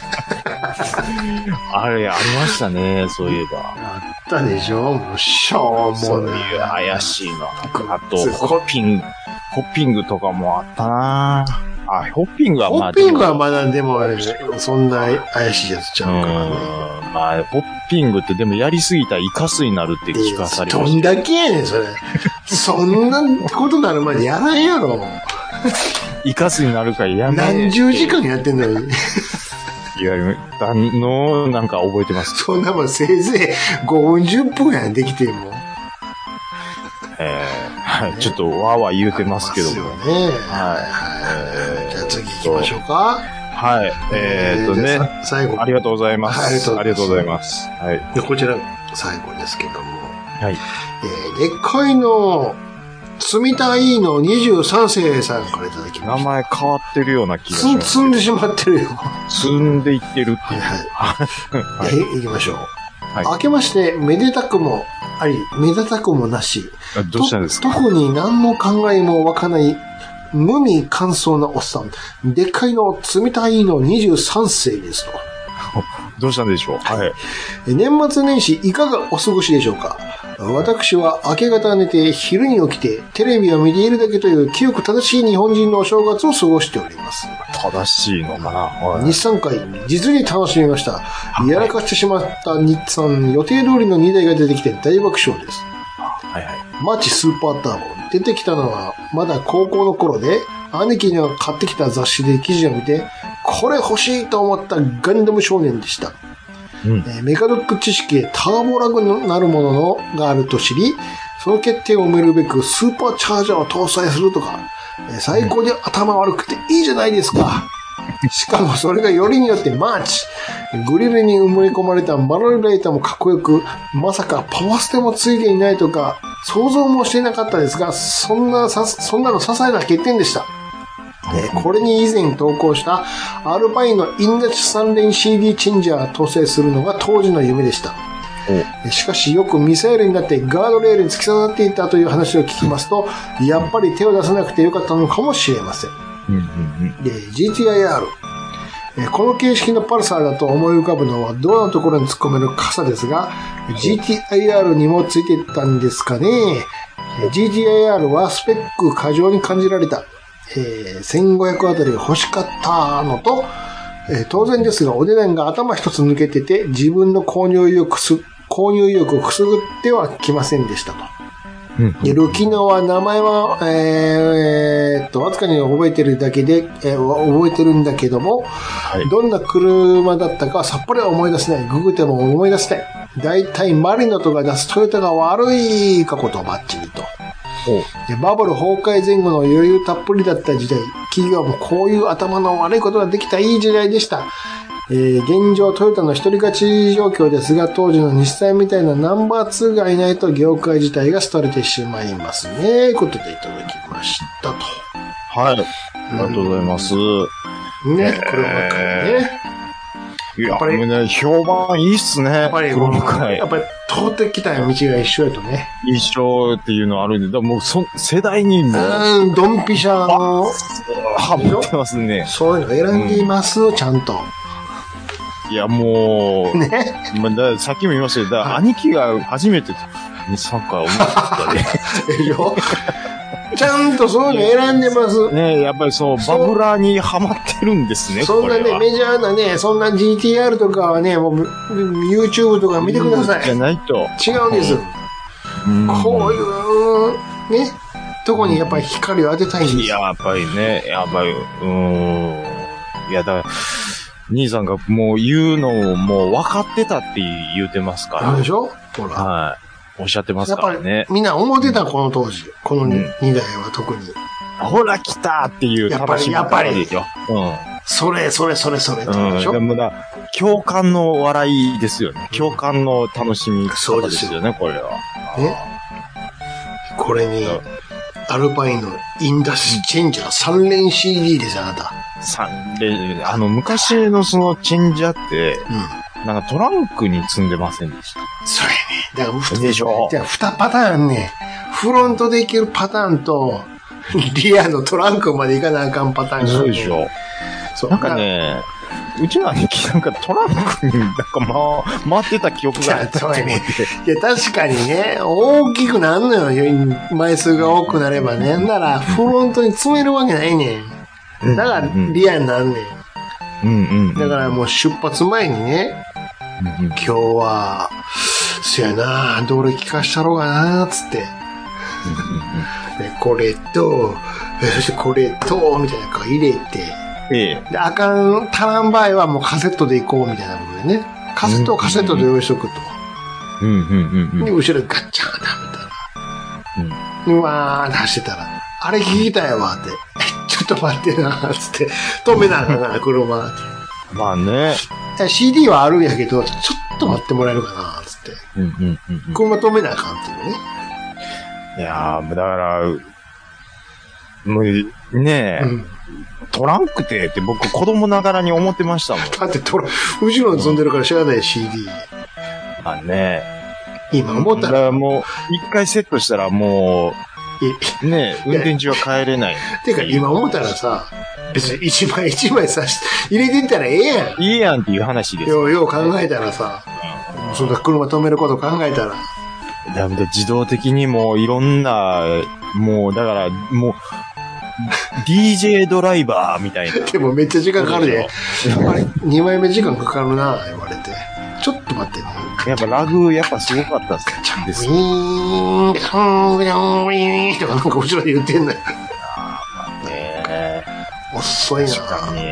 あれ、ありましたね、そういえば。 あったでしょもう、しょうもない。 そういう怪しいの。あと、ホッピングとかもあったなあ、ホッピングはまあ。 ホッピングはまだでもあれ、そんな怪しいやつちゃうからね。 まあ、ホッピングってでもやりすぎたらイカスになるって聞かされました。 どんだけやねん、それ。そんなことなるまでやらんやろ。 イカスになるからやめ何十時間やってんのに。 いや、なんか覚えてます。 そんなもんせいぜい5分10分やん、できても。 はい、ちょっとわーわー言うてますけども。 ね。はい。じゃあ次行きましょうか。 はい。ね。 最後。 ありがとうございます。ありがとうございます。はい。 で、こちら、最後ですけども。 はい。 でっかいの、積田いいの23世さんからいただきました。 名前変わってるような気がします。 積んでしまってるよ。 積んでいってるっていう。 はい。行きましょう。はい。明けまして、めでたくもあり、めでたくもなし。 どうしたんですか？ 特に何の考えもわかない、無味乾燥なおっさん。でっかいの、積田いいの23世ですと。 どうしたんでしょう？はい。 年末年始いかがお過ごしでしょうか？私は明け方寝て昼に起きてテレビを見ているだけという清く正しい日本人のお正月を過ごしております。 正しいのかな？ 日産会、実に楽しみました。やらかしてしまった日産、予定通りの2台が出てきて大爆笑です。 はいはい。 マーチスーパーターボ。出てきたのはまだ高校の頃で、兄貴が買ってきた雑誌で記事を見て、これ欲しいと思ったガンダム少年でした。メカドック知識でターボラグなるものがあると知り、その欠点を埋めるべくスーパーチャージャーを搭載するとか、最高に頭悪くていいじゃないですか。しかもそれがよりによってマーチ。グリルに埋め込まれたマロライターもかっこよく、まさかパワーステもついていないとか、想像もしていなかったですが、そんなの些細な欠点でした。これに以前投稿したアルパインのインダチ3連 CD チェンジャー搭載するのが当時の夢でした。しかしよくミサイルになってガードレールに突き刺さっていたという話を聞きますと、やっぱり手を出さなくてよかったのかもしれません。GTIR。この形式のパルサーだと思い浮かぶのはドアのところに突っ込める傘ですが、GTIR にもついていたんですかね。GTIR はスペック過剰に感じられた。1500あたり欲しかったのと、当然ですがお値段が頭一つ抜けてて自分の購入意欲をくすぐってはきませんでしたと。ルキノは名前は、わずかに覚えてるだけで、覚えてるんだけども、はい、どんな車だったかさっぱりは思い出せない。ググっても思い出せない。だいたいマリノとか出すトヨタが悪い過去とバッチリと。バブル崩壊前後の余裕たっぷりだった時代、企業もこういう頭の悪いことができたいい時代でした。現状トヨタの一人勝ち状況ですが、当時の日産みたいなナンバー2がいないと業界自体が廃れてしまいますね。ということでいただきましたと。 はい。ありがとうございます。 ね、こればっかりね。 やっぱりね、評判いいっすね。やっぱり、 やっぱり通ってきた道が一緒やとね。 一緒っていうのあるんで、だからもう世代にも。 ドンピシャの。 ハマってますね。 そういうの選んでいます、ちゃんと。 いや、もう。 ね。 まあ、さっきも言いましたけど、兄貴が初めて、サッカーを見たね。 ちゃんとそういうの選んでます。 ね、やっぱりそう、バブラーにハマってるんですね。 そんなね、メジャーなね、そんな GTR とかはね、もう、YouTube とか見てください。 じゃないと。 違うんです。こういう、ね、とこにやっぱり光を当てたいんです。 いや、やっぱりね、いや、だから、兄さんがもう言うのをもう分かってたって言うてますから。 そうでしょほら。 はい。 おっしゃってますからね。 やっぱりみんな思ってた、この当時。この2代は特に。 ほら来たっていう楽しみ方ですよ。 それでしょ。 でも共感の笑いですよね。共感の楽しみ方ですよね、これは。 ね。これに、アルパインのインダストリーチェンジャー3連 CD ですよ、あなた。 3連、昔のそのチェンジャーって、なんかトランクに積んでませんでした。 それね。だからでしょ。 じゃあ2パターンね。フロントで行けるパターンと、リアのトランクまで行かなあかんパターンが、ね。 そうでしょ。そう。なんかね、うちの兄貴なんかトランクになんか回ってた記憶があったと思って。 いや、確かにね、大きくなるのよ。枚数が多くなればね。なら、フロントに詰めるわけないねん。だから、リアになんねん。だからもう出発前にね、今日は、そやな、どれ聞かしたろうかな、つって。これと、そしてこれと、みたいなの入れて、で、足らん場合はもうカセットで行こうみたいなことでね。カセットをカセットで用意しとくと。で、後ろでガッチャンだ、みたいな。うわーって走ってたら、あれ聞きたいわ、って。ちょっと待ってな、つって。止めなあかんな、車。 まあね。 CD はあるんやけど、ちょっと待ってもらえるかな、つって。車止めなあかんっていうね。 いやー、だから、もう、ねえ、トランクって僕子供ながらに思ってましたもん。 だって後ろに積んでるから知らない CD。 あね。 今思ったら。 だからもう、一回セットしたらもう、ねえ、運転中は帰れない。 てか今思ったらさ、別に一枚さし、入れてったらええやん。 いいやんっていう話ですよ。 よう考えたらさ、そんな車止めること考えたら。 だから自動的にもういろんな、もうだからもう、DJ ドライバーみたいな。 でもめっちゃ時間かかるで。あれ、2枚目時間かかるな、言われて。ちょっと待ってね。 やっぱラグ、やっぱすごかったっすね。 ウィーン、ウィーンとかなんか後ろで言ってんのよ。遅いなぁ。ね。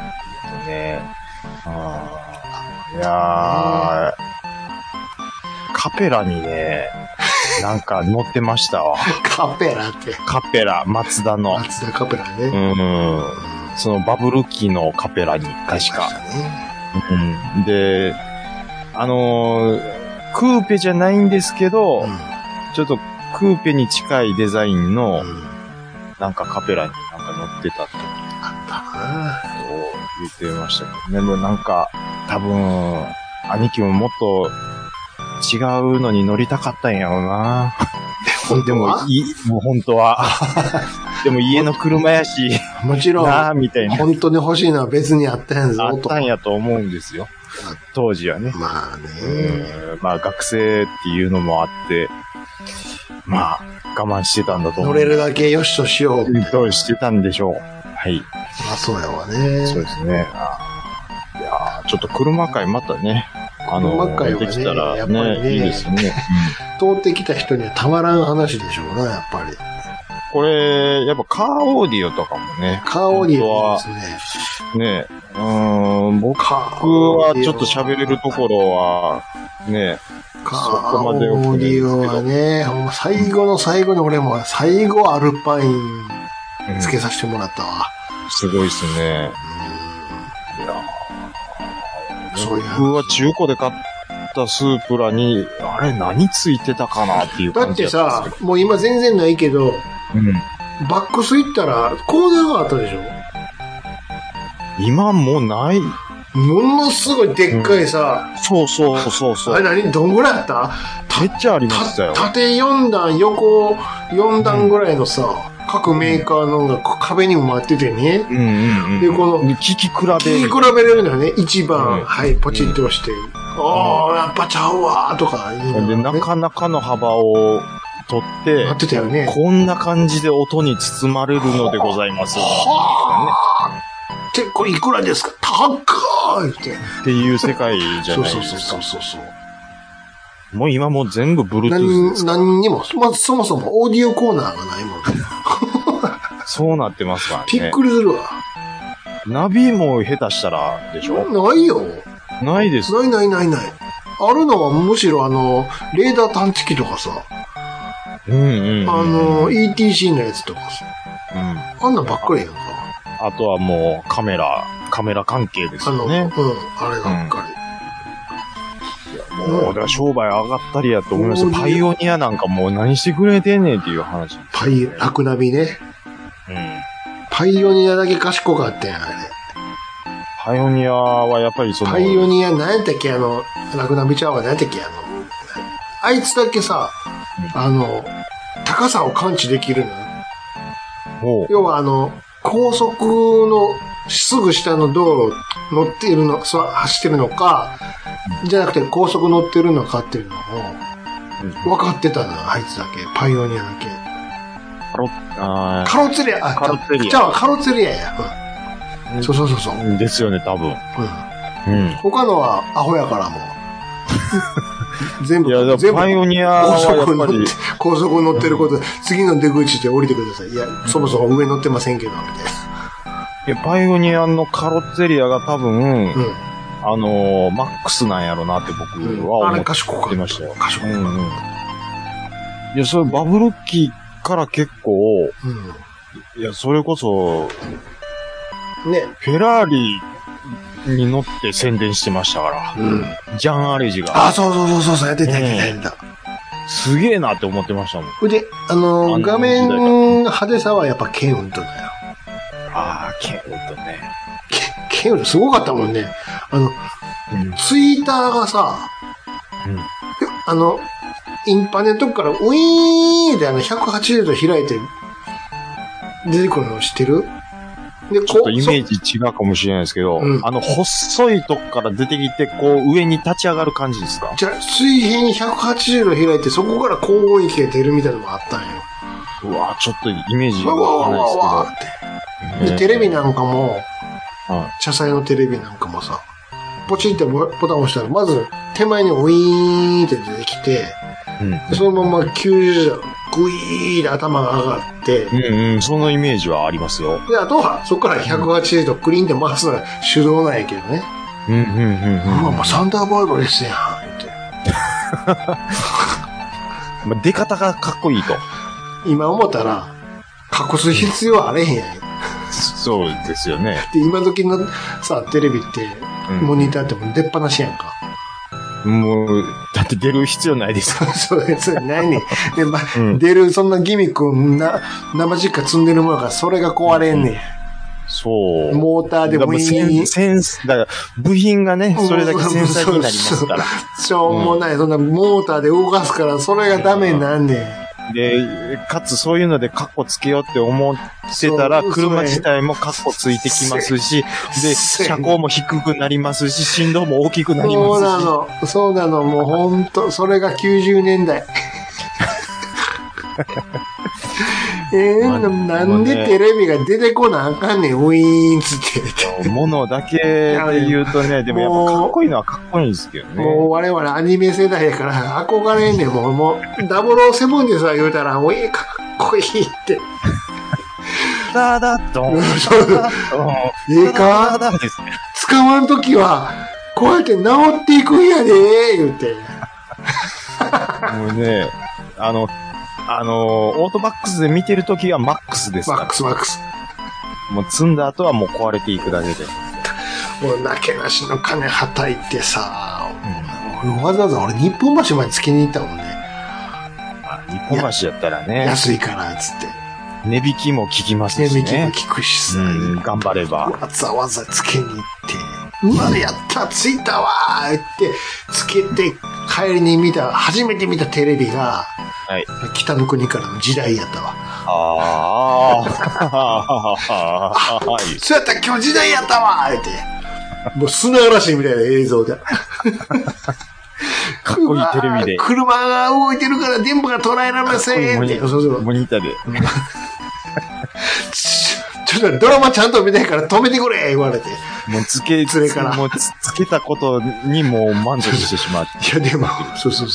いやー、カペラにね、なんか乗ってましたわ。 カペラって。 カペラ、松田の。 松田カペラね。 そのバブル期のカペラに、確か。で、クーペじゃないんですけど、ちょっとクーペに近いデザインの、なんかカペラになんか乗ってたって。 あったなそう言ってましたけど、でもなんか、多分、兄貴ももっと違うのに乗りたかったんやろうな。でももう本当は。でも家の車やし。 もちろん。 なあ、みたいな。 本当に欲しいのは別にあったんやぞ。 あったんやと思うんですよ。当時はね。 まあね。 まあ学生っていうのもあって、まあ我慢してたんだと思う。 乗れるだけよしとしよう。 としてたんでしょう。はい。 まあそうやわね。 そうですね。いやちょっと車界またね。 車界はね、 できたらやっぱりね、 いいですね。 通ってきた人にはたまらん話でしょうな、やっぱり。 これ、やっぱカーオーディオとかもね。 カーオーディオですね。 ね。 僕はちょっと喋れるところは、ね、 カーオーディオはね、最後の最後に俺も最後アルパインつけさせてもらったわ。 すごいっすね。いや僕は中古で買ったスープラに、あれ何ついてたかなっていう感じだった。 だってさ、もう今全然ないけど、バックス行ったらコーナーがあったでしょ？ 今もうない。 ものすごいでっかいさ、 そう。 あれ何どんぐらいあった？ めっちゃありましたよ。 縦4段、横4段ぐらいのさ、各メーカーのが壁にも回っててね。で、この、 聞き比べれるのよね。1番、はい、ポチッと押して。ああ、やっぱちゃうわーとか言いながらね。 で、なかなかの幅を取って、 やってたよね。 こんな感じで音に包まれるのでございます。 はぁーって、これいくらですか？高いっていう世界じゃないですか。 そう。 もう今もう全部 Bluetooth です。 何にも、まずそもそもオーディオコーナーがないもんね。 そうなってますからね。 びっくりするわ。ナビも下手したらでしょ？ ないよ。 ないです。 ない。 あるのはむしろレーダー探知機とかさ、ETC のやつとかさ、あんなんばっかりやんか。 あとはもうカメラ関係ですよね。 あればっかり。 もう、だから商売上がったりやと思いますよ。パイオニアなんかもう何してくれてんねんっていう話。 ラクナビね。パイオニアだけ賢かったやん、あれ。 パイオニアはやっぱりパイオニア、何やったっけラクナビちゃうわ、何やったっけあいつだけさ、高さを感知できるの。要は高速のすぐ下の道路乗っているの、走ってるのか、じゃなくて高速乗ってるのかっていうのを、分かってたの、あいつだけ。パイオニアだけ。カロツェリア、カロツェリアや。そう。 ですよね、多分。 他のはアホやからもう。全部パイオニアはやっぱり高速乗ってること、次の出口で降りてください。いや、そもそも上乗ってませんけど、みたいな。 いや、パイオニアのカロッツェリアが多分、マックスなんやろなって僕は思ってましたよ。 賢かった。 いや、それバブル期から結構、いや、それこそ、 ね、 フェラーリに乗って宣伝してましたから。ジャン・アレジが。 そう、やってた。 すげえなって思ってましたもん。 で、画面の派手さはやっぱケンウッドだよ。 ケンウッドね。 ケンウッドすごかったもんね。ツイッターがさ、インパネのとこからウィーンで180度開いて出てくるの知ってる？で、 ちょっとイメージ違うかもしれないですけど、細いとこから出てきて、上に立ち上がる感じですか？ じゃあ、水平に180度開いて、そこから高温域が出るみたいなのがあったんよ。 うわちょっとイメージがわかんないですけど。 で、テレビなんかも、車載のテレビなんかもさ、ポチってボタンを押したら、まず手前にウィーンって出てきて、そのまま90度、グイーで頭が上がって、 そのイメージはありますよ。 で、あとは、そこから180度クリーンって回すのが手動なんやけどね。もうサンダーバードですやん、って。 出方がかっこいいと。 今思ったら、隠す必要あれへんやん。 そうですよね。 で、今時のさ、テレビって、モニターってもう出っ放しやんか。 もう、だって出る必要ないですよ。 そうです。ないね。で、出る、そんなギミック生実家積んでるものが、それが壊れんねん。 そう。 モーターでもいい。 だから、部品がね、それだけ繊細になりますから。 しょうもない、そんなモーターで動かすから、それがダメになんねん。 で、かつそういうのでカッコつけようって思ってたら、車自体もカッコついてきますし、で、車高も低くなりますし、振動も大きくなりますし。 そうなの、もうほんと、それが90年代。なんでテレビが出てこなあかんねん、ウィーンつって。 ものだけで言うとね、でもやっぱかっこいいのはかっこいいんですけどね。 もう我々アニメ世代やから憧れんねん、もう007でさ、言うたら、もうかっこいいって。 ダダッドン。 か使わんときは、こうやって治っていくんやで言うて。 もうね、オートバックスで見てるときはマックスですから。 マックス。 もう積んだ後はもう壊れていくだけで。 もうなけなしの金はたいてさ、わざわざ俺日本橋までつけに行ったもんね。 日本橋やったらね。 安いから、つって。 値引きも効きますしね。 値引きも効くしさ。 頑張れば。 わざわざつけに行って、うわ、やった、着いたわーって、つけて、帰りに初めて見たテレビが、はい、北の国からの時代やったわ。そうやった、今日時代やったわーって。もう砂嵐みたいな映像で。 かっこいいテレビで。 車が動いてるから電波が捉えられませんって。 モニターで。 ちょっとドラマちゃんと見たいから止めてくれ言われて。 もうつけたことにもう満足してしまって。 いやでも、そう。あ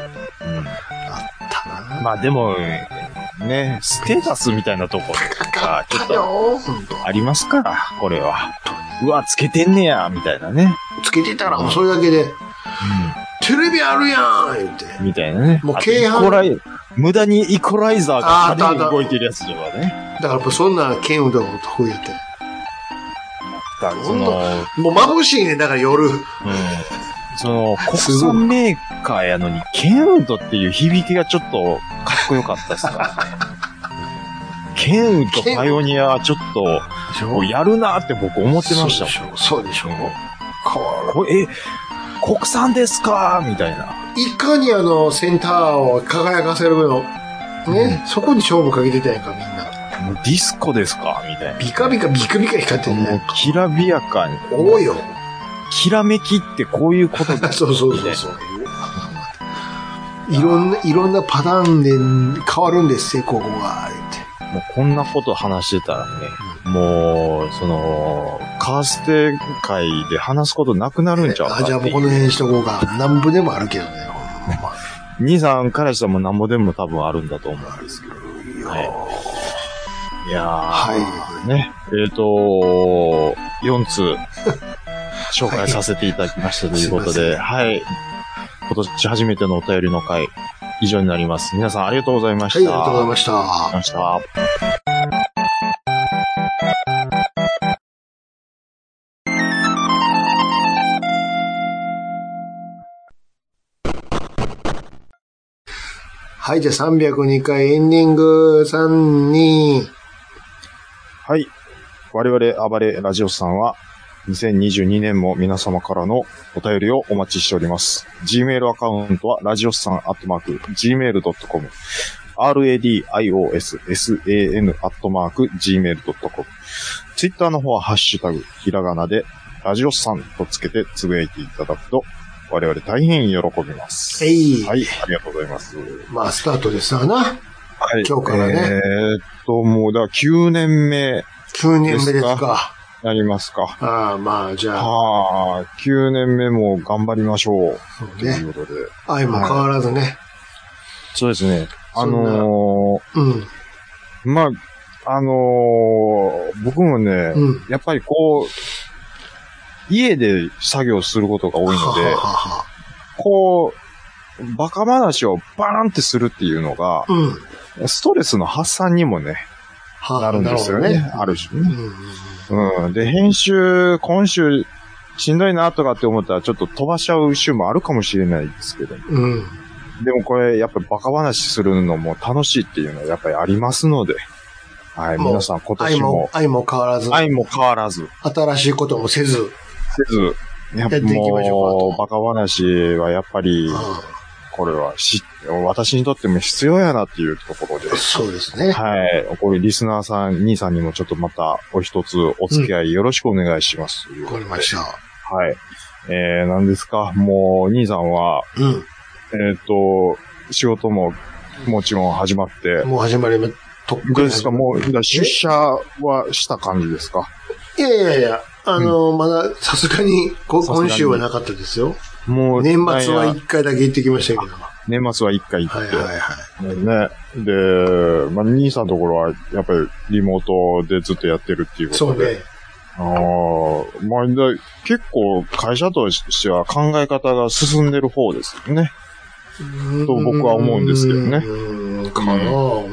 ったな。 まあでも、ね、ステータスみたいなとこがちょっとありますから、これは。うわ、つけてんねや、みたいなね。 つけてたらもうそれだけで、テテレビあるやん言って。 みたいなね。 もう軽犯。 無駄にイコライザーが派手に動いてるやつとかね。 だからそんな剣うどんを得意やって。 その、 もう眩しいね、だから夜。うん。 その、国産メーカーやのに、ケンウドっていう響きがちょっとかっこよかったっすかケンウドパイオニアはちょっと、やるなって僕思ってました。 そうでしょ。 これ国産ですかみたいな。 いかにセンターを輝かせるの。ね、そこに勝負かけてたやんか、みんな。 もうディスコですかみたいな。 ビカビカ光ってんね。 もうきらびやかに。 おうよ。 きらめきってこういうことだ。 そう。いろんなパターンで変わるんですよ、ここが。 もうこんなこと話してたらね、もう、カーステ会で話すことなくなるんちゃうか。 じゃあもうこの辺にしとこうか。なんぼでもあるけどね、ほんま。 兄さんからしたらもうなんぼでも多分あるんだと思うんですけど。はい。いやー。はい。ね。4通、紹介させていただきましたということで、はい。今年初めてのお便りの回、以上になります。皆さんありがとうございました。 はい、ありがとうございました。はい、じゃあ302回エンディング3、2。 はい。我々暴れラジオさんは、2022年も皆様からのお便りをお待ちしております。Gmail アカウントは、ラジオスさん@gmail.com、radiossan@gmail.com。Twitter の方は、ハッシュタグ、ひらがなで、ラジオスさんとつけてつぶやいていただくと、我々大変喜びます。はい、ありがとうございます。 まあ、スタートですわな。はい。今日からね。 もう、だから9年目。 9年目ですか。 なりますか。 ああ、まあ、じゃあ。9年目も頑張りましょう。 そうね。 ということで。 愛も変わらずね。 そうですね。まあ、僕もね、やっぱりこう、家で作業することが多いので、こう、バカ話をバーンってするっていうのが、ストレスの発散にもね、なるんですよね。ある種ね。で、編集、今週、しんどいなとかって思ったら、ちょっと飛ばしちゃう週もあるかもしれないですけど。でもこれ、やっぱりバカ話するのも楽しいっていうのはやっぱりありますので。はい、皆さん今年も。 愛も変わらず。 愛も変わらず。 新しいこともせず。 やっぱもう、バカ話はやっぱり、これは私にとっても必要やなっていうところで。 そうですね。 はい。これリスナーさん、兄さんにもちょっとまたお一つお付き合いよろしくお願いします。 わかりました。 はい。何ですかもう、兄さんは、仕事ももちろん始まって。 もう始まりま、 どうですかもう、出社はした感じですかいや、まださすがに今週はなかったですよ。もう年末は1回だけ行ってきましたけど。 年末は1回行って。 ね。 で、まあ、兄さんのところはやっぱりリモートでずっとやってるっていうことで。 そうね。 まあ、結構会社としては考え方が進んでる方ですよね。と僕は思うんですけどね。 かな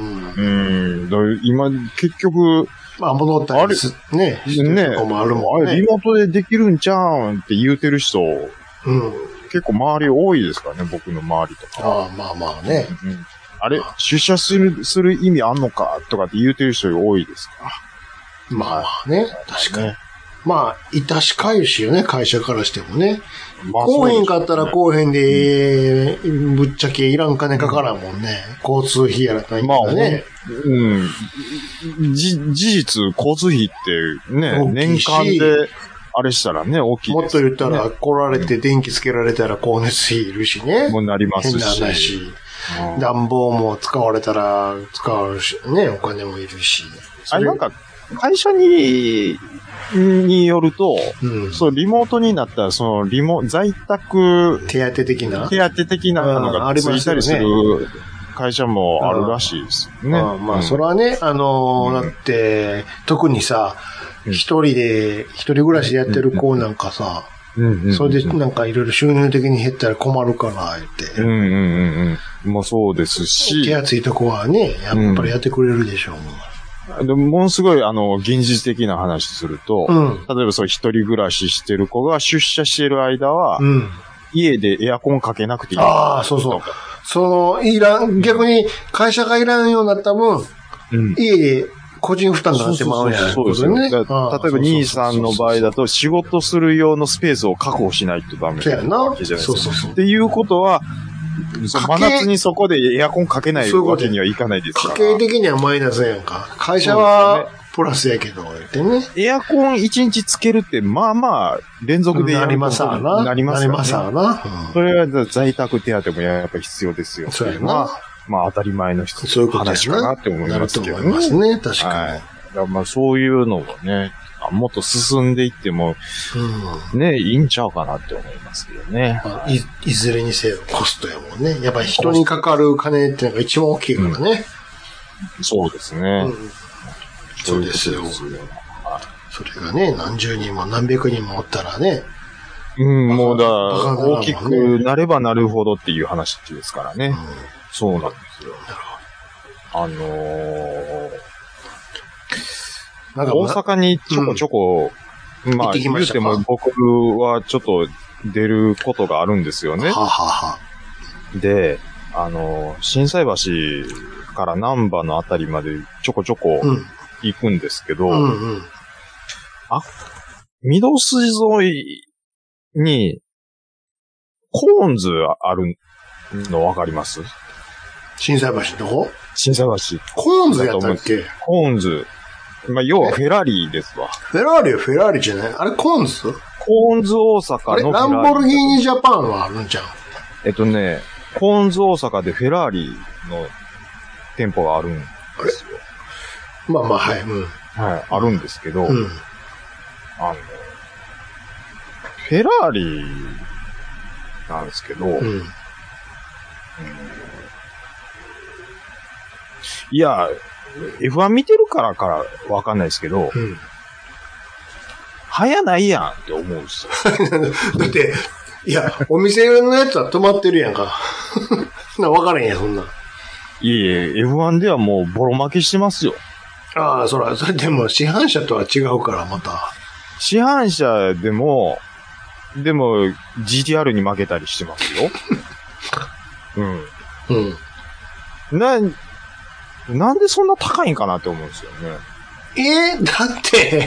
今、結局、 まあ、戻ったりですね。 もあれ、リモートでできるんちゃうんって言うてる人、結構周り多いですからね、僕の周りとか。 まあね。 あれ、出社する意味あんのかとかって言うてる人多いですかまあね、確かに。まあ、致し返しよね、会社からしてもね。こうへんかったらこうへんで、ぶっちゃけいらん金かからんもんね。交通費やらないからね。 事実、交通費ってね、年間で、あれしたらね、大きいですね。 もっと言ったら、来られて電気つけられたら光熱費いるしね。 もうなりますし。 変な話。暖房も使われたら使うし、ね、お金もいるし。 なんか、会社によると、そう、リモートになったら、在宅手当的なのがついたりする会社もあるらしいですね。 まあ、それはね、だって、特にさ、一人暮らしでやってる子なんかさ、 それでなんかいろいろ収入的に減ったら困るから、言って。 まあそうですし。 手厚いとこはね、やっぱりやってくれるでしょう。 でも、ものすごい、現実的な話すると、例えばそう一人暮らししてる子が出社してる間は、家でエアコンかけなくていい。 ああ、そうそう。逆に会社がいらんようになった分、家で個人負担になってまうやん。 そうですね。例えば兄さんの場合だと仕事する用のスペースを確保しないとダメなわけじゃないですか。っていうことは、真夏にそこでエアコンかけないわけにはいかないですから。 家計的にはマイナスやんか。会社はプラスやけど、言ってね。 エアコン1日つけるって、まあまあ、連続でやることになりますよね。それは在宅手当もやっぱり必要ですよ。 そうやな。 まあ当たり前の話かなって思いますけどね。 なると思いますね、確かに。 はい、まあそういうのがね、もっと進んでいっても、ね、いいんちゃうかなって思いますけどね。 いずれにせよコストやもんね。やっぱり人にかかる金っていうのが一番大きいからね。 そうですね。 そうですよ。それがね、何十人も何百人もおったらね。 もう大きくなればなるほどっていう話ですからね。そうなんですよ。大阪にちょこちょこ、まあ、言うても僕はちょっと出ることがあるんですよね。で、心斎橋から難波のあたりまでちょこちょこ行くんですけど、御堂筋沿いに、コーンズあるのわかります？ 心斎橋どこ？ 心斎橋。 コーンズやったっけ？ コーンズ。まあ、要はフェラーリですわ。 フェラーリじゃない？あれコーンズ？ コーンズ大阪のランボルギーニジャパンはあるんじゃん。 コーンズ大阪でフェラーリの店舗があるんですよ。 まあまあ、はい。 はい、あるんですけど、フェラーリなんですけど、いや、F1 見てるからわかんないですけど、早ないやんって思うんですよ。 だって、いや、お店のやつは止まってるやんか。わからへんやん、そんな。 いえ、F1 ではもうボロ負けしてますよ。 ああ、それでも市販車とは違うから、また。 市販車でも GTR に負けたりしてますよ。なんでそんな高いんかなって思うんですよね。 だって、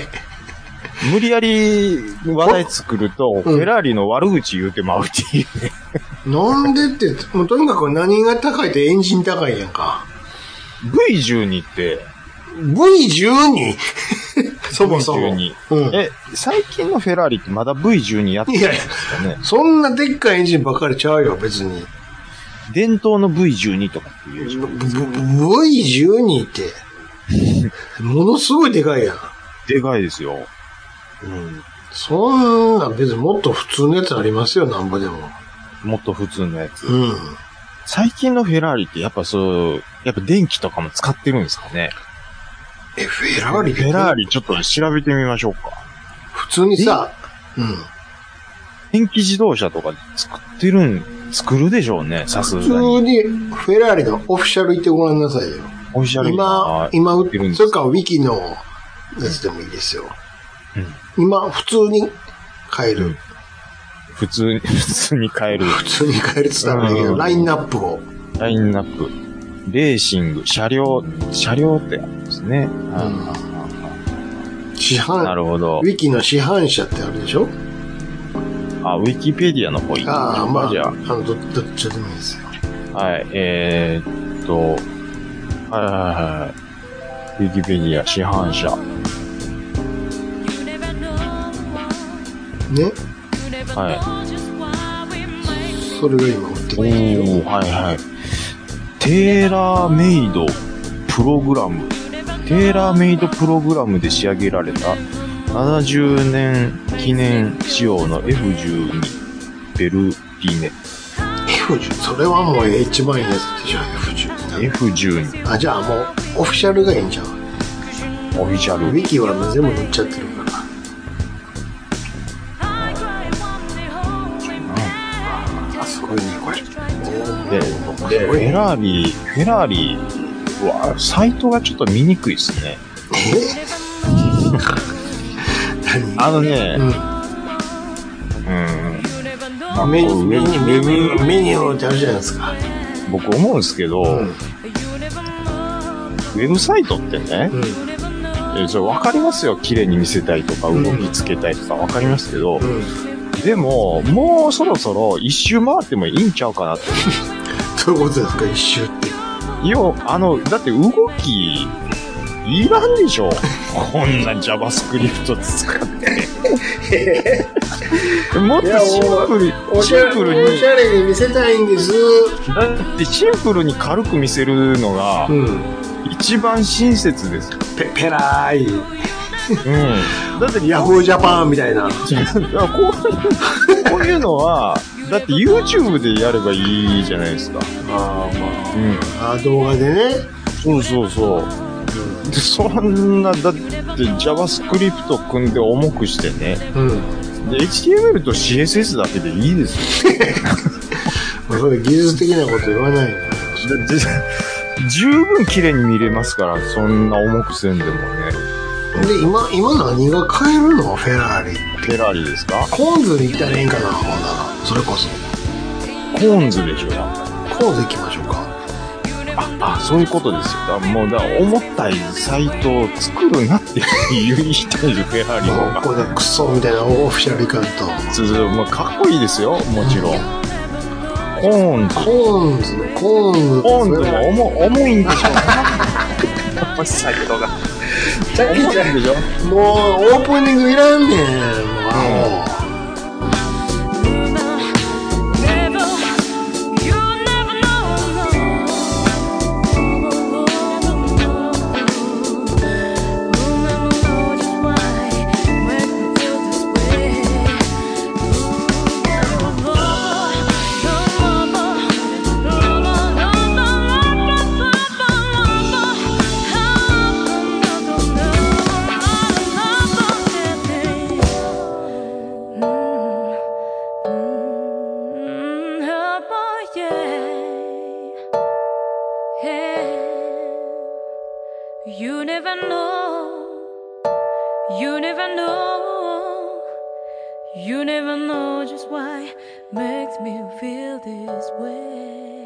無理やり話題作ると、フェラーリの悪口言うてまうっていうね。 なんでって、もうとにかく何が高いってエンジン高いやんか。 V12 って、 V12? そもそも。 V12。最近のフェラーリってまだ V12 やってるんですかね。 そんなでっかいエンジンばっかりちゃうよ、別に。 伝統の V12 とかっていう。 V12 って、ものすごいでかいやん。 でかいですよ。 そんな別にもっと普通のやつありますよ、なんぼでも。 もっと普通のやつ。最近のフェラーリってやっぱ電気とかも使ってるんですかね。 フェラーリちょっと調べてみましょうか。 普通にさ、 電気自動車とか作るでしょうね、さすがに。 普通にフェラーリのオフィシャル行ってごらんなさいよ。 オフィシャル今売ってるんです。それかウィキのやつでもいいですよ。今、普通に買える。 普通に買える。 普通に買えるって言ったらいいけど、ラインナップを。 ラインナップ。レーシング、車両ってあるんですね。なるほど。 ウィキの市販車ってあるでしょ？ ウィキペディアの方行きましょうか。じゃあ。 どっちでもいいですよ。 はい、ウィキペディア、市販車。 ね。 はい。 それが今売ってる。 はい。テーラーメイドプログラム。テーラーメイドプログラムで仕上げられた70年記念仕様の F12 ベルリネ。 F12? それはもう一番いいやつでしょ、 F12。 じゃあもうオフィシャルがいいんじゃん。 オフィシャル。 ウィキは全部塗っちゃってるから。 ごいね、これ。 で、フェラーリは、サイトがちょっと見にくいですね。 何メニューってあるじゃないですか。 僕思うんですけど、ウェブサイトってね、それ分かりますよ。綺麗に見せたいとか、動きつけたいとか分かりますけど、でも、もうそろそろ一周回ってもいいんちゃうかなって。 どういうことですか、一周って。 だって動き、いらんでしょ。こんな JavaScript 使って。もっとシンプルに。 おしゃれに見せたいんです。 だってシンプルに軽く見せるのが、一番親切です。 ペラーい。だってヤフージャパンみたいな。こういうのは、だって YouTube でやればいいじゃないですか。動画でね。そう。そんな、だって JavaScript 組んで重くしてね。で、HTML と CSS だけでいいですよ。それ技術的なこと言わないよ。 十分綺麗に見れますから、そんな重くせんでもね。 で、今何が買えるの？フェラーリ。 フェラーリですか？ コーンズに行ったらええんかな、ほんなら。それこそ。 コーンズでしょ、 コーンズ行きましょうか。 そういうことですよ。もう、重たいサイトを作るなって言いたいです、フェラーリの方が。 ここでクソみたいなオフィシャルいかんと。 まあ、かっこいいですよ、もちろん。コーンズも重いんでしょう。サイトが。重いんでしょ。 もう、オープニングいらんねん。 You never know just why makes me feel this way.